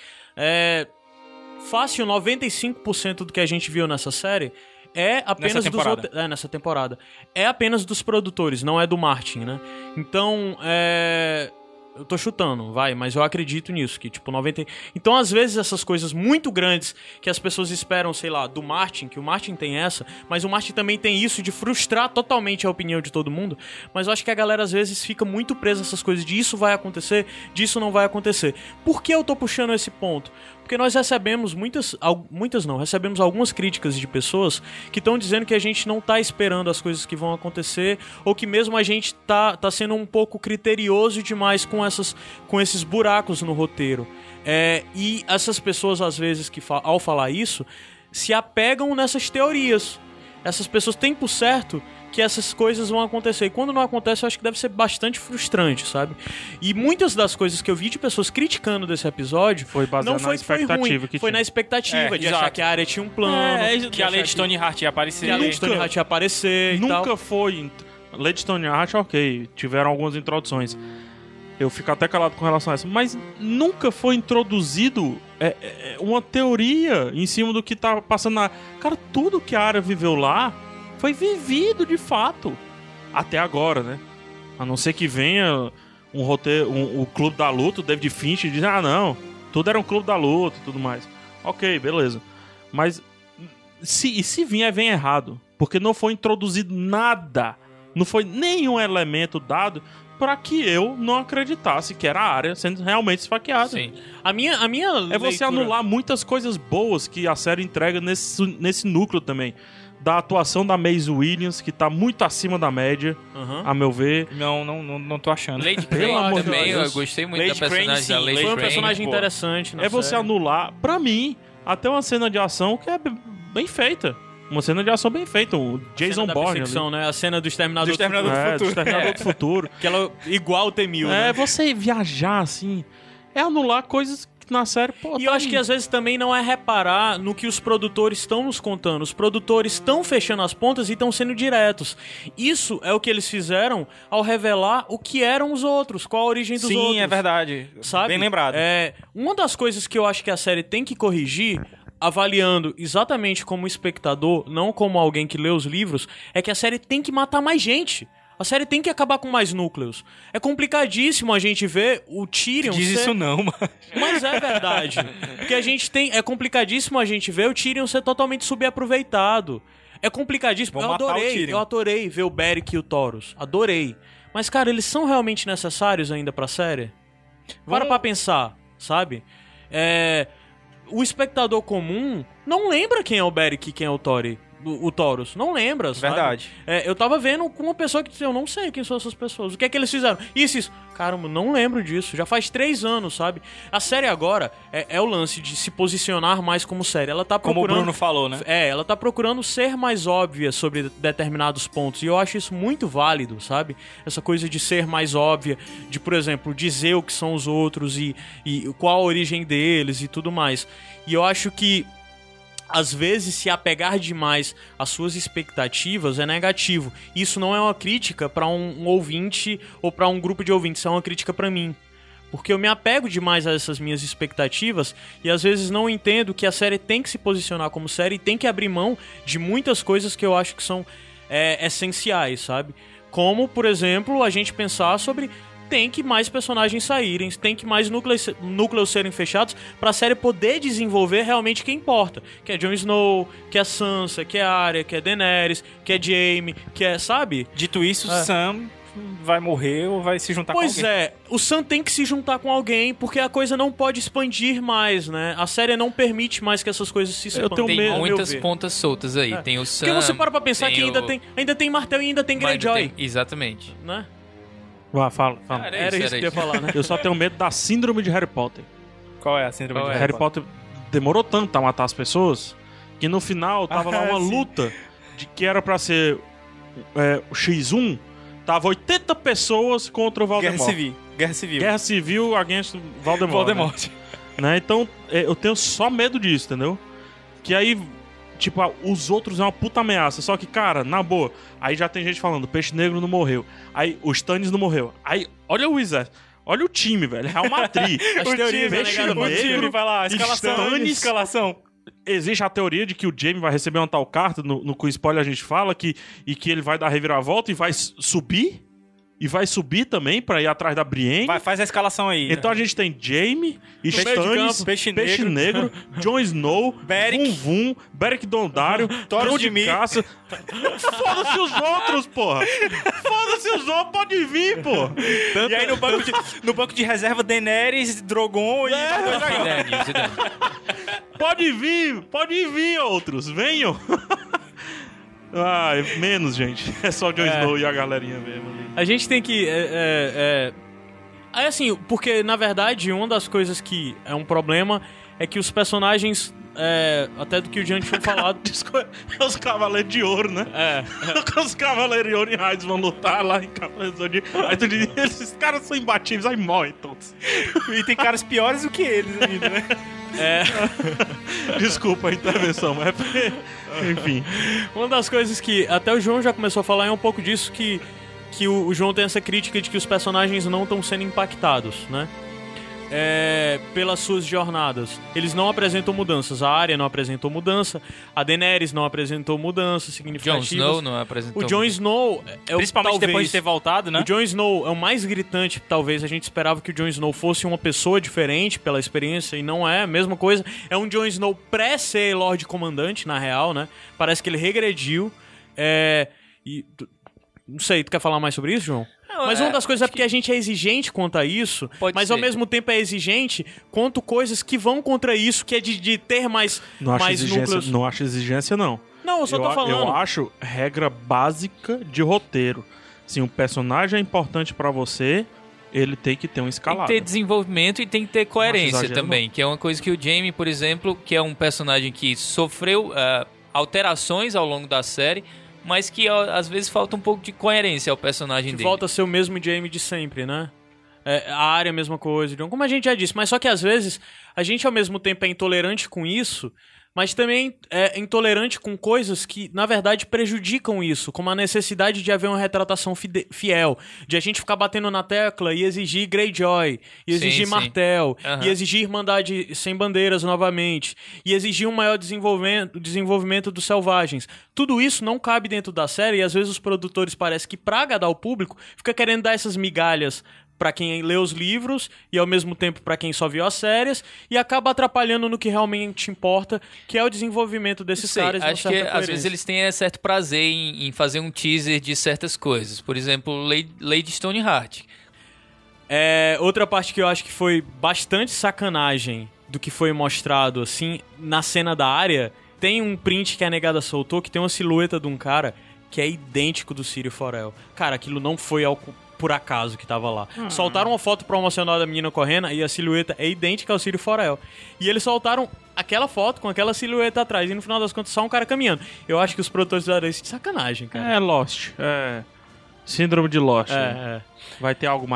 Fácil, 95% do que a gente viu nessa série é apenas nessa temporada. É apenas dos produtores, não é do Martin, né? Então, eu tô chutando, mas eu acredito nisso, que tipo 90... Então, às vezes, essas coisas muito grandes que as pessoas esperam, sei lá, do Martin, que o Martin tem essa, mas o Martin também tem isso de frustrar totalmente a opinião de todo mundo, mas eu acho que a galera às vezes fica muito presa a essas coisas de isso vai acontecer, disso não vai acontecer. Por que eu tô puxando esse ponto? Porque nós recebemos recebemos algumas críticas de pessoas que estão dizendo que a gente não tá esperando as coisas que vão acontecer, ou que mesmo a gente tá sendo um pouco criterioso demais com esses buracos no roteiro. E essas pessoas, às vezes, ao falar isso, se apegam nessas teorias. Essas pessoas têm por certo que essas coisas vão acontecer. E quando não acontece, eu acho que deve ser bastante frustrante, sabe? E muitas das coisas que eu vi de pessoas criticando desse episódio foi baseado na expectativa ruim, foi na expectativa de achar que a Arya tinha um plano, que a Lady Stoneheart ia aparecer. Que a Lady Stoneheart ia aparecer e tal. Nunca foi... Lady Stoneheart, ok, tiveram algumas introduções. Eu fico até calado com relação a essa. Mas nunca foi introduzido uma teoria em cima do que tá passando na... Cara, tudo que a Arya viveu lá foi vivido de fato. Até agora, né? A não ser que venha um roteiro, o Clube da Luta, o David Fincher, e diz, não, tudo era um Clube da Luta e tudo mais. Ok, beleza. Mas se vier, vem errado. Porque não foi introduzido nada. Não foi nenhum elemento dado pra que eu não acreditasse que era a Arya sendo realmente esfaqueada. Sim. A minha É você leitura- anular muitas coisas boas que a série entrega nesse núcleo também. Da atuação da Maisie Williams, que tá muito acima da média, Aham. a meu ver. Não tô achando. Lady Pelo amor Crane de também, Deus. eu gostei muito Lady da personagem Crane, sim, da Lady Lady Foi um Crane. personagem pô. interessante na É você série. anular, pra mim, até uma cena de ação que é bem feita. Uma cena de ação bem feita. O Jason Cena da Bourne. perseguição, né? A cena do Exterminador Do Exterminador Futuro. do Do Futuro. Exterminador do Futuro. Que ela igual o T-1000, né? É, você viajar assim, é anular coisas que na série, pô. E tá eu acho aí. que às vezes também não é reparar no que os produtores estão nos contando. Os produtores estão fechando as pontas e estão sendo diretos. Isso é o que eles fizeram ao revelar o que eram os outros, qual a origem dos outros. Sim, é verdade. Sabe? Bem lembrado. Uma das coisas que eu acho que a série tem que corrigir, avaliando exatamente como espectador, não como alguém que lê os livros, é que a série tem que matar mais gente. A série tem que acabar com mais núcleos. É complicadíssimo a gente ver o Tyrion Diz ser... isso não, mano. Mas é verdade. Porque a gente tem... É complicadíssimo a gente ver o Tyrion ser totalmente subaproveitado. É complicadíssimo. Vão matar o Tyrion. Eu adorei ver o Beric e o Thoros. Adorei. Mas, cara, eles são realmente necessários ainda pra série? Para pra pensar, sabe? O espectador comum não lembra quem é o Beric e quem é o Thoros. Não lembra, sabe? Verdade. Eu tava vendo com uma pessoa que disse, eu não sei quem são essas pessoas. O que é que eles fizeram? Isso. Caramba, não lembro disso. Já faz 3 anos, sabe? A série agora é o lance de se posicionar mais como série. Ela tá Como procurando... o Bruno falou, né? Ela tá procurando ser mais óbvia sobre determinados pontos. E eu acho isso muito válido, sabe? Essa coisa de ser mais óbvia, de, por exemplo, dizer o que são os outros e qual a origem deles e tudo mais. E eu acho que às vezes, se apegar demais às suas expectativas é negativo. Isso não é uma crítica para um ouvinte ou para um grupo de ouvintes, é uma crítica para mim. Porque eu me apego demais a essas minhas expectativas e às vezes não entendo que a série tem que se posicionar como série e tem que abrir mão de muitas coisas que eu acho que são essenciais, sabe? Como, por exemplo, a gente pensar sobre... Tem que mais personagens saírem, tem que mais núcleos serem fechados pra série poder desenvolver realmente quem importa. Que é Jon Snow, que é Sansa, que é Arya, que é Daenerys, que é Jaime, que é, sabe? Dito isso, Sam vai morrer ou vai se juntar com alguém. Pois é, o Sam tem que se juntar com alguém porque a coisa não pode expandir mais, né? A série não permite mais que essas coisas se expandam. Tem ao meu muitas ver. pontas soltas aí. Tem o Sam. Porque você para pra pensar que o- ainda tem Martel e ainda tem Mas Greyjoy, Exatamente. né? Vá, fala. Cara, Era isso que eu ia falar, né? Eu só tenho medo da síndrome de Harry Potter. Qual é a síndrome Qual de é? Harry Potter demorou tanto a matar as pessoas que no final tava lá uma sim. luta de que era pra ser o X1, tava 80 pessoas contra o Voldemort. Guerra Civil. Guerra Civil against Voldemort. Voldemort. Né? Então, eu tenho só medo disso, entendeu? Que aí, tipo, os outros é uma puta ameaça. Só que, cara, na boa, aí já tem gente falando, o Peixe Negro não morreu. Aí, o Stannis não morreu. Aí, olha o exército. Olha o time, velho. Real Madrid. As teorias, né, Peixe negada, O mano? time vai lá, Stannis. escalação. Existe a teoria de que o Jaime vai receber uma tal carta, no que o spoiler a gente fala, que ele vai dar a reviravolta e vai subir. E vai subir também pra ir atrás da Brienne. Vai, faz a escalação aí. Então a gente tem Jaime, meio de Stannis, campo, Peixe Negro, Jon Snow, Beric. Vum Vum, Beric Dondarrion, Thoros Cão de Mim. Caça. Foda-se os outros, porra! Foda-se os outros, pode vir, pô! E aí no banco de reserva, Daenerys, Drogon e... Zidane, Zidane. Pode vir outros, venham! Ai, menos, gente. É só o Jon Snow e a galerinha mesmo ali. A gente tem que... Aí assim, porque na verdade uma das coisas que é um problema é que os personagens, até do que o Diante foi falado... É os Cavaleiros de Ouro, né? Os Cavaleiros de Ouro em Raids vão lutar lá em Cavaleiros de Ouro. Aí tu diz, esses caras são imbatíveis, aí morrem todos. E tem caras piores do que eles ainda, né? Desculpa a intervenção, mas é porque... Enfim. Uma das coisas que até o João já começou a falar é um pouco disso, que o João tem essa crítica de que os personagens não estão sendo impactados, né? Pelas suas jornadas. Eles não apresentam mudanças. A Arya não apresentou mudança. A Daenerys não apresentou mudanças Jon significativas. Snow não apresentou. O Jon Snow é o Principalmente talvez, depois de ter voltado, né? O Jon Snow é o mais gritante, talvez. A gente esperava que o Jon Snow fosse uma pessoa diferente pela experiência, e não é a mesma coisa. É um Jon Snow pré-ser Lorde Comandante, na real, né? Parece que ele regrediu. Não sei, tu quer falar mais sobre isso, João? Mas uma das coisas é porque a gente é exigente quanto a isso, mas ao mesmo tempo é exigente quanto coisas que vão contra isso, que é de ter mais núcleos. Não acho exigência, não. Não, eu só tô falando. Eu acho regra básica de roteiro. Se um personagem é importante pra você, ele tem que ter um escalado. Tem que ter desenvolvimento e tem que ter coerência também, que é uma coisa que o Jaime, por exemplo, que é um personagem que sofreu alterações ao longo da série, mas que às vezes falta um pouco de coerência ao personagem dele. Volta a ser o mesmo Jaime de sempre, né? A área, a mesma coisa, como a gente já disse. Mas só que às vezes a gente ao mesmo tempo é intolerante com isso, mas também é intolerante com coisas que, na verdade, prejudicam isso, como a necessidade de haver uma retratação fiel, de a gente ficar batendo na tecla e exigir Greyjoy, e exigir Martell, e exigir Irmandade Sem Bandeiras novamente, e exigir um maior desenvolvimento dos selvagens. Tudo isso não cabe dentro da série, e às vezes os produtores parecem que, pra agradar o público, fica querendo dar essas migalhas pra quem lê os livros e ao mesmo tempo pra quem só viu as séries, e acaba atrapalhando no que realmente importa, que é o desenvolvimento desses caras. Acho que às vezes eles têm certo prazer em fazer um teaser de certas coisas. Por exemplo, Lady Stoneheart. Outra parte que eu acho que foi bastante sacanagem do que foi mostrado assim na cena da área, tem um print que a negada soltou que tem uma silhueta de um cara que é idêntico do Syrio Forel. Cara, aquilo não foi por acaso que tava lá. Soltaram uma foto promocional da menina correndo e a silhueta é idêntica ao Syrio Forel. E eles soltaram aquela foto com aquela silhueta atrás e no final das contas só um cara caminhando. Eu acho que os produtores fizeram isso de sacanagem, cara. É Lost. Síndrome de Lost. Vai ter algo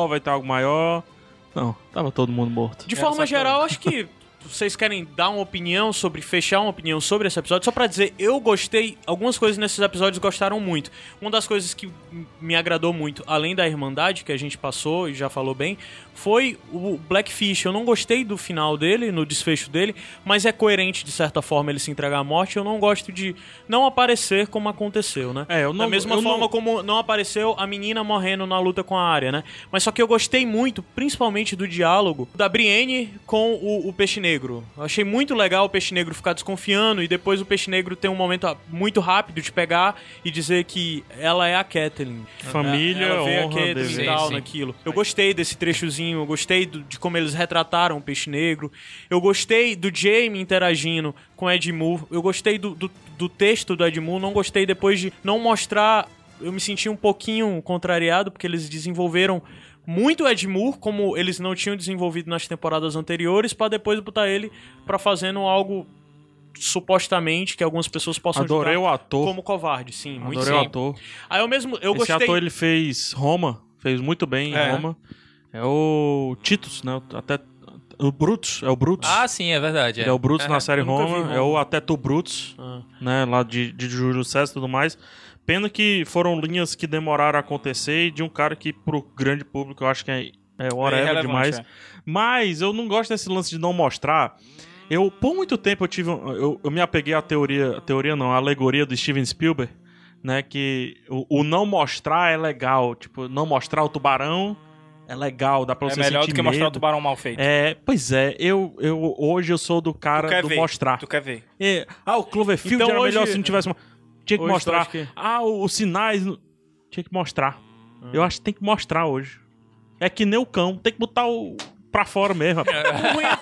maior, Não, tava todo mundo morto. De forma geral, acho que vocês querem dar uma opinião fechar uma opinião sobre esse episódio, só pra dizer, eu gostei, algumas coisas nesses episódios gostaram muito. Uma das coisas que me agradou muito, além da Irmandade, que a gente passou e já falou bem, foi o Blackfish. Eu não gostei do final dele, no desfecho dele, mas é coerente de certa forma ele se entregar à morte. Eu não gosto de não aparecer como aconteceu, né? Da mesma forma como não apareceu a menina morrendo na luta com a Arya, né? Mas só que eu gostei muito, principalmente do diálogo da Brienne com o Peixe Negro. Eu achei muito legal o Peixe Negro ficar desconfiando e depois o Peixe Negro ter um momento muito rápido de pegar e dizer que ela é a Catelyn. Família, ela veio honra, a Catelyn e tal, naquilo. Eu gostei desse trechozinho, eu gostei de como eles retrataram o Peixe Negro, eu gostei do Jaime interagindo com Ed Moore, eu gostei do texto do Ed Moore, não gostei depois de não mostrar, eu me senti um pouquinho contrariado, porque eles desenvolveram muito Ed Moore, como eles não tinham desenvolvido nas temporadas anteriores, pra depois botar ele pra fazendo algo supostamente que algumas pessoas possam Adorei o ator. como covarde, sim. Adorei o ator. Aí eu Esse ator, ele fez Roma, fez muito bem em Roma. É o Titus, né? Até o Brutus, é o Brutus. Ah, sim, é verdade. Ele é o Brutus na série Roma, Roma. é o Até Tu Brutus, né? Lá de Júlio César e tudo mais. Pena que foram linhas que demoraram a acontecer e de um cara que pro grande público eu acho que é whatever demais. Mas eu não gosto desse lance de não mostrar. Por muito tempo eu me apeguei à a alegoria do Steven Spielberg, né? Que o não mostrar é legal. Tipo, não mostrar o tubarão é legal, dá pra você sentir medo. É melhor do que mostrar o tubarão mal feito. Pois é, hoje eu sou do cara do mostrar. Tu quer ver. O Cloverfield então, era hoje, melhor se não tivesse... Tinha que mostrar. Que... os sinais... Tinha que mostrar. Eu acho que tem que mostrar hoje. É que nem o cão, tem que botar pra fora mesmo. O ruim é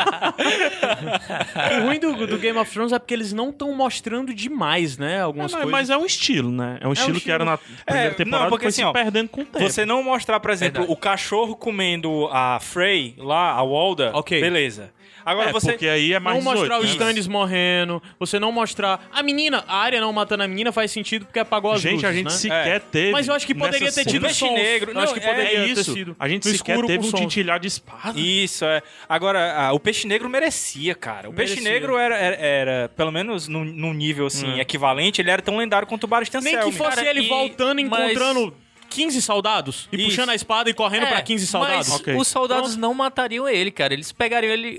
porque... o ruim do Game of Thrones é porque eles não estão mostrando demais, né? Algumas coisas. Mas é um estilo, né? É um estilo que era na primeira temporada, porque, foi se perdendo com o tempo. Você não mostrar, por exemplo, o cachorro comendo a Frey lá, a Walda, beleza. Agora porque aí é mais não 18, mostrar né? os Stannis morrendo, você não mostrar a menina, a Arya não matando a menina faz sentido porque apagou as luzes, a gente né? sequer teve. Mas eu acho que poderia ter tido Peixe Negro. Eu acho que poderia ter isso. sido. A gente sequer teve um tintilhar de espada. Isso, Agora, o Peixe Negro merecia, cara. O Peixe Negro era pelo menos num nível, assim, equivalente, ele era tão lendário quanto o Barristan Nem Selmy. que fosse ele voltando e encontrando 15 soldados e puxando a espada e correndo pra 15 soldados. Mas os soldados não matariam ele, cara. Eles pegariam ele...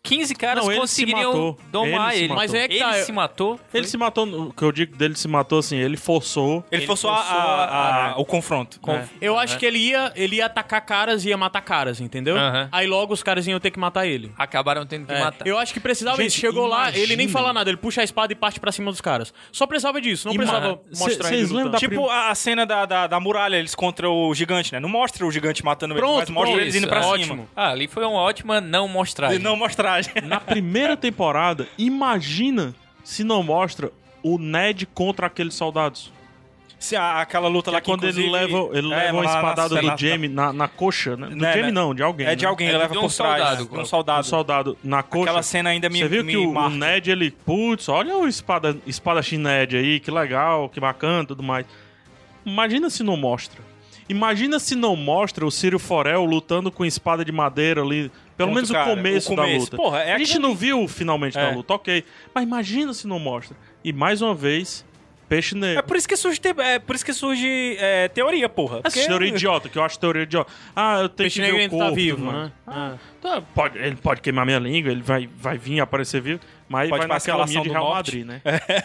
15 caras Não, ele conseguiriam se matou. domar Ele se ele. matou. Mas é que tá, Ele se matou? Ele se matou, o que eu digo dele se matou assim, ele forçou. Ele forçou o confronto. Eu acho que ele ia atacar caras e ia matar caras, entendeu? Aham. Aí logo os caras iam ter que matar ele. Acabaram tendo que matar. Eu acho que precisava Gente, disso. Chegou lá, ele nem imaginem. fala nada, ele puxa a espada e parte pra cima dos caras. Só precisava disso, não precisava mostrar Vocês ele lembram lutando. da Tipo a cena da muralha, eles contra o gigante, né? Não mostra o gigante matando eles, Pronto, mas mostra pronto, eles indo isso, pra cima. ótimo. Ali foi uma ótima não mostragem. E não mostragem. Na primeira temporada, imagina se não mostra o Ned contra aqueles soldados. Se aquela luta lá que Quando ele leva uma espadada do Jaime na coxa, né? Do Jaime não, de alguém. É de né? alguém, É ele leva de um por trás. soldado, De um Um soldado. soldado na coxa. Aquela cena ainda me Você viu que o marca. Ned, ele, putz, olha o espadachim Ned aí, que legal, que bacana e tudo mais. Imagina se não mostra. Imagina se não mostra o Círio Forel lutando com espada de madeira ali. Pelo Pronto, menos cara, o começo da luta. Porra, a gente não viu finalmente da É. luta, ok. Mas imagina se não mostra. E mais uma vez, peixe negro. É por isso que surge, teoria, porra. Essa teoria idiota, que eu acho teoria idiota. Ah, eu tenho Peixe que ver negro o ainda corpo, tá vivo, mano. né? Tá, ele pode queimar minha língua, ele vai vir aparecer vivo, mas Pode vai pra naquela escalação minha de do Real norte. Madrid, né?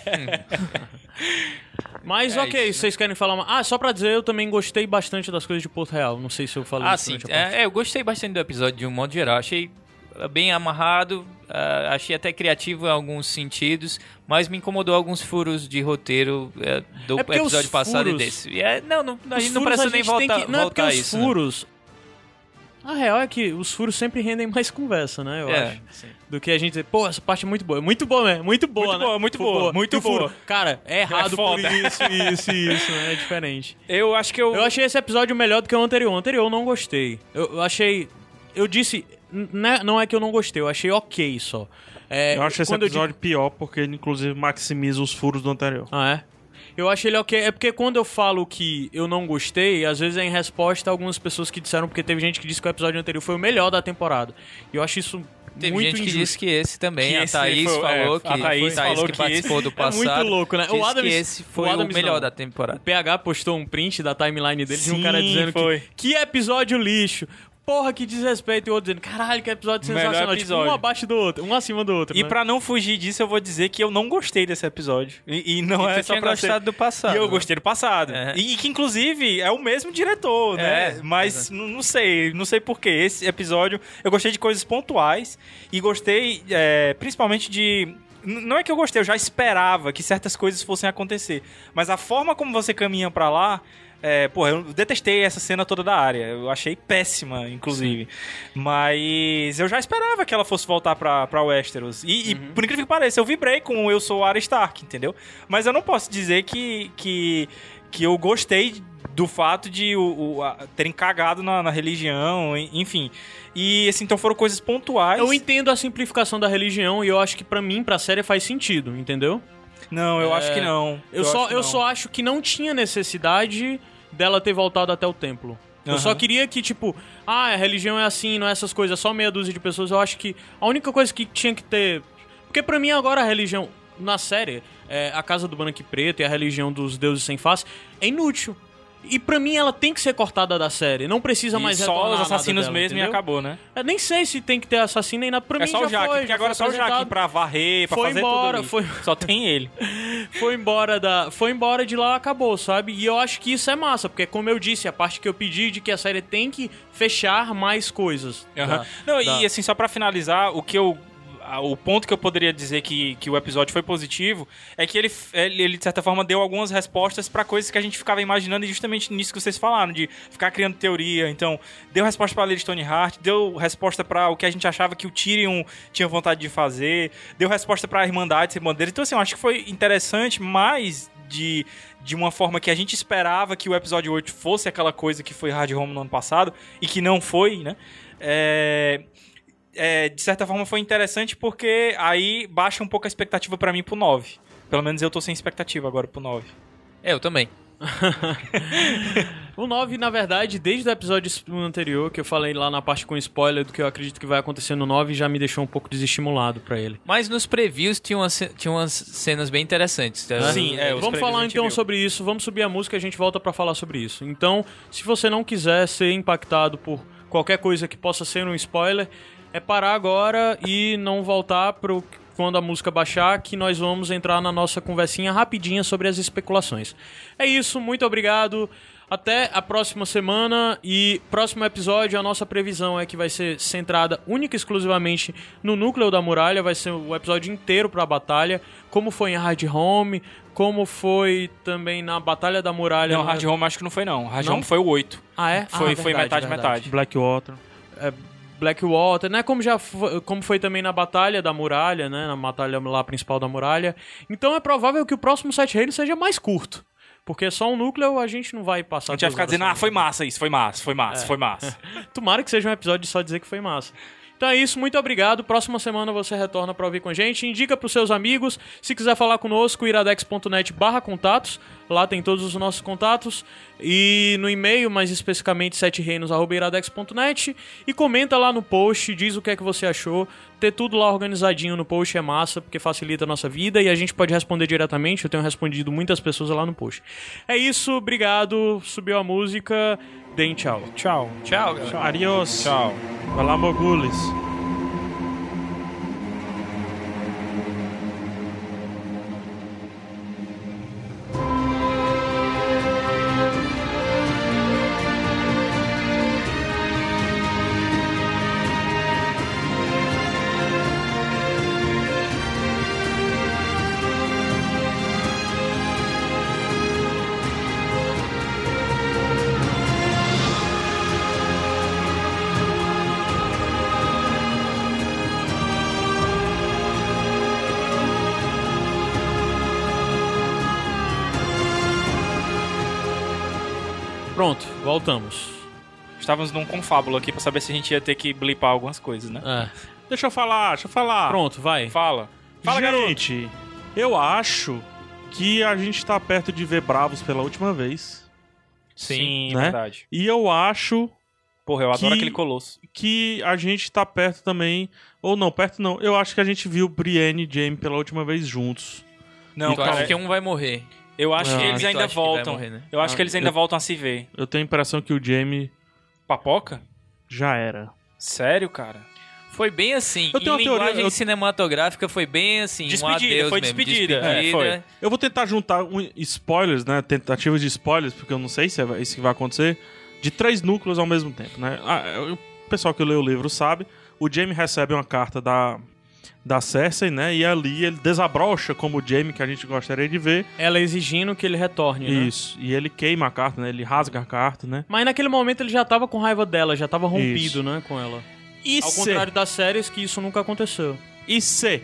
Mas ok, isso, vocês querem falar... só pra dizer, eu também gostei bastante das coisas de Porto Real. Não sei se eu falei isso Sim. durante a parte. Eu gostei bastante do episódio de um modo geral. Achei bem amarrado, achei até criativo em alguns sentidos, mas me incomodou alguns furos de roteiro do É porque os episódio passado e furos- desse. E a Os gente não furos precisa a nem gente tem voltar, que... Não, é porque voltar os isso. né? furos... A real é que os furos sempre rendem mais conversa, né? Eu acho. Sim. Do que a gente dizer, pô, essa parte é muito boa. Muito boa, né? Muito boa, né? muito Pô, boa, muito e o furo, boa. Cara, é errado por foda. isso, né? É diferente. Eu acho que eu... Eu achei esse episódio melhor do que o anterior. O anterior eu não gostei. Eu achei... Eu disse... Não é que eu não gostei, eu achei ok só. Eu acho esse quando eu episódio pior porque ele, inclusive, maximiza os furos do anterior. Ah, é? Eu achei ele ok. É porque quando eu falo que eu não gostei, às vezes é em resposta a algumas pessoas que disseram, porque teve gente que disse que o episódio anterior foi o melhor da temporada. E eu acho isso Teve muito gente que injusto. disse que esse também. Que A esse Thaís foi- falou que a Thaís falou que participou do É passado. muito louco, né? O Disse Adams- que esse foi o o Adams melhor não. da O temporada. PH postou um print da timeline dele de um Sim, cara dizendo foi. que episódio lixo. Porra, que desrespeito. E o outro dizendo, caralho, que episódio Melhor sensacional. Tipo, episódio. um abaixo do outro, um acima do outro. E né? pra não fugir disso, eu vou dizer que eu não gostei desse episódio. E não E é tu só tinha pra gostado do passado. E eu né? gostei do passado. É. E que, inclusive, é o mesmo diretor, né? Mas não sei porquê. Esse episódio, eu gostei de coisas pontuais e gostei principalmente de... Não é que eu gostei, eu já esperava que certas coisas fossem acontecer. Mas a forma como você caminha pra lá... eu detestei essa cena toda da área. Eu achei péssima, inclusive. Mas eu já esperava que ela fosse voltar pra Westeros. E por incrível que pareça, eu vibrei com o Eu Sou Arya Stark, entendeu? Mas eu não posso dizer que eu gostei do fato de terem cagado na religião, enfim. E, assim, então foram coisas pontuais. Eu entendo a simplificação da religião e eu acho que pra mim, pra série, faz sentido, entendeu? Não, eu acho que não. Eu só acho que não tinha necessidade dela ter voltado até o templo. Eu só queria que, tipo, a religião é assim, não é essas coisas, só meia dúzia de pessoas. Eu acho que a única coisa que tinha que ter... Porque pra mim agora a religião, na série, a casa do Branco e Preto e a religião dos deuses sem face, é inútil. E pra mim ela tem que ser cortada da série, não precisa mais E retornar só os nada assassinos dela, mesmo entendeu? e acabou, né? Eu nem sei se tem que ter assassino nem nada. Pra É mim só já o Jaque, foi, porque já agora é foi só o Jaque apresentado. pra varrer, pra Foi fazer embora, tudo ali. Só tem ele. Foi embora de lá, acabou, sabe? E eu acho que isso é massa, porque como eu disse, a parte que eu pedi de que a série tem que fechar mais coisas. Não, e assim, só pra finalizar, o ponto que eu poderia dizer que o episódio foi positivo é que ele, de certa forma, deu algumas respostas pra coisas que a gente ficava imaginando, e justamente nisso que vocês falaram, de ficar criando teoria. Então, deu resposta pra Lady Stoneheart, deu resposta pra o que a gente achava que o Tyrion tinha vontade de fazer, deu resposta pra Irmandade Sem Bandeira. Então, assim, eu acho que foi interessante, mas de uma forma que a gente esperava que o episódio 8 fosse aquela coisa que foi Hard Home no ano passado, e que não foi, né? De certa forma foi interessante porque aí baixa um pouco a expectativa pra mim pro 9. Pelo menos eu tô sem expectativa agora pro 9. Eu também. O 9, na verdade, desde o episódio anterior, que eu falei lá na parte com spoiler do que eu acredito que vai acontecer no 9, já me deixou um pouco desestimulado pra ele. Mas nos previews tinha umas cenas bem interessantes. Tá? Sim, Vamos falar então sobre isso, vamos subir a música e a gente volta pra falar sobre isso. Então, se você não quiser ser impactado por qualquer coisa que possa ser um spoiler, é parar agora e não voltar pro quando a música baixar, que nós vamos entrar na nossa conversinha rapidinha sobre as especulações. É isso, muito obrigado. Até a próxima semana e próximo episódio, a nossa previsão é que vai ser centrada única e exclusivamente no núcleo da muralha, vai ser o episódio inteiro pra batalha, como foi em Hard Home, como foi também na Batalha da Muralha. Não, Hard Home acho que não foi não. Hard Home foi o 8. Ah, é? Foi Verdade. metade. Blackwater. Blackwater, né? Como foi também na Batalha da Muralha, né? Na batalha lá principal da muralha. Então é provável que o próximo Sete Reinos seja mais curto. Porque só um núcleo a gente não vai passar. A gente vai ficar dizendo, foi massa isso, foi massa. Tomara que seja um episódio de só dizer que foi massa. Então é isso, muito obrigado. Próxima semana você retorna pra ouvir com a gente. Indica pros seus amigos. Se quiser falar conosco, iradex.net/contatos. Lá tem todos os nossos contatos. E no e-mail, mais especificamente, setereinos@iradex.net. E comenta lá no post, diz o que é que você achou. Ter tudo lá organizadinho no post é massa, porque facilita a nossa vida. E a gente pode responder diretamente. Eu tenho respondido muitas pessoas lá no post. É isso, obrigado. Subiu a música. Deem tchau. Tchau. Tchau, galera. Adiós. Tchau. Vai lá, Mogulis. Pronto, voltamos. Estávamos num confábulo aqui pra saber se a gente ia ter que blipar algumas coisas, né? Deixa eu falar. Pronto, vai. Fala, garoto. Gente, eu acho que a gente tá perto de ver Bravos pela última vez. Sim, né? verdade. E eu acho Porra, eu adoro Que- aquele colosso. que a gente tá perto também. Ou não, perto não. Eu acho que a gente viu Brienne e Jaime pela última vez juntos. Não, Eu cara, acho que um vai morrer. eu acho que Ah. eles Tu ainda acha que vai voltam. morrer, né? Eu acho que eles ainda voltam a se ver. Eu tenho a impressão que o Jaime Papoca? já era. Sério, cara? Foi bem assim. Eu tenho Em uma teoria, linguagem eu- cinematográfica foi bem assim. Despedida, um adeus foi mesmo. despedida. É, foi. Eu vou tentar juntar spoilers, né? Tentativas de spoilers, porque eu não sei se é isso que vai acontecer. De 3 núcleos ao mesmo tempo, né? O pessoal que lê o livro sabe. O Jaime recebe uma carta da Cersei, né? E ali ele desabrocha como o Jaime que a gente gostaria de ver. Ela exigindo que ele retorne, né? Isso. E ele queima a carta, né? Ele rasga a carta, né? Mas naquele momento ele já tava com raiva dela, já tava rompido, Isso. né, com ela. E Ao contrário das séries, que isso nunca aconteceu. E se?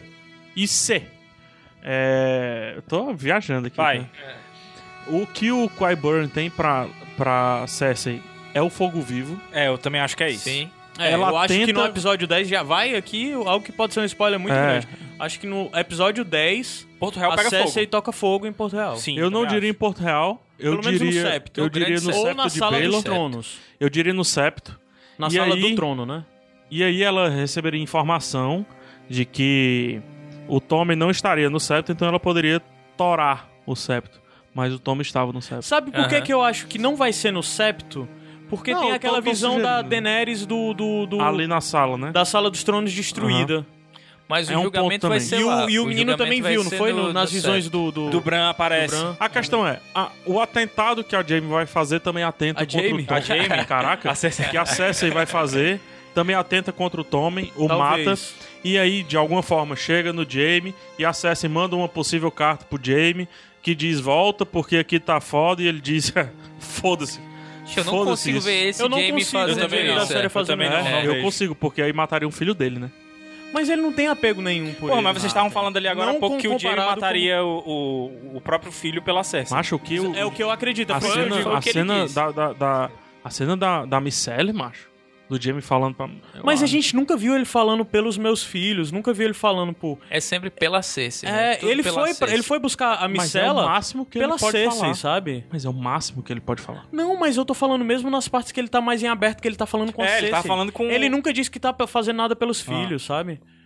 Eu tô viajando aqui. Vai. Né? O que o Qyburn tem pra Cersei é o fogo vivo. É, eu também acho que é isso. Sim. Ela eu acho que tenta- no episódio 10 já vai aqui algo que pode ser um spoiler muito É. grande. Acho que no episódio 10 Porto Real a pega Cersei fogo. toca fogo em Porto Real. Sim, Eu não também diria em acho. Porto Real. Eu Pelo menos diria, no septo. eu o grande diria no septo. Ou septo na de sala Baelor. dos tronos. Eu diria no septo. Na E sala aí- do trono, né? E aí ela receberia informação de que o Tommen não estaria no septo, então ela poderia torar o septo. Mas o Tommen estava no septo. Sabe por que Aham. que eu acho que não vai ser no septo? Porque Não, tem eu aquela tô visão da sugerindo. Daenerys Ali na sala, né? da sala dos tronos destruída. Mas o É um julgamento ponto vai também. ser E lá. o menino julgamento também vai viu, não ser foi? no- Nas no visões set. do Bran aparece. Bran. A questão é, o atentado que a Jaime vai fazer também atenta A contra Jaime? o Tommen. A Jaime? Caraca. A Cersei. Que a Cersei vai fazer também atenta contra o Tommen, o Talvez. mata. E aí, de alguma forma, chega no Jaime e a Cersei manda uma possível carta pro Jaime que diz, volta porque aqui tá foda. E ele diz, foda-se. Eu não Foda-se consigo isso. ver esse Eu não Jaime consigo fazendo também ver não. a isso. série Eu fazendo também isso. não. Eu vejo. consigo, porque aí mataria um filho dele, né? Mas ele não tem apego nenhum por Pô, ele. mas vocês estavam falando ali agora Não há pouco que o Jaime comparado mataria o próprio filho pela Cersei. Macho, o que o... É o que eu acredito. A foi cena, o a que ele cena disse. a cena da Micelle, macho. Do Jaime falando pra... Mas a gente nunca viu ele falando pelos meus filhos, nunca viu ele falando por... É sempre pela Cersei. né? Tudo ele pela foi, Cersei. ele foi buscar a Mas é o micela máximo que pela ele pode Cersei, falar. sabe? Mas é o máximo que ele pode falar. Não, mas eu tô falando mesmo nas partes que ele tá mais em aberto, que ele tá falando com a É, Cersei. ele tá falando com... Ele nunca disse que tá fazendo nada pelos filhos, sabe?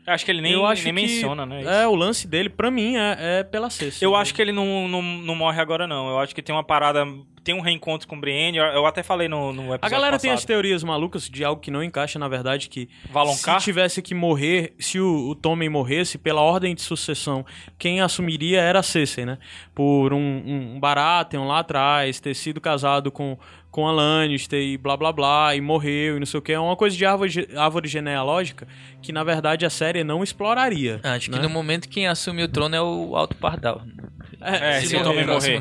Eu acho que ele nem menciona, né? É, o lance dele, pra mim, é pela Cersei. Eu acho que ele não morre agora, não. Eu acho que tem uma parada... Tem um reencontro com o Brienne. Eu até falei no episódio A galera passado. tem as teorias malucas de algo que não encaixa, na verdade, que Valonqar? se tivesse que morrer, se o Tommen morresse, pela ordem de sucessão, quem assumiria era a Cersei, né? Por um Baratheon lá atrás, ter sido casado com a Lannister e blá blá blá, e morreu e não sei o que. É uma coisa de árvore genealógica que, na verdade, a série não exploraria. Acho né? que no momento quem assume o trono é o Alto Pardal. Se o Tommen morrer.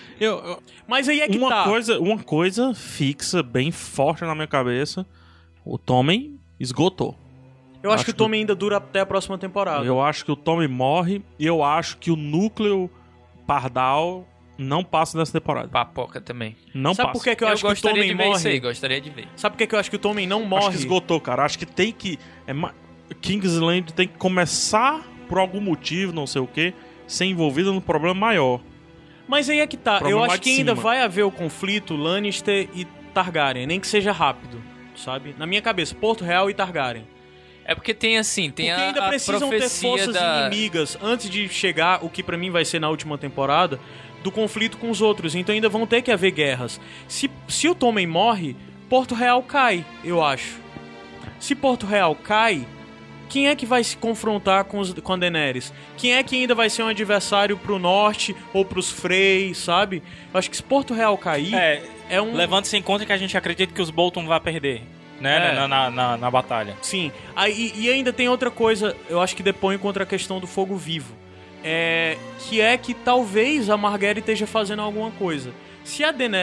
Mas aí é que Uma coisa fixa, bem forte na minha cabeça, o Tommen esgotou. Eu acho que o Tommen ainda dura até a próxima temporada. Eu acho que o Tommen morre e eu acho que o núcleo Pardal não passa nessa temporada. Papoca também. Não Sabe passa. por que eu acho que o gostaria Tommen de ver isso aí, morre? gostaria de ver. Sabe por que eu acho que o Tommen não morre? Acho que esgotou, cara. Acho que tem que... Kingsland tem que começar por algum motivo, não sei o que, ser envolvido num problema maior. Mas aí é que tá. Problema Eu acho lá de que ainda cima. vai haver o conflito Lannister e Targaryen, nem que seja rápido, sabe? Na minha cabeça, Porto Real e Targaryen. É porque tem assim, tem Porque ainda a precisam ter profecia forças da... inimigas antes de chegar o que pra mim vai ser na última temporada do conflito com os outros. Então ainda vão ter que haver guerras. Se o Tommen morre, Porto Real cai, eu acho. Se Porto Real cai, quem é que vai se confrontar com a Daenerys? Quem é que ainda vai ser um adversário pro norte ou pros Frey, sabe? Eu acho que se Porto Real cair, é um... Levando-se em conta que a gente acredita que os Bolton vão perder, né? Na batalha. Sim. E ainda tem outra coisa, eu acho que depõe contra a questão do fogo vivo. Que é que talvez a Margaery esteja fazendo alguma coisa. Se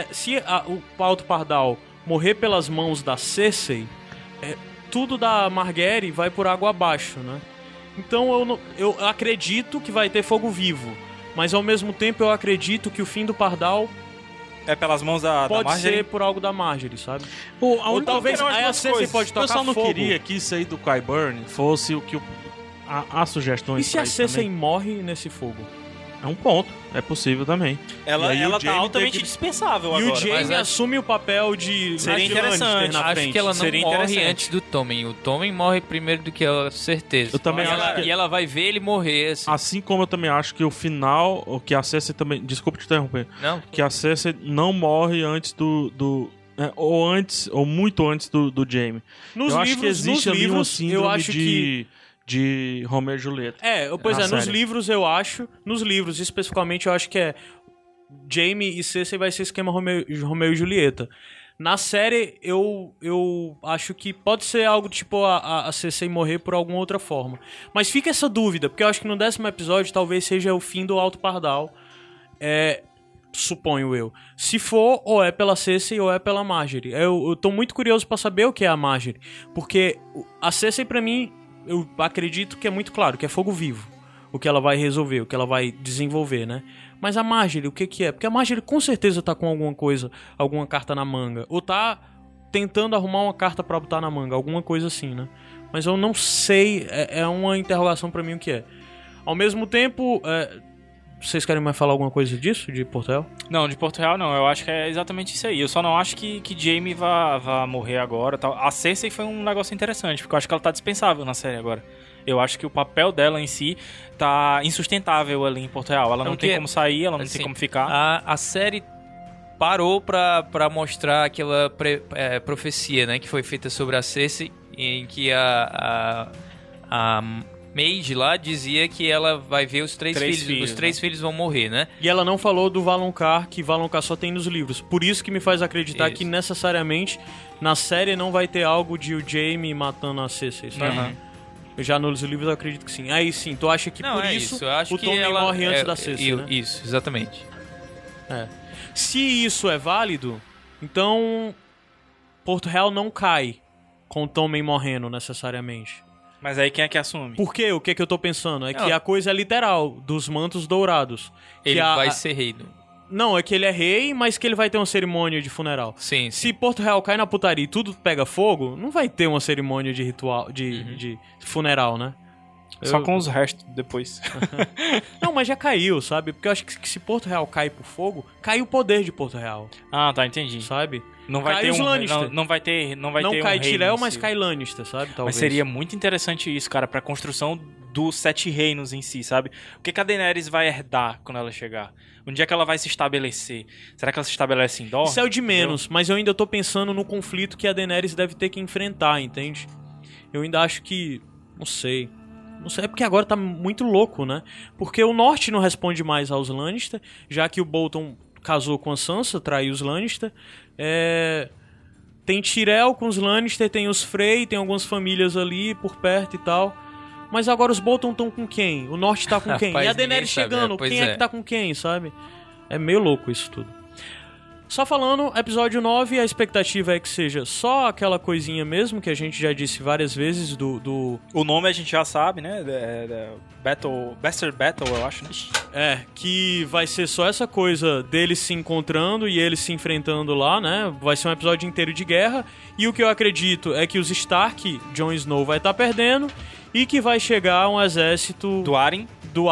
o Alto Pardal morrer pelas mãos da Cersei, tudo da Margaery vai por água abaixo, né? Então eu acredito que vai ter fogo vivo, mas ao mesmo tempo eu acredito que o fim do Pardal é pelas mãos da pode Margaery? ser por algo da Margaery, sabe? Ou talvez a Cersei pode tocar Eu só não fogo. queria que isso aí do Qyburn fosse o que há sugestões E se pra a isso Cersei também. morre nesse fogo? É um ponto, é possível também. Ela E aí o tá Jaime altamente tem que- dispensável E agora. o Jaime mas acho- assume o papel de Seria de Lannister interessante. na Acho frente. que ela não Seria morre interessante. antes do Tommen. O Tommen morre primeiro do que ela, certeza. Eu também acho que- E ela vai ver ele morrer, assim. Assim como eu também acho que o final, o que a Cersei também... Desculpa te interromper. Não? Que a Cersei não morre antes ou muito antes do Jaime. Nos eu livros, acho que existe nos ali uma livros, síndrome eu acho que de Romeo e Julieta. Pois na nos série. livros eu acho, nos livros especificamente eu acho que Jaime e Cersei vai ser esquema Romeo e Julieta. Na série eu acho que pode ser algo tipo a Cersei morrer por alguma outra forma. Mas fica essa dúvida, porque eu acho que no 10º episódio talvez seja o fim do Alto Pardal. Suponho eu. Se for, ou é pela Cersei ou é pela Margaery. Eu tô muito curioso pra saber o que é a Margaery. Porque a Cersei, pra mim, eu acredito que é muito claro, que é fogo vivo. O que ela vai resolver, o que ela vai desenvolver, né? Mas a Margaery, o que é? Porque a Margaery com certeza tá com alguma coisa, alguma carta na manga. Ou tá tentando arrumar uma carta pra botar na manga, alguma coisa assim, né? Mas eu não sei, é uma interrogação pra mim o que é. Ao mesmo tempo... Vocês querem mais falar alguma coisa disso, de Porto Real? Não, de Porto Real não. Eu acho que é exatamente isso aí. Eu só não acho que Jaime vá morrer agora. Tal. A Cersei foi um negócio interessante, porque eu acho que ela tá dispensável na série agora. Eu acho que o papel dela em si tá insustentável ali em Porto Real. Ela não tem como sair, ela não tem como ficar. A série parou pra mostrar aquela profecia, né, que foi feita sobre a Cersei, em que a Maid lá dizia que ela vai ver os três filhos. Os três filhos vão morrer, né? E ela não falou do Valonqar, que Valonqar só tem nos livros. Por isso que me faz acreditar que necessariamente na série não vai ter algo de o Jaime matando a Cersei, sabe? Uhum. Já nos livros eu acredito que sim. Aí sim, tu acha que Não, por isso Eu acho o que Tommen ela morre antes da Cersei, né? Isso, exatamente. Se isso é válido, então Porto Real não cai com o Tommen morrendo necessariamente. Mas aí quem é que assume? Por quê? O que eu tô pensando? Que a coisa é literal, dos mantos dourados. Ele vai ser rei. Não, é que ele é rei, mas que ele vai ter uma cerimônia de funeral. Sim. Se Porto Real cai na putaria e tudo pega fogo, não vai ter uma cerimônia de ritual, de funeral, né? Só com os restos depois. Não, mas já caiu, sabe? Porque eu acho que se Porto Real cai por fogo, cai o poder de Porto Real, Ah, tá, entendi. sabe? Não vai cai ter os Lannister. não vai ter Não ter cai um rei Tyrell, em mas si. cai Lannister, sabe? Talvez. Mas seria muito interessante isso, cara, pra construção dos 7 reinos em si, sabe? O que a Daenerys vai herdar quando ela chegar? Onde é que ela vai se estabelecer? Será que ela se estabelece em Dorne? Isso é o de menos, mas eu ainda tô pensando no conflito que a Daenerys deve ter que enfrentar, entende? Eu ainda acho que... Não sei, é porque agora tá muito louco, né? Porque o Norte não responde mais aos Lannister, já que o Bolton casou com a Sansa, traiu os Lannister. Tem Tyrell com os Lannister, tem os Frey, tem algumas famílias ali por perto e tal. Mas agora os Bolton estão com quem? O Norte tá com quem? Rapaz, E a Daenerys ninguém sabe, chegando, pois quem é que tá com quem, sabe? É meio louco isso tudo. Só falando, episódio 9, a expectativa é que seja só aquela coisinha mesmo, que a gente já disse várias vezes do... O nome a gente já sabe, né? Bastard Battle, eu acho, né? Que vai ser só essa coisa deles se encontrando e eles se enfrentando lá, né? Vai ser um episódio inteiro de guerra. E o que eu acredito é que os Stark, Jon Snow vai estar perdendo e que vai chegar um exército... Do Arryn.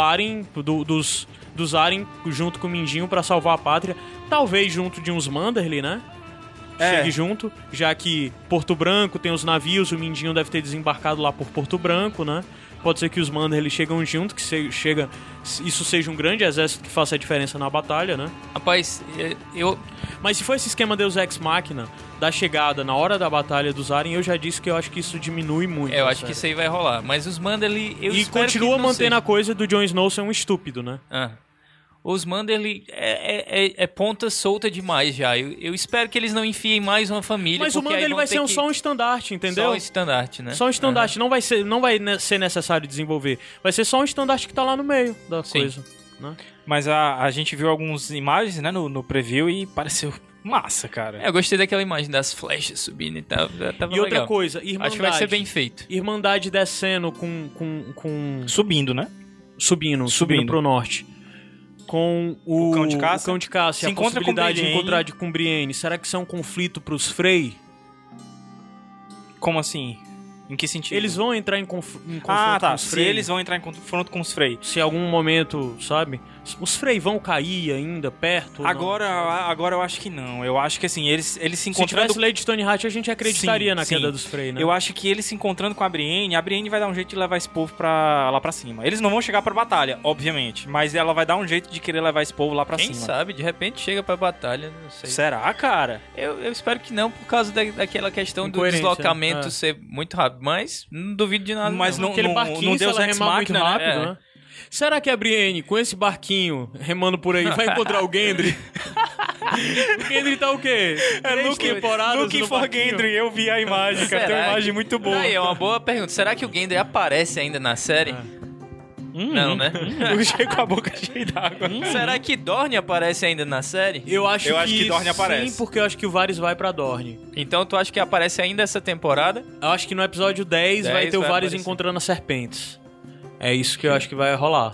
Dos Arryn junto com o Mindinho pra salvar a pátria. Talvez junto de uns Manderly, né? Chegue junto, já que Porto Branco tem os navios, o Mindinho deve ter desembarcado lá por Porto Branco, né? Pode ser que os Manderly chegam junto, que isso seja um grande exército que faça a diferença na batalha, né? Rapaz, Mas se for esse esquema Deus Ex Machina, da chegada na hora da batalha dos Arryn, eu já disse que eu acho que isso diminui muito. eu acho que isso aí vai rolar. Mas os Manderly, eu E espero continua que não mantendo seja. a coisa do Jon Snow ser um estúpido, né? Os Manderly é ponta solta demais já. Eu espero que eles não enfiem mais uma família. Mas o porque aí Manderly vão vai ter ser que... só um estandarte, entendeu? Só um estandarte, né? Só um estandarte, não vai ser necessário desenvolver. Vai ser só um estandarte que tá lá no meio da Sim. coisa, né? Mas a gente viu algumas imagens, né, no preview e pareceu massa, cara. Eu gostei daquela imagem das flechas subindo e tal. Tava E outra legal. coisa, Irmandade. Acho que vai ser bem feito. Irmandade descendo com Subindo, né? subindo pro norte. Com o Cão de Caça. o Cão de Caça Se e a encontra com possibilidade de Brienne. encontrar com Brienne. Será que isso é um conflito pros Frey? Como assim? Em que sentido? Eles vão entrar em confronto tá. com os Se Frey? eles vão entrar em confronto com os Frey. Se em algum momento, sabe? Os Frey vão cair ainda perto? ou não? Agora eu acho que não. Eu acho que assim, eles se Se encontrando... tivesse Lady Stoneheart, a gente acreditaria Sim, na sim. queda dos Frey, né? Eu acho que eles se encontrando com a Brienne vai dar um jeito de levar esse povo lá pra cima. Eles não vão chegar pra batalha, obviamente, mas ela vai dar um jeito de querer levar esse povo lá pra Quem cima. sabe, de repente chega pra batalha, não sei. Será, cara? Eu espero que não, por causa daquela questão do Incoerência, deslocamento é. ser muito rápido. Mas não duvido de nada. Mas não- Aquele barquinho, não se Deus ela Ex remar muito Machina, né? rápido, né? Será que a Brienne, com esse barquinho remando por aí, vai encontrar o Gendry? O Gendry tá o quê? Três temporadas Looking no for barquinho. Gendry, eu vi a imagem, cara. Tem uma Será imagem que- muito boa. Aí, é uma boa pergunta. Será que o Gendry aparece ainda na série? Não, né? Eu cheguei com a boca cheia d'água. Será que Dorne aparece ainda na série? Eu acho que Dorne aparece. Sim, porque eu acho que o Varys vai pra Dorne. Então tu acha que aparece ainda essa temporada? Eu acho que no episódio 10 vai 10 ter o vai Varys aparecer. encontrando as serpentes. É isso que eu acho que vai rolar.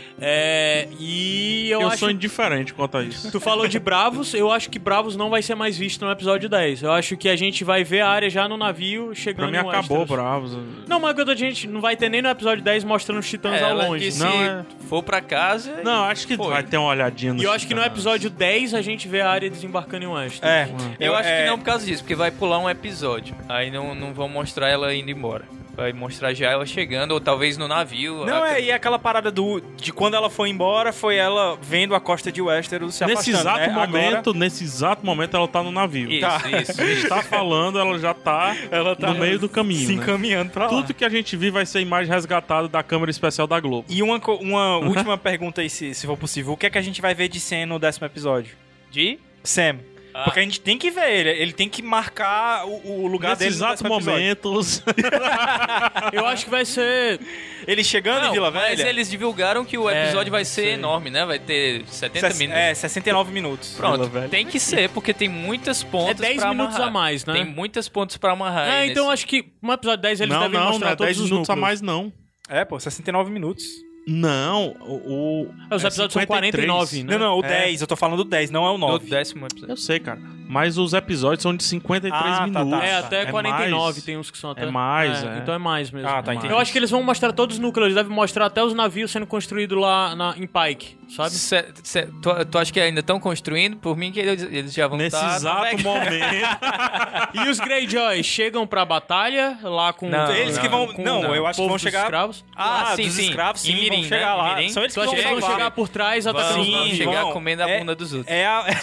E eu Eu acho... sou indiferente quanto a isso. Tu falou de Bravos, eu acho que Bravos não vai ser mais visto no episódio 10. Eu acho que a gente vai ver a área já no navio chegando Pra mim em acabou, Westeros. Bravos. Não, mas a gente não vai ter nem no episódio 10 mostrando os titãs ao Ela longe. que se Não, for pra casa... Não, acho que Foi. vai ter uma olhadinha no E eu acho que no Titãs. episódio 10 a gente vê a área desembarcando em Westeros. Eu acho que não por causa disso, porque vai pular um episódio. Aí não vão mostrar ela indo embora. Vai mostrar já ela chegando, ou talvez no navio. Não, e aquela parada de quando ela foi embora, foi ela vendo a costa de Westeros se Nesse afastando. exato né? momento, nesse exato momento ela tá no navio. Isso, Tá. isso. A gente tá falando, ela já tá, Ela tá no meio do caminho, se né? encaminhando pra lá. Tudo que a gente viu vai ser imagem resgatada da câmera especial da Globo. E uma última pergunta aí, se for possível. O que é que a gente vai ver de Sam no 10º episódio? De? Sam. Porque a gente tem que ver ele. Ele tem que marcar o lugar Nesse dele no exato 10º episódio. momentos. Eu acho que vai ser... Ele chegando em Não, Vila mas Velha... eles divulgaram que o episódio vai ser sei. enorme, né? Vai ter 70 minutos. 69 minutos. Pronto, Vila Velha. tem que ser, porque tem muitas pontas É 10 pra minutos amarrar. a mais, né? Tem muitas pontas pra amarrar. aí então nesse- acho que no episódio 10 eles não, devem não, mostrar não é todos 10 os minutos núcleos. a mais, não. 69 minutos. Não, Os episódios são 53. 49, né? Não, o É. 10. Eu tô falando do 10, não é o do 9. 10º episódio. Eu sei, cara. Mas os episódios são de 53 minutos. É, até 49 mais. tem uns que são até... É mais, Então é mais mesmo. Tá, entendi. Eu acho que eles vão mostrar todos os núcleos, eles devem mostrar até os navios sendo construídos lá em Pike, sabe? Tu acha que ainda estão construindo? Por mim que eles já vão Nesse estar... exato momento. E os Greyjoy chegam pra batalha lá com... Não, Eles que vão... Não, eu acho que povo vão dos chegar... escravos. sim, dos sim. escravos, sim, Em Mirim, vão chegar né? lá. Mirim. São eles Tu que acha vão que eles vão salvar. chegar por trás atacando os Sim, navios? chegar vão. comendo a bunda dos outros.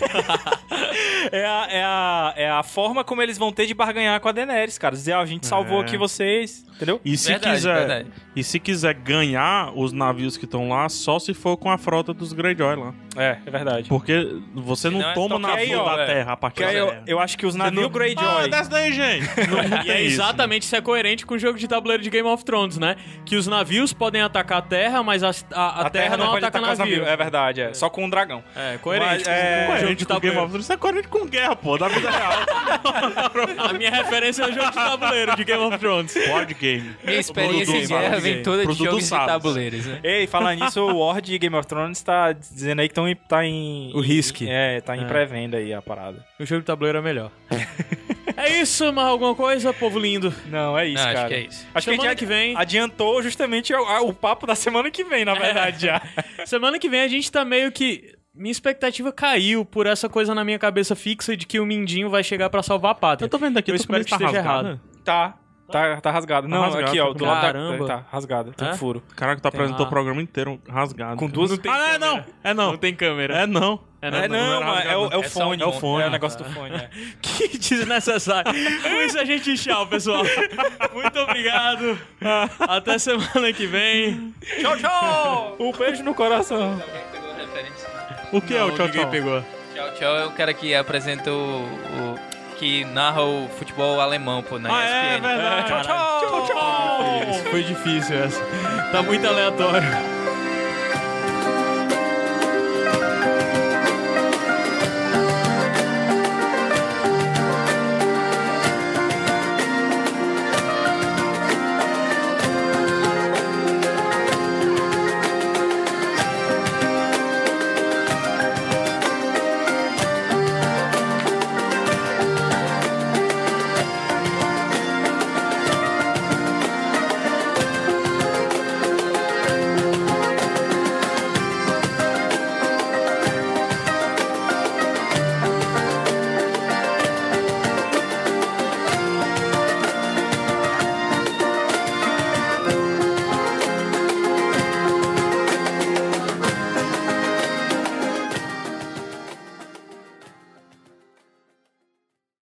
É a forma como eles vão ter de barganhar com a Daenerys, cara. Dizer, a gente salvou aqui vocês, entendeu? E se quiser ganhar os navios que estão lá, só se for com a frota dos Greyjoy lá. É verdade. Porque você não Senão é toma o tocar navio aí, ó, da terra a partir da terra. Eu acho que os navios Ah, Greyjoy... desce daí, gente. Não E tem é isso. exatamente isso é coerente com o jogo de tabuleiro de Game of Thrones, né? Que os navios podem atacar a terra, mas a terra não pode ataca atacar os navio. navios. É verdade, só com um dragão. É, coerente Mas, com o jogo de Coerente com Game tabuleiro. of Thrones. Isso é coerente com guerra, pô, da vida real. A minha referência é o jogo de tabuleiro de Game of Thrones. Board game. Minha experiência em Produto guerra sabe, vem toda de produto jogos de sabe. tabuleiros, né? Ei, falando nisso, o War de Game of Thrones tá dizendo aí que tá em... O Risk. Tá em pré-venda aí a parada. O jogo de tabuleiro é melhor. É isso, mais alguma coisa, povo lindo? Não, é isso, Não, cara. acho que é isso. Acho que a Semana gente que vem- adiantou justamente o papo da semana que vem, na verdade, já. Semana que vem a gente tá meio que... Minha expectativa caiu por essa coisa na minha cabeça fixa de que o Mindinho vai chegar pra salvar a pátria. Eu tô vendo aqui, Eu tua espero que camisa esteja rasgada. errado. Tá rasgado. Tá Não, rasgado, aqui, ó. tá Do lado Caramba. tá rasgado. Tem É? um furo. Caraca, tu apresentou lá. o programa inteiro rasgado. Com duas... Ah, não. É não. Não tem câmera. É não. Não, não é o É só fone. É o fone. É o negócio do fone, é. Que desnecessário. Com isso a gente tchau, pessoal. Muito obrigado. Até semana que vem. Tchau, tchau! Um beijo no coração. Pegou a referência? O que é o tchau, Ninguém tchau? pegou. Tchau, tchau é o cara que apresenta que narra o futebol alemão, pô, na ESPN. É verdade. Tchau, tchau! Isso foi difícil essa. Tá muito aleatório.